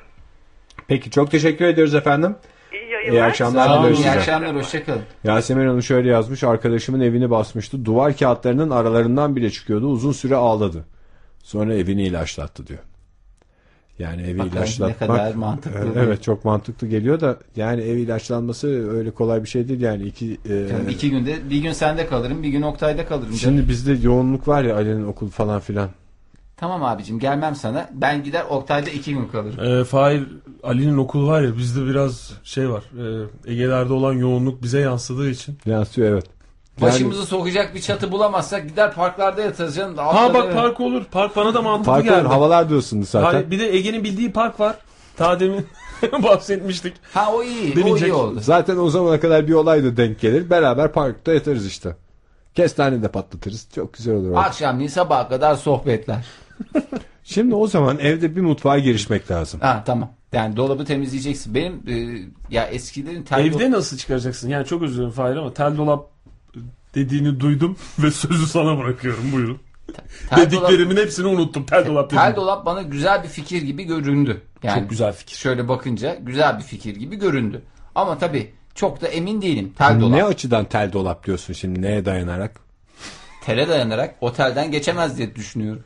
Peki, çok teşekkür ediyoruz efendim. İyi yayınlar. İyi akşamlar Sağ olun, diliyoruz iyi size. akşamlar, hoşçakalın. Yasemin Hanım şöyle yazmış: arkadaşımın evini basmıştı. Duvar kağıtlarının aralarından bile çıkıyordu. Uzun süre ağladı. Sonra evini ilaçlattı diyor. Yani evi Bakın ilaçlatmak. ne kadar mantıklı. Evet, evet, çok mantıklı geliyor da yani ev ilaçlanması öyle kolay bir şey değil yani. iki e, Canım, iki günde bir gün sende kalırım, bir gün Oktay'da kalırım. Canım. Şimdi bizde yoğunluk var ya, Ali'nin okul falan filan. Tamam abicim, gelmem sana. Ben gider Oktay'da iki gün kalırım. Ee, Fahir, Ali'nin okulu var ya, bizde biraz şey var. E, Ege'lerde olan yoğunluk bize yansıdığı için. Yansıyor, evet. Yani- Başımızı sokacak bir çatı bulamazsak gider parklarda yatarız canım. Ha Altları- bak, park olur. Park bana da mantıklı Fark geldi. olur, havalar da ısındı zaten. Hayır, bir de Ege'nin bildiği park var. Daha demin bahsetmiştik. Ha o iyi, o Denilecek. iyi oldu. Zaten o zamana kadar bir olay da denk gelir. Beraber parkta yatarız işte. Kestane de patlatırız. Çok güzel olur. orada. Akşamleyin sabaha kadar sohbetler. Şimdi o zaman evde bir mutfağa girişmek lazım. Ha tamam. Yani dolabı temizleyeceksin. Benim e, ya eskilerin tel Evde nasıl çıkaracaksın? Yani çok özür dilerim Fahir ama tel dolap dediğini duydum ve sözü sana bırakıyorum. Buyurun. tel Dediklerimin hepsini unuttum. Tel dolap dedim. Tel dolap bana güzel bir fikir gibi göründü. Yani Çok güzel fikir. Şöyle bakınca güzel bir fikir gibi göründü. Ama tabii çok da emin değilim. Tel dolap. Ne açıdan tel dolap diyorsun şimdi? Neye dayanarak? Tele dayanarak otelden geçemez diye düşünüyorum.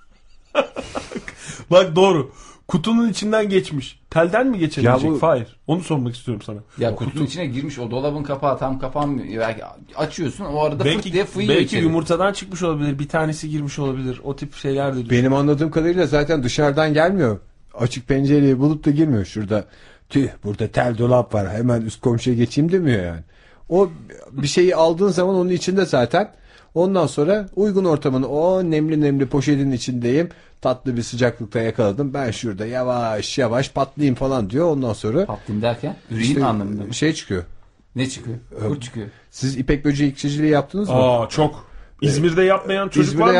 Bak doğru. Kutunun içinden geçmiş. Telden mi geçebilecek Ya bu- Fahir? Onu sormak istiyorum sana. Ya kutunun içine girmiş, o dolabın kapağı tam kapanmıyor. Belki açıyorsun, o arada fırt Belki, diye fıyıyor belki içeri. yumurtadan çıkmış olabilir. Bir tanesi girmiş olabilir. O tip şeyler de. Benim anladığım kadarıyla zaten dışarıdan gelmiyor. Açık pencereyi bulup da girmiyor. Şurada tüh, burada tel dolap var, hemen üst komşuya geçeyim demiyor yani. O bir şeyi aldığın zaman onun içinde zaten. Ondan sonra uygun ortamını, o nemli nemli poşetin içindeyim. Tatlı bir sıcaklıkta yakaladım. Ben şurada yavaş yavaş patlayayım falan diyor. Ondan sonra Patlayayım derken ürün işte anlamında mı? şey çıkıyor. Ne çıkıyor? Kurt çıkıyor. Siz ipek böceği ikçiciliği yaptınız mı? Aa çok. İzmir'de yapmayan çocuk İzmir'de var mı?